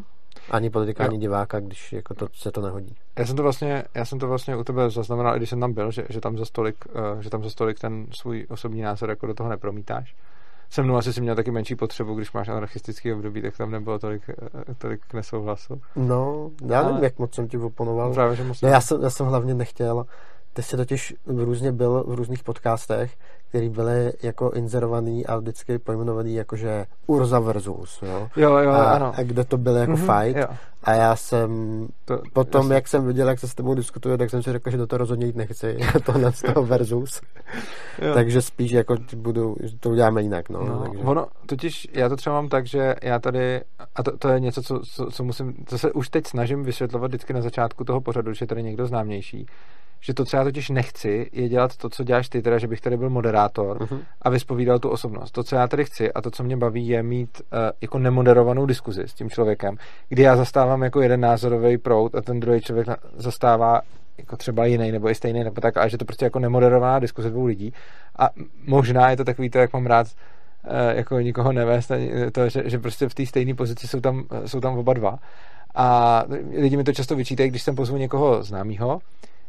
Ani politika, ani diváka, když jako se to nehodí. Já jsem to vlastně u tebe zaznamenal, i když jsem tam byl, že tam za stolik ten svůj osobní názor jako do toho nepromítáš. Se mnou asi si měl taky menší potřebu, když máš anarchistický období, tak tam nebylo tolik nesouhlasu. No, já nevím, jak moc jsem ti oponoval. Právě, že moc já jsem hlavně nechtěl. Ty jsi totiž různě byl v různých podcastech, který byly jako inzerovaný a vždycky pojmenovaný jakože Urza versus, jo, ano. A kde to byl jako fight. Jo. A já jsem potom, jak jsem viděl, jak se s tebou diskutuje, tak jsem si řekl, že do toho rozhodně jít nechci. Tohle z toho versus. Takže spíš jako to uděláme jinak. No. Takže. Ono, totiž já to třeba mám tak, že já tady, a to je něco, co se už teď snažím vysvětlovat vždycky na začátku toho pořadu, že je tady někdo známější, že to třeba totiž nechci, je dělat to, co děláš ty, teda, že bych tady byl moderátor a vyspovídal tu osobnost. To, co já tady chci a to, co mě baví, je mít jako nemoderovanou diskuzi s tím člověkem, kdy já zastávám jako jeden názorový proud a ten druhý člověk zastává jako třeba jiný nebo i stejný, nebo tak, ale že to prostě jako nemoderovaná diskuze dvou lidí. A možná je to takový to, jak mám rád jako nikoho nevést, to, že prostě v té stejné pozici jsou tam oba dva. A lidi mi to často vyčítají, když jsem pozvu někoho známýho,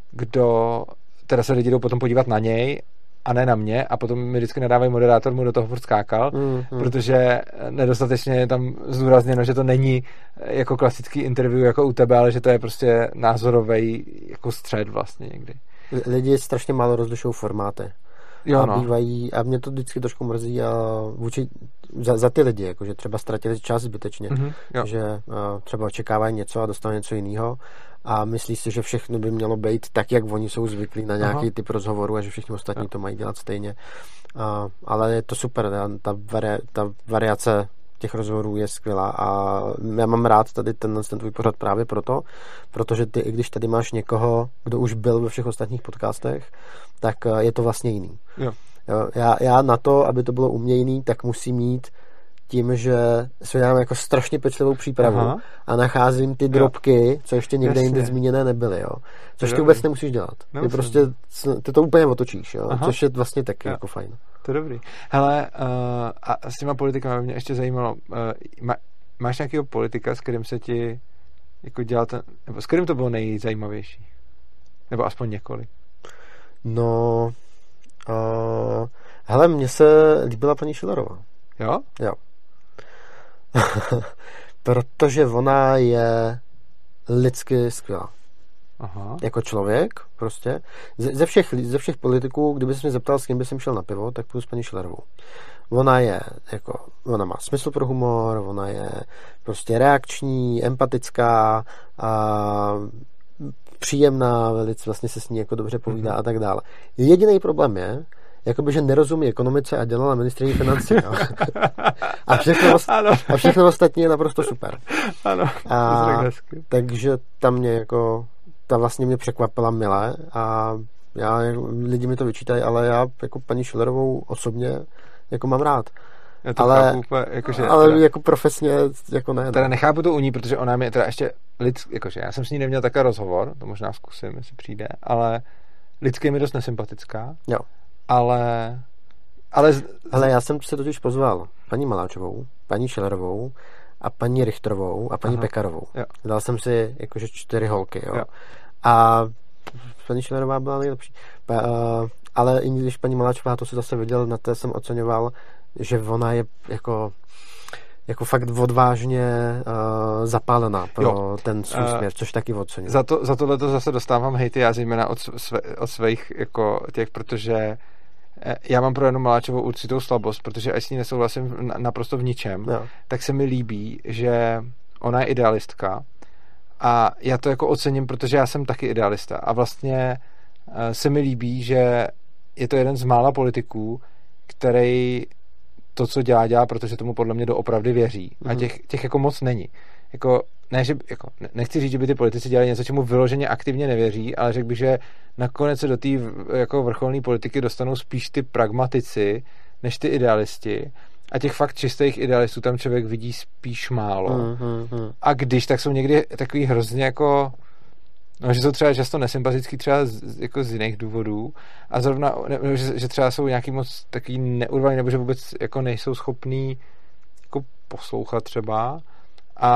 kdo teda se lidi jdou potom podívat na něj a ne na mě a potom mi vždycky nadávají moderátor, mu do toho furt skákal, protože nedostatečně je tam zdůrazněno, že to není jako klasický interview jako u tebe, ale že to je prostě názorový jako střed vlastně někdy. Lidi strašně málo rozlišují formáty. Jo, a bývají, a mě to vždycky trošku mrzí a vůči za ty lidi, jakože třeba ztratili čas zbytečně, že třeba očekávají něco a dostanou něco jiného a myslí si, že všechno by mělo být tak, jak oni jsou zvyklí na nějaký typ rozhovoru a že všichni ostatní to mají dělat stejně. Ale je to super, ta variace těch rozhovorů je skvělá a já mám rád tady ten tvůj pořad právě proto, protože ty, i když tady máš někoho, kdo už byl ve všech ostatních podcastech, tak je to vlastně jiný. Jo. Já na to, aby to bylo u mě jiný, tak musím mít tím, že si dělám jako strašně pečlivou přípravu a nacházím ty drobky, co ještě někde jinde zmíněné nebyly, jo. Což ty vůbec nemusíš dělat. Ty to úplně otočíš, jo. Což je vlastně taky jako fajn. To je dobrý. Hele, a s těma politikama mě ještě zajímalo, máš nějakého politika, s kterým se ti jako dělal nebo s kterým to bylo nejzajímavější? Nebo aspoň několik? No, hele, mně se líbila paní Schillerová. Jo? Jo. Protože ona je lidsky skvělá. Aha. Jako člověk prostě. Ze všech politiků, kdyby se mě zeptal, s kým by jsem šel na pivo, tak půjdu s paní Schillerovou. Ona má smysl pro humor, ona je prostě reakční, empatická a příjemná, velice vlastně se s ní jako dobře povídá a tak dále. Jediný problém je, jakoby, že nerozumí ekonomice a dělala ministryní financí. No. A všechno ostatní je naprosto super. Ano, takže ta vlastně mě překvapila milé a lidi mi to vyčítají, ale já jako paní Schillerovou osobně jako mám rád. Ale jako profesně jako ne. Teda nechápu to u ní, protože ona mi teda ještě jakože já jsem s ní neměl takový rozhovor, to možná zkusím, jestli přijde, ale lidsky je mi dost nesympatická. Jo. Ale já jsem se totiž pozval paní Maláčovou, paní Schillerovou a paní Richterovou a paní Pekarovou. Jo. Dal jsem si jakože 4 holky, jo. A paní Schillerová byla nejlepší. Ale i když paní Maláčová, to si zase viděl, na té jsem oceňoval, že ona je jako fakt odvážně zapálená pro ten svůj směr, což taky oceňuji. Za tohleto zase dostávám hejty, já zejména od svých jako těch, protože já mám pro Janu Maláčovou určitou slabost, protože až s ní nesouhlasím naprosto v ničem, tak se mi líbí, že ona je idealistka a já to jako ocením, protože já jsem taky idealista a vlastně se mi líbí, že je to jeden z mála politiků, který to, co dělá, protože tomu podle mě doopravdy věří. A těch jako moc není. Jako, ne, že, jako, nechci říct, že by ty politici dělali něco, čemu vyloženě aktivně nevěří, ale řekl bych, že nakonec se do té jako vrcholné politiky dostanou spíš ty pragmatici, než ty idealisti. A těch fakt čistých idealistů tam člověk vidí spíš málo. A když, tak jsou někdy takový hrozně jako no, že jsou třeba často nesympatický třeba jako z jiných důvodů a zrovna, že třeba jsou nějaký moc takový neurvaný, nebo že vůbec jako nejsou schopní jako poslouchat třeba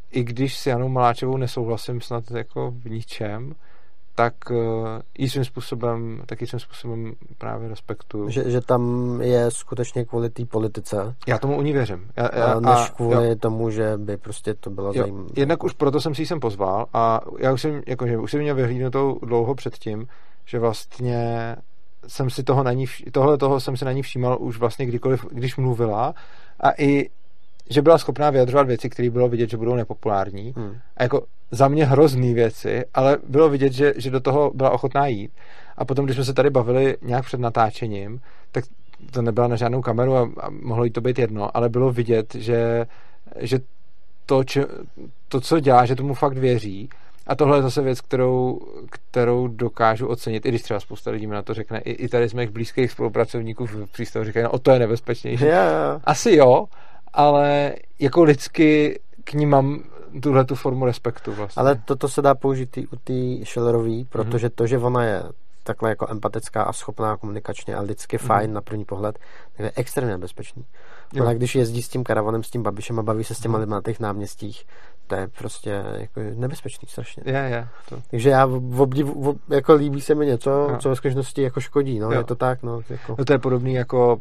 i když s Janou Maláčovou nesouhlasím snad jako v ničem, tak jí svým způsobem právě respektuju. Že tam je skutečně kvůli té politice. Já tomu u ní věřím. Než kvůli tomu, že by prostě to bylo zajímavé. Jednak už proto jsem si ji sem pozval a já už jsem měl vyhlídnutou dlouho předtím, že vlastně jsem si toho jsem si na ní všímal už vlastně kdykoliv, když mluvila a i že byla schopná vyjadřovat věci, které bylo vidět, že budou nepopulární. A jako za mě hrozný věci, ale bylo vidět, že do toho byla ochotná jít. A potom, když jsme se tady bavili nějak před natáčením, tak to nebyla na žádnou kameru a mohlo jí to být jedno, ale bylo vidět, že to, co dělá, že tomu fakt věří. A tohle je zase věc, kterou dokážu ocenit, i když třeba spousta lidí mi na to řekne, i tady z mých blízkých spolupracovníků v přístavu říkají, no to je nebezpečnější. Yeah. Asi jo, ale jako lidsky k ní mám tuhletu formu respektu vlastně. Ale toto se dá použít i u té Schillerový, protože to, že ona je takhle jako empatická a schopná komunikačně a lidsky fajn na první pohled, tak je extrémně nebezpečný. Ona když jezdí s tím karavanem, s tím Babišem a baví se s těma lidmi na těch náměstích, to je prostě jako nebezpečný strašně. Je. Takže já jako líbí se mi něco, co ve skutečnosti jako škodí, no, je to tak, no. Jako. No to je podobný jako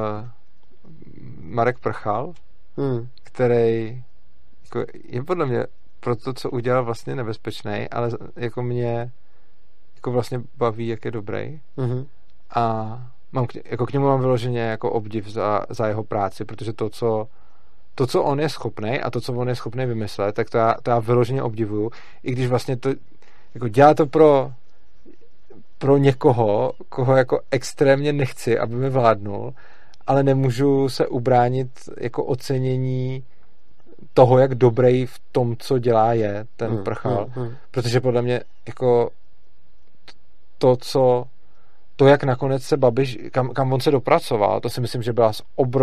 Marek Prchal, který jako je podle mě pro to, co udělal, vlastně nebezpečný, ale jako mě jako vlastně baví, jak je dobrý. A k němu mám vyloženě jako obdiv za jeho práci, protože to, co on je schopný a to, co on je schopný vymyslet, tak to já vyloženě obdivuju, i když vlastně to jako dělá to pro někoho, koho jako extrémně nechci, aby mi vládnul, ale nemůžu se ubránit jako ocenění toho, jak dobrý v tom, co dělá, je ten Prchal. Protože podle mě jako to, jak nakonec se Babiš, kam on se dopracoval, to si myslím, že byla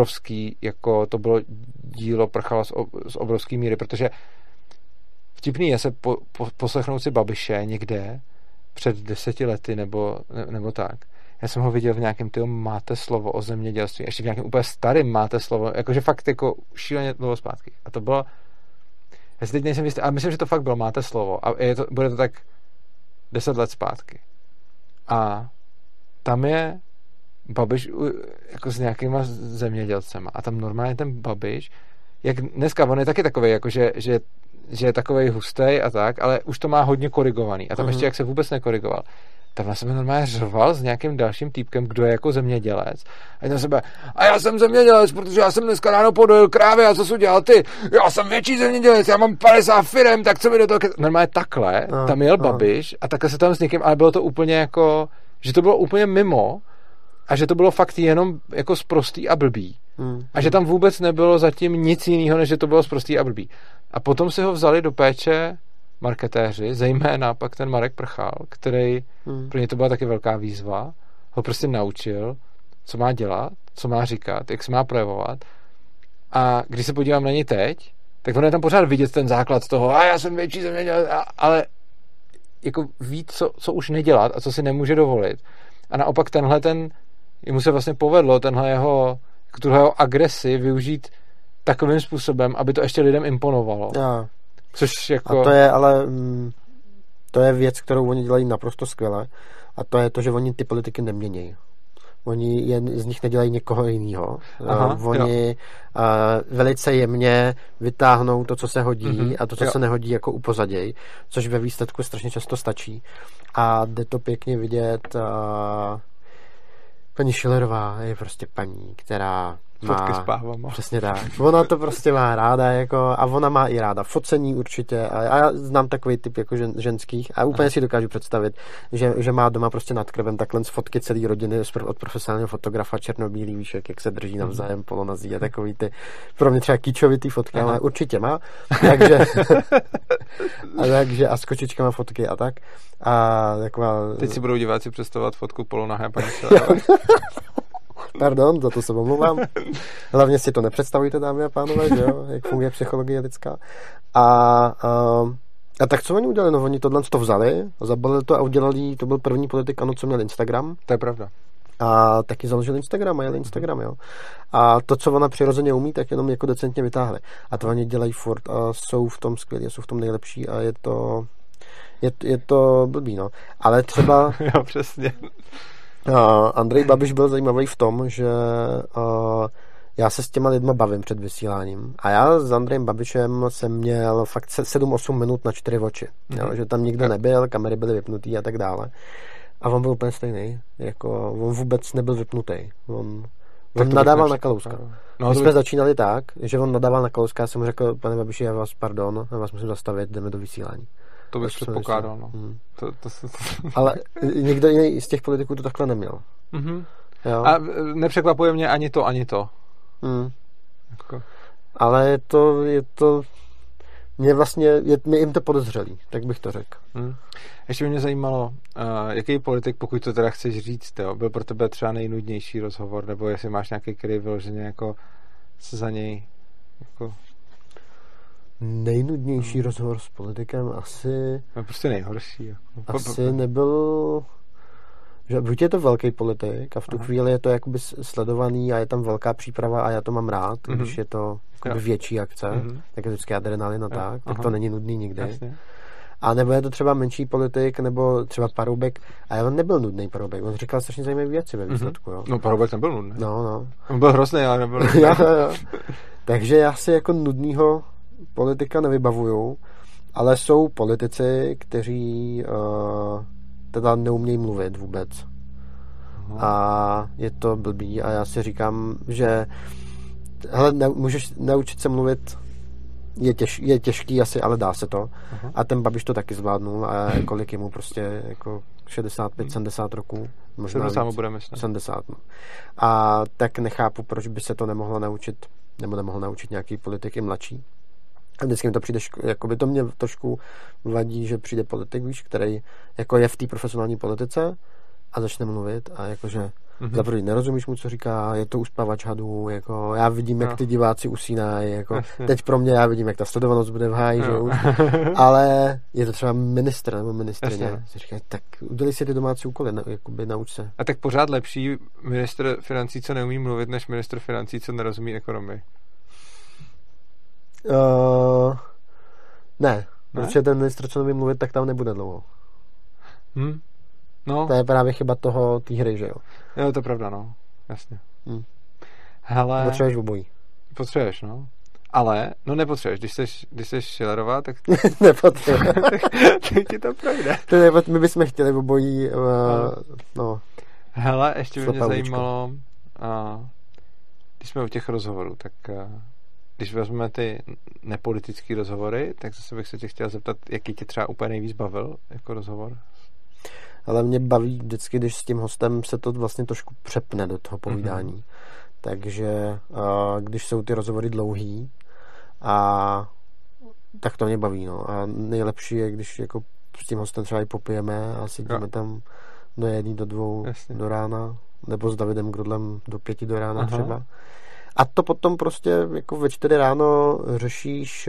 to bylo dílo Prchala z obrovský míry, protože vtipný je se poslechnout si Babiše někde před 10 lety nebo tak. Já jsem ho viděl v nějakém Máte slovo o zemědělství, ještě v nějakém úplně starým Máte slovo, jakože fakt jako šíleně dlouho zpátky. A to bylo, já si teď nejsem jistý, ale myslím, že to fakt bylo Máte slovo a bude to tak 10 let zpátky. A tam je Babiš jako s nějakýma zemědělcema a tam normálně ten Babiš, jak dneska, on je taky takovej, jako že je takovej hustej a tak, ale už to má hodně korigovaný a tam ještě jak se vůbec nekorigoval. Tam na sebe normálně řval s nějakým dalším týpkem, kdo je jako zemědělec. A na sebe, a já jsem zemědělec, protože já jsem dneska ráno podojil krávy a co jsi udělal ty? Já jsem větší zemědělec, já mám 50 firem, tak co mi do toho... Normálně takhle, tam jel Babiš a takhle se tam s někým, ale bylo to úplně jako, že to bylo úplně mimo a že to bylo fakt jenom jako sprostý a blbý. A že tam vůbec nebylo zatím nic jiného, než že to bylo sprostý a blbý. A potom si ho vzali do péče marketéři, zejména pak ten Marek Prchal, který pro ně to byla taky velká výzva, ho prostě naučil, co má dělat, co má říkat, jak se má projevovat. A když se podívám na něj teď, tak on je tam pořád vidět ten základ toho, a já jsem větší zemědělec, ale jako ví, co už nedělat a co si nemůže dovolit. A naopak jemu se vlastně povedlo tuhle jeho agresi využít takovým způsobem, aby to ještě lidem imponovalo. Ja. Což jako... A to je ale to je věc, kterou oni dělají naprosto skvěle a to je to, že oni ty politiky neměnějí. Oni z nich nedělají někoho jiného. Oni velice jemně vytáhnou to, co se hodí a to, co se nehodí, jako upozaděj, což ve výsledku strašně často stačí. A jde to pěkně vidět. Paní Schillerová je prostě paní, která fotky s pávama. Přesně tak. Ona to prostě má ráda jako, a ona má i ráda focení určitě a já znám takový typ jako ženských a úplně si dokážu představit, že má doma prostě nad krvem takhle z fotky celý rodiny od profesionálního fotografa černobílý, víš, jak se drží navzájem polonazí a takový ty pro mě třeba kýčovitý fotky, ale určitě má. Takže a s kočičkama fotky a tak. A taková... Teď si budou diváci představovat fotku polonahé paní. Pardon, za to se omlouvám. Hlavně si to nepředstavujte, dámy a pánové, že jo, jak funguje psychologie lidská. A tak co oni udělali? No oni to vzali, zabalili to a udělali, to byl první politik, ano, co měl Instagram. To je pravda. A taky založil Instagram a jel Instagram, jo. A to, co ona přirozeně umí, tak jenom jako decentně vytáhli. A to oni dělají furt a jsou v tom skvělí, jsou v tom nejlepší a je to blbý, no. Ale třeba... jo, přesně. Andrej Babiš byl zajímavý v tom, že já se s těma lidma bavím před vysíláním. A já s Andrejem Babišem jsem měl fakt 7-8 minut na 4 oči. Jo, že tam nikdo nebyl, kamery byly vypnutý a tak dále. A on byl úplně stejný. Jako, on vůbec nebyl vypnutý. On nadával na Kalouska. No, my jsme začínali tak, že on nadával na Kalouska a jsem mu řekl, pane Babiši, já vás musím zastavit, jdeme do vysílání. To bych předpokládal, no. Ale nikdo jiný z těch politiků to takhle neměl. Jo? A nepřekvapuje mě ani to. Jako. Ale je to mě vlastně, mě jim to podezřelý, tak bych to řekl. Ještě by mě zajímalo, jaký politik, pokud to teda chceš říct, jo, byl pro tebe třeba nejnudnější rozhovor, nebo jestli máš nějaký, který vyloženě jako se za něj jako... Nejnudnější rozhovor s politikem asi... No prostě nejhorší. Jako. Asi nebyl... Že buď je to velký politik a v tu chvíli je to jakoby sledovaný a je tam velká příprava a já to mám rád, když je to větší akce, tak je vždycky adrenalin a tak to není nudný nikdy. Jasně. A nebo je to třeba menší politik, nebo třeba Paroubek, a on nebyl nudný Paroubek, on říkal strašně zajímavé věci ve výsledku. Jo. No Paroubek nebyl nudný. No. On byl hrozný, ale nebyl nudný. jo. Takže já si jako nudnýho politika nevybavuju, ale jsou politici, kteří teda neumějí mluvit vůbec. A je to blbý a já si říkám, že hele, můžeš naučit se mluvit je těžký asi, ale dá se to. A ten Babiš to taky zvládnul a kolik je mu prostě jako 65-70 roků. Možná 70 mu bude, myslím. 70. No. A tak nechápu, proč by se to nemohlo naučit nebo nemohl naučit nějaký politik i mladší. A vždycky mi to přijde, jako by to mě trošku vadí, že přijde politik, víš, který jako je v té profesionální politice a začne mluvit a jakože za první nerozumíš mu, co říká, je to uspavač hadů, jako já vidím, jak ty diváci usínají, jako teď pro mě já vidím, jak ta sledovanost bude v háji, že už, ale je to třeba ministr nebo ministryně, si říká, tak udělej si ty domácí úkoly, jakoby nauč se. A tak pořád lepší ministr financí, co neumí mluvit, než ministr financí, co nerozumí ekonomii. Ne, protože ten ministr, co neumí mluvit, tak tam nebude dlouho. No. To je právě chyba té hry, že jo? Jo, to je pravda, no. Jasně. Hele... Potřebuješ obojí. Potřebuješ, no. Ale, no nepotřebuješ. Když jsi Schillerová, tak... Nepotřebuješ. tak ti to projde. My bychom chtěli obojí, no. Hele, ještě by mě zajímalo, když jsme u těch rozhovorů, tak když vezmeme ty nepolitické rozhovory, tak zase bych se tě chtěl zeptat, jaký tě třeba úplně nejvíc bavil jako rozhovor? Ale mě baví vždycky, když s tím hostem se to vlastně trošku přepne do toho povídání. Takže když jsou ty rozhovory dlouhý, tak to mě baví. No. A nejlepší je, když jako s tím hostem třeba i popijeme a sedíme tam do 1 do 2 do rána, nebo s Davidem Grudlem do 5 do rána třeba. A to potom prostě jako ve 4 ráno řešíš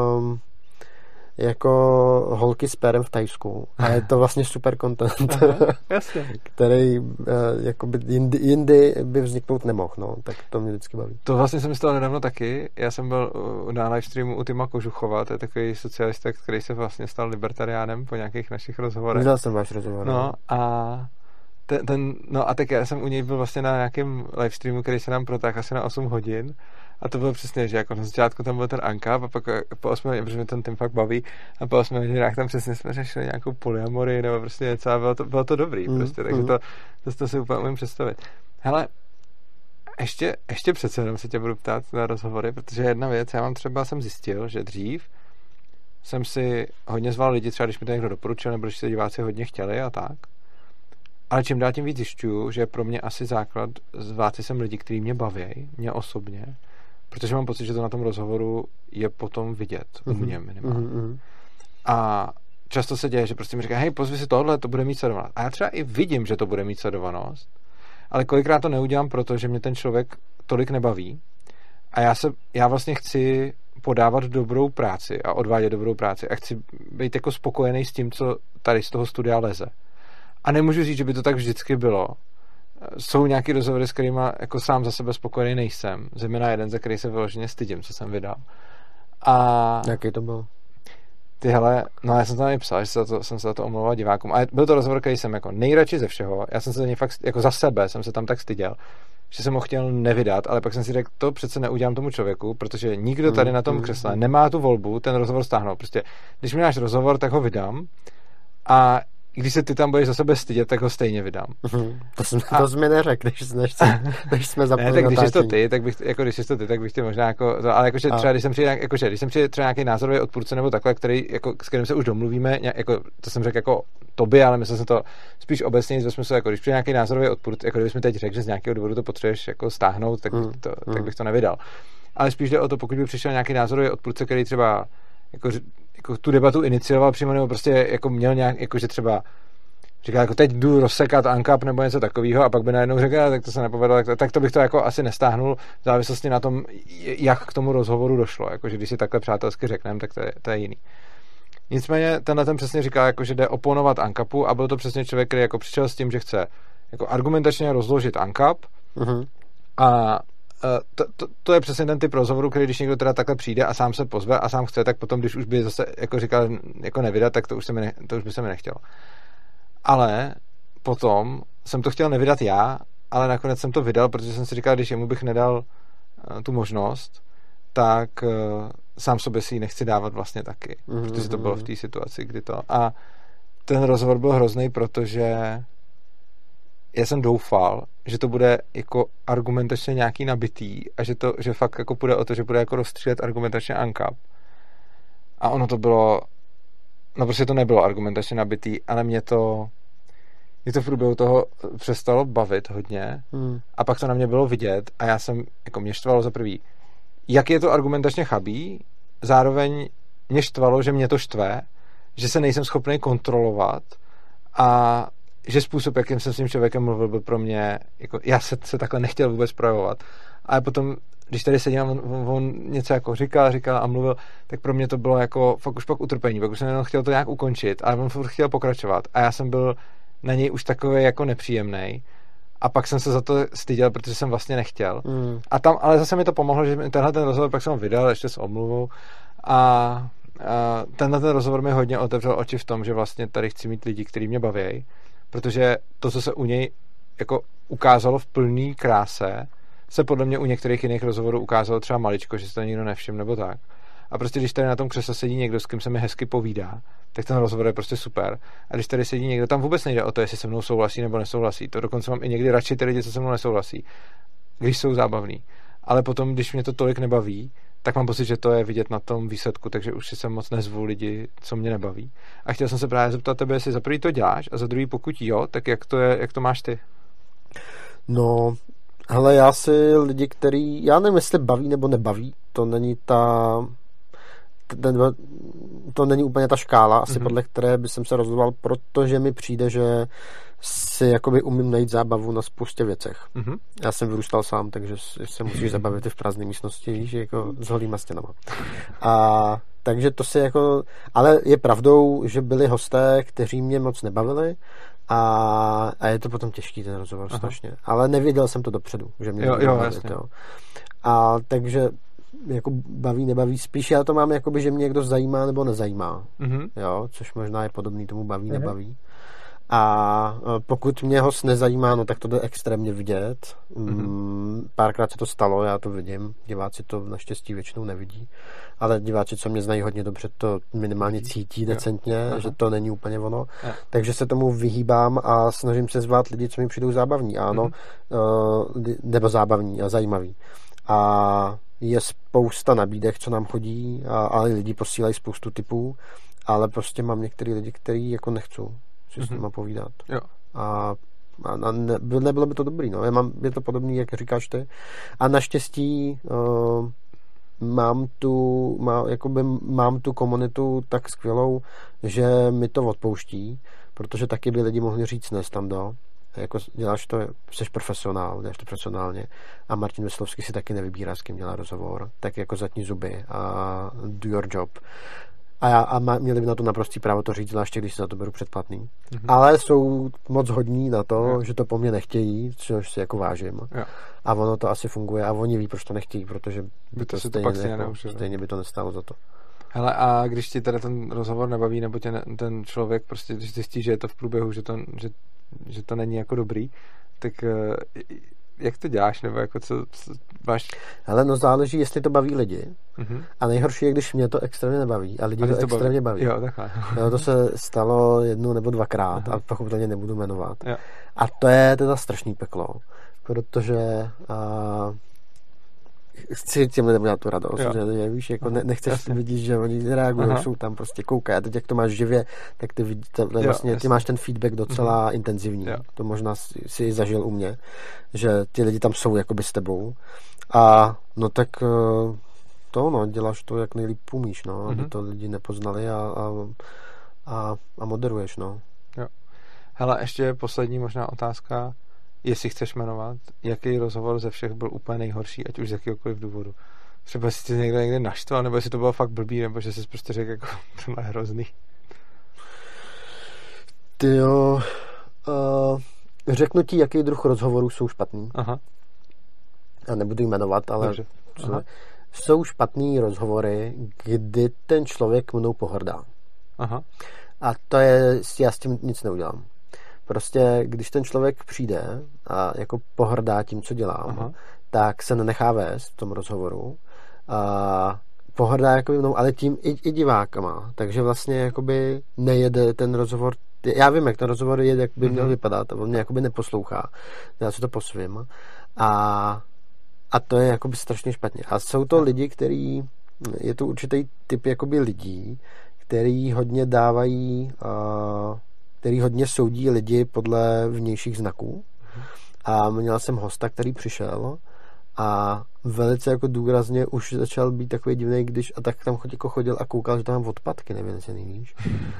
jako holky s pérem v Thajsku. A je to vlastně super content, který jakoby jindy by vzniknout nemohl. No. Tak to mě vždycky baví. To vlastně jsem stalo nedávno taky. Já jsem byl na live streamu u Tima Kožuchova, to je takový socialista, který se vlastně stal libertariánem po nějakých našich rozhovorech. Viděl jsem váš rozhovor. No a tak já jsem u něj byl vlastně na nějakém live streamu, který se nám protáhl asi na 8 hodin. A to bylo přesně, že jako na začátku tam byl ten Anka, a pak po 8 hodinách, protože mě ten fakt baví, a po 8 hodinách tam přesně jsme řešili nějakou polyamorii nebo prostě něco a bylo to dobrý prostě, takže to si úplně umím představit. Hele, ještě přece jenom se tě budu ptát na rozhovory, protože jedna věc, jsem zjistil, že dřív jsem si hodně zval lidi, třeba když mi to někdo doporučil, nebo když se diváci hodně chtěli a tak. Ale čím dál tím víc zjišťuju, že pro mě asi základ zvát si sem lidi, kteří mě baví, mě osobně, protože mám pocit, že to na tom rozhovoru je potom vidět, u mě minimálně. A často se děje, že prostě mi říká, hej, pozvi si tohle, to bude mít sledovanost. A já třeba i vidím, že to bude mít sledovanost, ale kolikrát to neudělám, protože mě ten člověk tolik nebaví. A já vlastně chci podávat dobrou práci a odvádět dobrou práci a chci být jako spokojený s tím, co tady z toho studia leze. A nemůžu říct, že by to tak vždycky bylo. jsou nějaký rozhovory, s kterými jako sám za sebe spokojený nejsem. Zejména jeden, za který se vyloženě stydím, co jsem vydal. A jaký to byl? Ty hele, no já jsem tam i psal, že jsem se za to omlouval divákům. A byl to rozhovor, který jsem jako nejradši ze všeho. Já jsem se za něj fakt, jako za sebe jsem se tam tak styděl, že jsem ho chtěl nevydat, ale pak jsem si řekl, to přece neudělám tomu člověku, protože nikdo tady na tom křesle nemá tu volbu ten rozhovor stáhnout. Prostě, když mi dáš rozhovor, tak ho vydám a když se ty tam budeš za sebe stydět, tak ho stejně vydám. To jsi mi neřekl, když jsme zapojili. Ne, tak když jsi to ty, tak bych tě možná jako, to, ale jakože třeba, když jsem přijde třeba nějaký názorový odpůrce nebo takhle, s kterým se už domluvíme, jako, to jsem řekl jako tobě, ale myslel jsem to spíš obecně ve smyslu, jako když přijde nějaký názorový odpůrce, jako kdybys mi teď řekl, že z nějakého důvodu to potřebuješ jako stáhnout, tak bych to nevydal. Ale spíš jde o to, pokud by přišel nějaký názorový odpůrce, který třeba jako tu debatu inicioval přímo, nebo prostě jako měl nějak, jako že třeba říkal, jako teď jdu rozsekat ANCAP nebo něco takového a pak by najednou řekl, tak to se nepovedlo, tak to bych to jako asi nestáhnul v závislosti na tom, jak k tomu rozhovoru došlo, jakože když si takhle přátelsky řekneme, tak to je jiný. Nicméně tenhle ten přesně říkal, jako, že jde oponovat ANCAPu a byl to přesně člověk, který jako přišel s tím, že chce jako argumentačně rozložit ANCAP a to je přesně ten typ rozhovoru, který když někdo teda takhle přijde a sám se pozve a sám chce, tak potom, když už by zase jako říkal jako nevydat, tak to už by se mi nechtělo. Ale potom jsem to chtěl nevydat já, ale nakonec jsem to vydal, protože jsem si říkal, když jemu bych nedal tu možnost, tak sám sobě si ji nechci dávat vlastně taky, protože to bylo v té situaci, kdy to. A ten rozhovor byl hrozný, protože já jsem doufal, že to bude jako argumentačně nějaký nabitý a že fakt jako půjde o to, že bude jako rozstřílet argumentačně ANCAP. A ono to bylo, no prostě to nebylo argumentačně nabitý, ale mě to v průběhu toho přestalo bavit hodně a pak to na mě bylo vidět a já jsem, jako mě štvalo za prvý, jak je to argumentačně chabý, zároveň mě štvalo, že mě to štve, že se nejsem schopný kontrolovat a že způsob, jakým jsem s tím člověkem mluvil, byl pro mě, jako já se takhle nechtěl vůbec projevovat. A potom, když tady seděl, on něco jako říkal a mluvil, tak pro mě to bylo jako fakt už pak utrpení, pak už jsem jenom chtěl to nějak ukončit, ale on furt chtěl pokračovat a já jsem byl na něj už takový jako nepříjemnej a pak jsem se za to styděl, protože jsem vlastně nechtěl. A tam, ale zase mi to pomohlo, že tenhle ten rozhovor pak jsem ho vydal ještě s omluvou a tenhle ten rozhovor mi hodně otevřel oči v tom, že vlastně tady chci mít lidi, kteří mě baví, protože to, co se u něj jako ukázalo v plný kráse, se podle mě u některých jiných rozhovorů ukázalo třeba maličko, že se to nikdo nevšiml nebo tak. A prostě když tady na tom křesle sedí někdo, s kým se mi hezky povídá, tak ten rozhovor je prostě super. A když tady sedí někdo, tam vůbec nejde o to, jestli se mnou souhlasí nebo nesouhlasí. To dokonce mám i někdy radši ty lidi, co se mnou nesouhlasí, když jsou zábavní. Ale potom, když mě to tolik nebaví, tak mám pocit, že to je vidět na tom výsledku, takže už si sem moc nezvu lidi, co mě nebaví. A chtěl jsem se právě zeptat tebe, jestli za prvý to děláš a za druhý, pokud jo, tak jak to máš ty? No, hele, já si lidi, který, já nevím, jestli baví nebo nebaví, to není to není úplně ta škála, asi podle které by jsem se rozhodoval, protože mi přijde, že si jakoby umím najít zábavu na spoustě věcech. Já jsem vyrůstal sám, takže se musíš zabavit i v prázdné místnosti, víš, jako s holýma stěnama. A takže to si jako, ale je pravdou, že byli hosté, kteří mě moc nebavili a je to potom těžký ten rozhovor strašně. Ale nevěděl jsem to dopředu, že mě bavit, jo. A takže jako baví, nebaví, spíš já to mám jakoby, že mě někdo zajímá nebo nezajímá, jo, což možná je podobný tomu baví, nebaví. A pokud mě host nezajímá, no tak to jde extrémně vidět. Párkrát se to stalo, já to vidím. Diváci to naštěstí většinou nevidí. Ale diváci, co mě znají hodně dobře, to minimálně cítí decentně, že to není úplně ono. Takže se tomu vyhýbám a snažím se zvát lidi, co mi přijdou zábavní. Ano, nebo zábavní a zajímaví. A je spousta nabídek, co nám chodí, ale lidi posílají spoustu typů, ale prostě mám některý lidi, který jako nechcou si s nima povídat. Jo. A nebylo by to dobrý, no. Je to podobný, jak říkáš ty. A naštěstí mám tu komunitu tak skvělou, že mi to odpouští, protože taky by lidi mohli říct Stando, jako děláš to, jsi profesionál, děláš to profesionálně a Martin Veslovský si taky nevybírá, s kým dělá rozhovor, tak jako zatni zuby a do your job. A měli by na to naprostý právo to říct, zvláště když se za to beru předplatný. Mm-hmm. Ale jsou moc hodní na to, že to po mně nechtějí, což si jako vážím. Jo. A ono to asi funguje a oni ví, proč to nechtějí, protože by to stejně by to nestálo za to. Hele, a když ti teda ten rozhovor nebaví, nebo tě ten člověk prostě, když zjistí, že je to v průběhu, že to není jako dobrý, tak jak to děláš, nebo jako co máš? Hele, no záleží, jestli to baví lidi. Mm-hmm. A nejhorší je, když mě to extrémně nebaví a lidi to extrémně baví. Jo, takhle. No, to se stalo 1 nebo 2krát a pochopitelně nebudu jmenovat. Jo. A to je teda strašný peklo, protože chci těm lidem dělat tu radost, že víš, jako nechceš vidět, že oni reagují, jsou tam prostě koukají a teď jak to máš živě, tak ty vidíš, vlastně ty máš ten feedback docela intenzivní. Jo. To možná si i zažil u mě, že ty lidi tam jsou jakoby s tebou a no tak děláš to, jak nejlíp umíš, aby to lidi nepoznali a moderuješ, no. Jo. Hele, ještě poslední možná otázka. Jestli chceš jmenovat, jaký rozhovor ze všech byl úplně nejhorší, ať už z jakýhokoliv důvodu. Třeba jestli tě někde naštval, nebo jestli to bylo fakt blbý, nebo že jsi prostě řekl, jako, tohle je hrozný. Tyjo, řeknu ti, jaký druh rozhovorů jsou špatný. Aha. Já nebudu jmenovat, ale jsou špatný rozhovory, kdy ten člověk mnou pohrdá. Aha. A to je, já s tím nic neudělám. Prostě, když ten člověk přijde a jako pohrdá tím, co dělám, tak se nenechá vést v tom rozhovoru. A pohrdá jakoby mnou, ale tím i divákama. Takže vlastně jakoby nejede ten rozhovor. Já vím, jak ten rozhovor je, jak by měl vypadat. A on mě jakoby neposlouchá. Já si to po svým. A to je jakoby strašně špatně. A jsou to lidi, je to určitý typ jakoby lidí, který hodně dávají který hodně soudí lidi podle vnějších znaků. A měl jsem hosta, který přišel a velice jako důrazně už začal být takový divný, a tak tam chodil a koukal, že tam mám odpadky, nevím, jestli nevíš.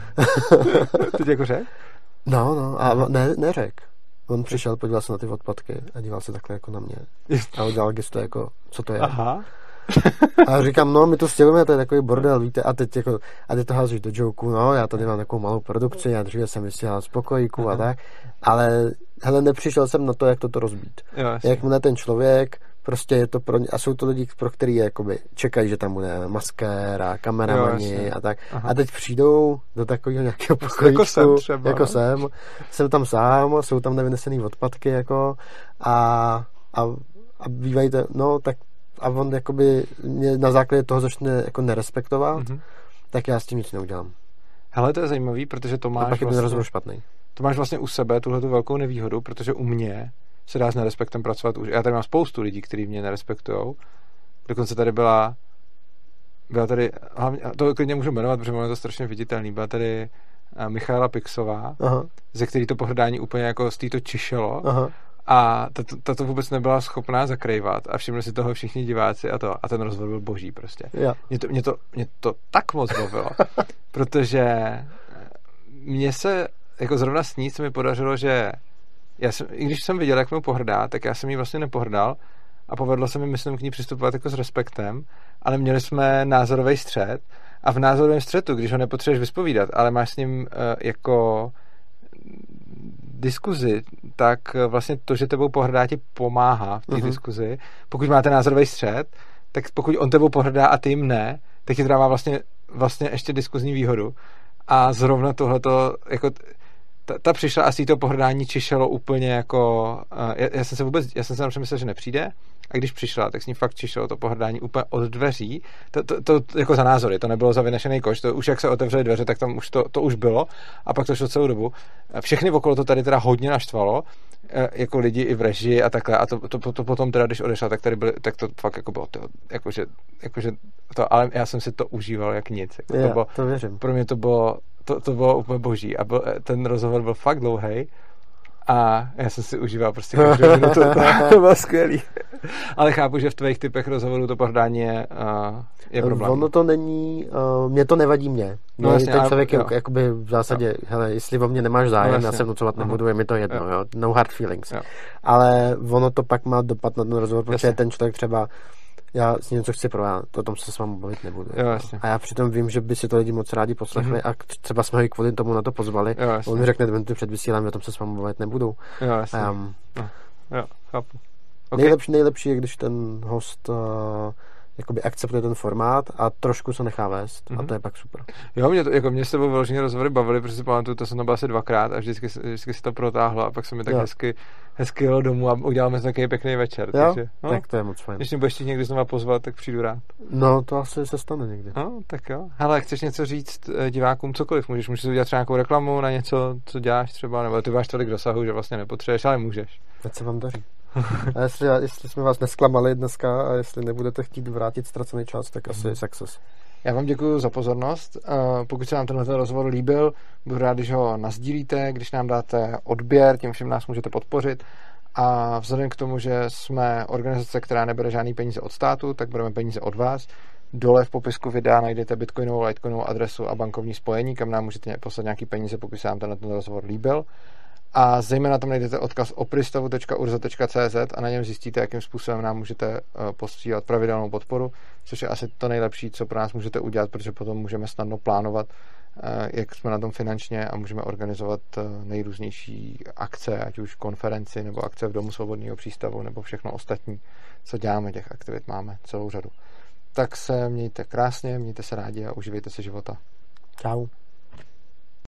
Teď jako řek? No, a neřek. On přišel, podíval se na ty odpadky a díval se takhle jako na mě. A udělal gesto jako, co to je. Aha. A říkám, no, my to stěhujeme, to je takový bordel, víte, a teď to házíš do joku, no, já tady mám takovou malou produkci, já dříve jsem vysílal z pokojíku a tak, ale hele, nepřišel jsem na to, jak toto rozbít. Jakmile ten člověk, prostě je to pro ně, a jsou to lidi, pro který jakoby čekají, že tam bude maskér a kameramani a tak. Aha. A teď přijdou do takového nějakého pokojíčku, jako jsem tam sám, jsou tam nevynesený odpadky, jako, a bývají to, no, tak a on jakoby mě na základě toho začne jako nerespektovat, tak já s tím nic neudělám. Hele, to je zajímavý, protože to máš a pak je ten rozhovor špatný. To máš vlastně u sebe tuhletu velkou nevýhodu, protože u mě se dá s nerespektem pracovat už. Já tady mám spoustu lidí, kteří mě nerespektujou. Dokonce tady byla tady, hlavně, to klidně můžu jmenovat, protože je to strašně viditelný, byla tady Michaela Pixová, ze který to pohrdání úplně jako z to čišelo. Aha. A ta to vůbec nebyla schopná zakrývat a všimli si toho všichni diváci a ten rozhovor byl boží prostě. Mě to tak moc bavilo, protože mně se, jako zrovna s ní se mi podařilo, že i když jsem viděl, jak mi pohrdá, tak já jsem jí vlastně nepohrdal a povedlo se mi, myslím, k ní přistupovat jako s respektem, ale měli jsme názorový střet a v názorovém střetu, když ho nepotřebuješ vyspovídat, ale máš s ním jako diskuzi, tak vlastně to, že tebou pohrdá, ti pomáhá v té diskuzi. Pokud máte názorový střet, tak pokud on tebou pohrdá a ty jim ne, tak ti to dává vlastně ještě diskuzní výhodu. A zrovna tohleto, jako ta přišla a z toho pohrdání čišelo úplně jako, já jsem se tam přemyslel, že nepřijde, a když přišla, tak s ní fakt čišelo to pohrdání úplně od dveří, to jako za názory, to nebylo za vynešený koš, to už jak se otevřely dveře, tak tam už to už bylo a pak to šlo celou dobu. Všechny okolo to tady teda hodně naštvalo, jako lidi i v režii a takhle, a to potom teda, když odešla, tak tady byly, tak to fakt jako bylo to, jakože to, ale já jsem si to užíval jak nic. Jako to věřím. Pro mě to bylo úplně boží a ten rozhovor byl fakt dlouhej a já jsem si užíval prostě každou minutu, to bylo skvělý. Ale chápu, že v tvých typech rozhovorů to pohrdání je problém. Ono to není, mě to nevadí mě. No, jasně, ten člověk je jakoby v zásadě, hele, jestli o mě nemáš zájem, já se vnucovat nebudu, je mi to jedno, jo, no hard feelings. Jo. Ale ono to pak má dopad na ten rozhovor, protože ten člověk třeba já s něco chci prodat, o tom se s vámi bavit nebudu. Jo, jasně. A já přitom vím, že by si to lidi moc rádi poslechli a třeba jsme ho i kvůli tomu na to pozvali. Jo, on mi řekne, že před vysíláním o tom se s vámi bavit nebudu. Jo, jasně. Jo, chápu. Okay. Nejlepší je, když ten host jakoby akceptuje ten formát a trošku se nechá vést a to je pak super. Jo, mě s tebou vyloženě rozhovory bavily, protože si pamatuju, to jsem to byl asi 2krát a vždycky si to protáhlo a pak se mi tak hezky jelo domů a uděláme takový pěkný večer. Jo? Takže, tak to je moc fajn. Když mě budeš někdy znova pozvat, tak přijdu rád. No, to asi se stane někdy. No, tak jo. Hele, chceš něco říct divákům, cokoliv? Můžeš udělat třeba nějakou reklamu na něco, co děláš třeba, nebo ty máš tolik dosahu, že vlastně nepotřebuješ, ale můžeš. Ať se vám daří. A jestli jsme vás nesklamali dneska a jestli nebudete chtít vrátit ztracený čas, tak asi success. Já vám děkuji za pozornost. Pokud se vám tenhle rozhovor líbil, budu rád, když ho nasdílíte, když nám dáte odběr, tím všem nás můžete podpořit. A vzhledem k tomu, že jsme organizace, která nebere žádný peníze od státu, tak bereme peníze od vás. Dole v popisku videa najdete bitcoinovou, litecoinovou adresu a bankovní spojení, kam nám můžete poslat nějaký peníze, pokud se vám tenhle rozhovor líbil. A zejména tam najdete odkaz opristavu.urza.cz a na něm zjistíte, jakým způsobem nám můžete posílat pravidelnou podporu, což je asi to nejlepší, co pro nás můžete udělat, protože potom můžeme snadno plánovat, jak jsme na tom finančně a můžeme organizovat nejrůznější akce, ať už konferenci nebo akce v Domu svobodného přístavu nebo všechno ostatní, co děláme, těch aktivit máme celou řadu. Tak se mějte krásně, mějte se rádi a uživejte se života. Čau.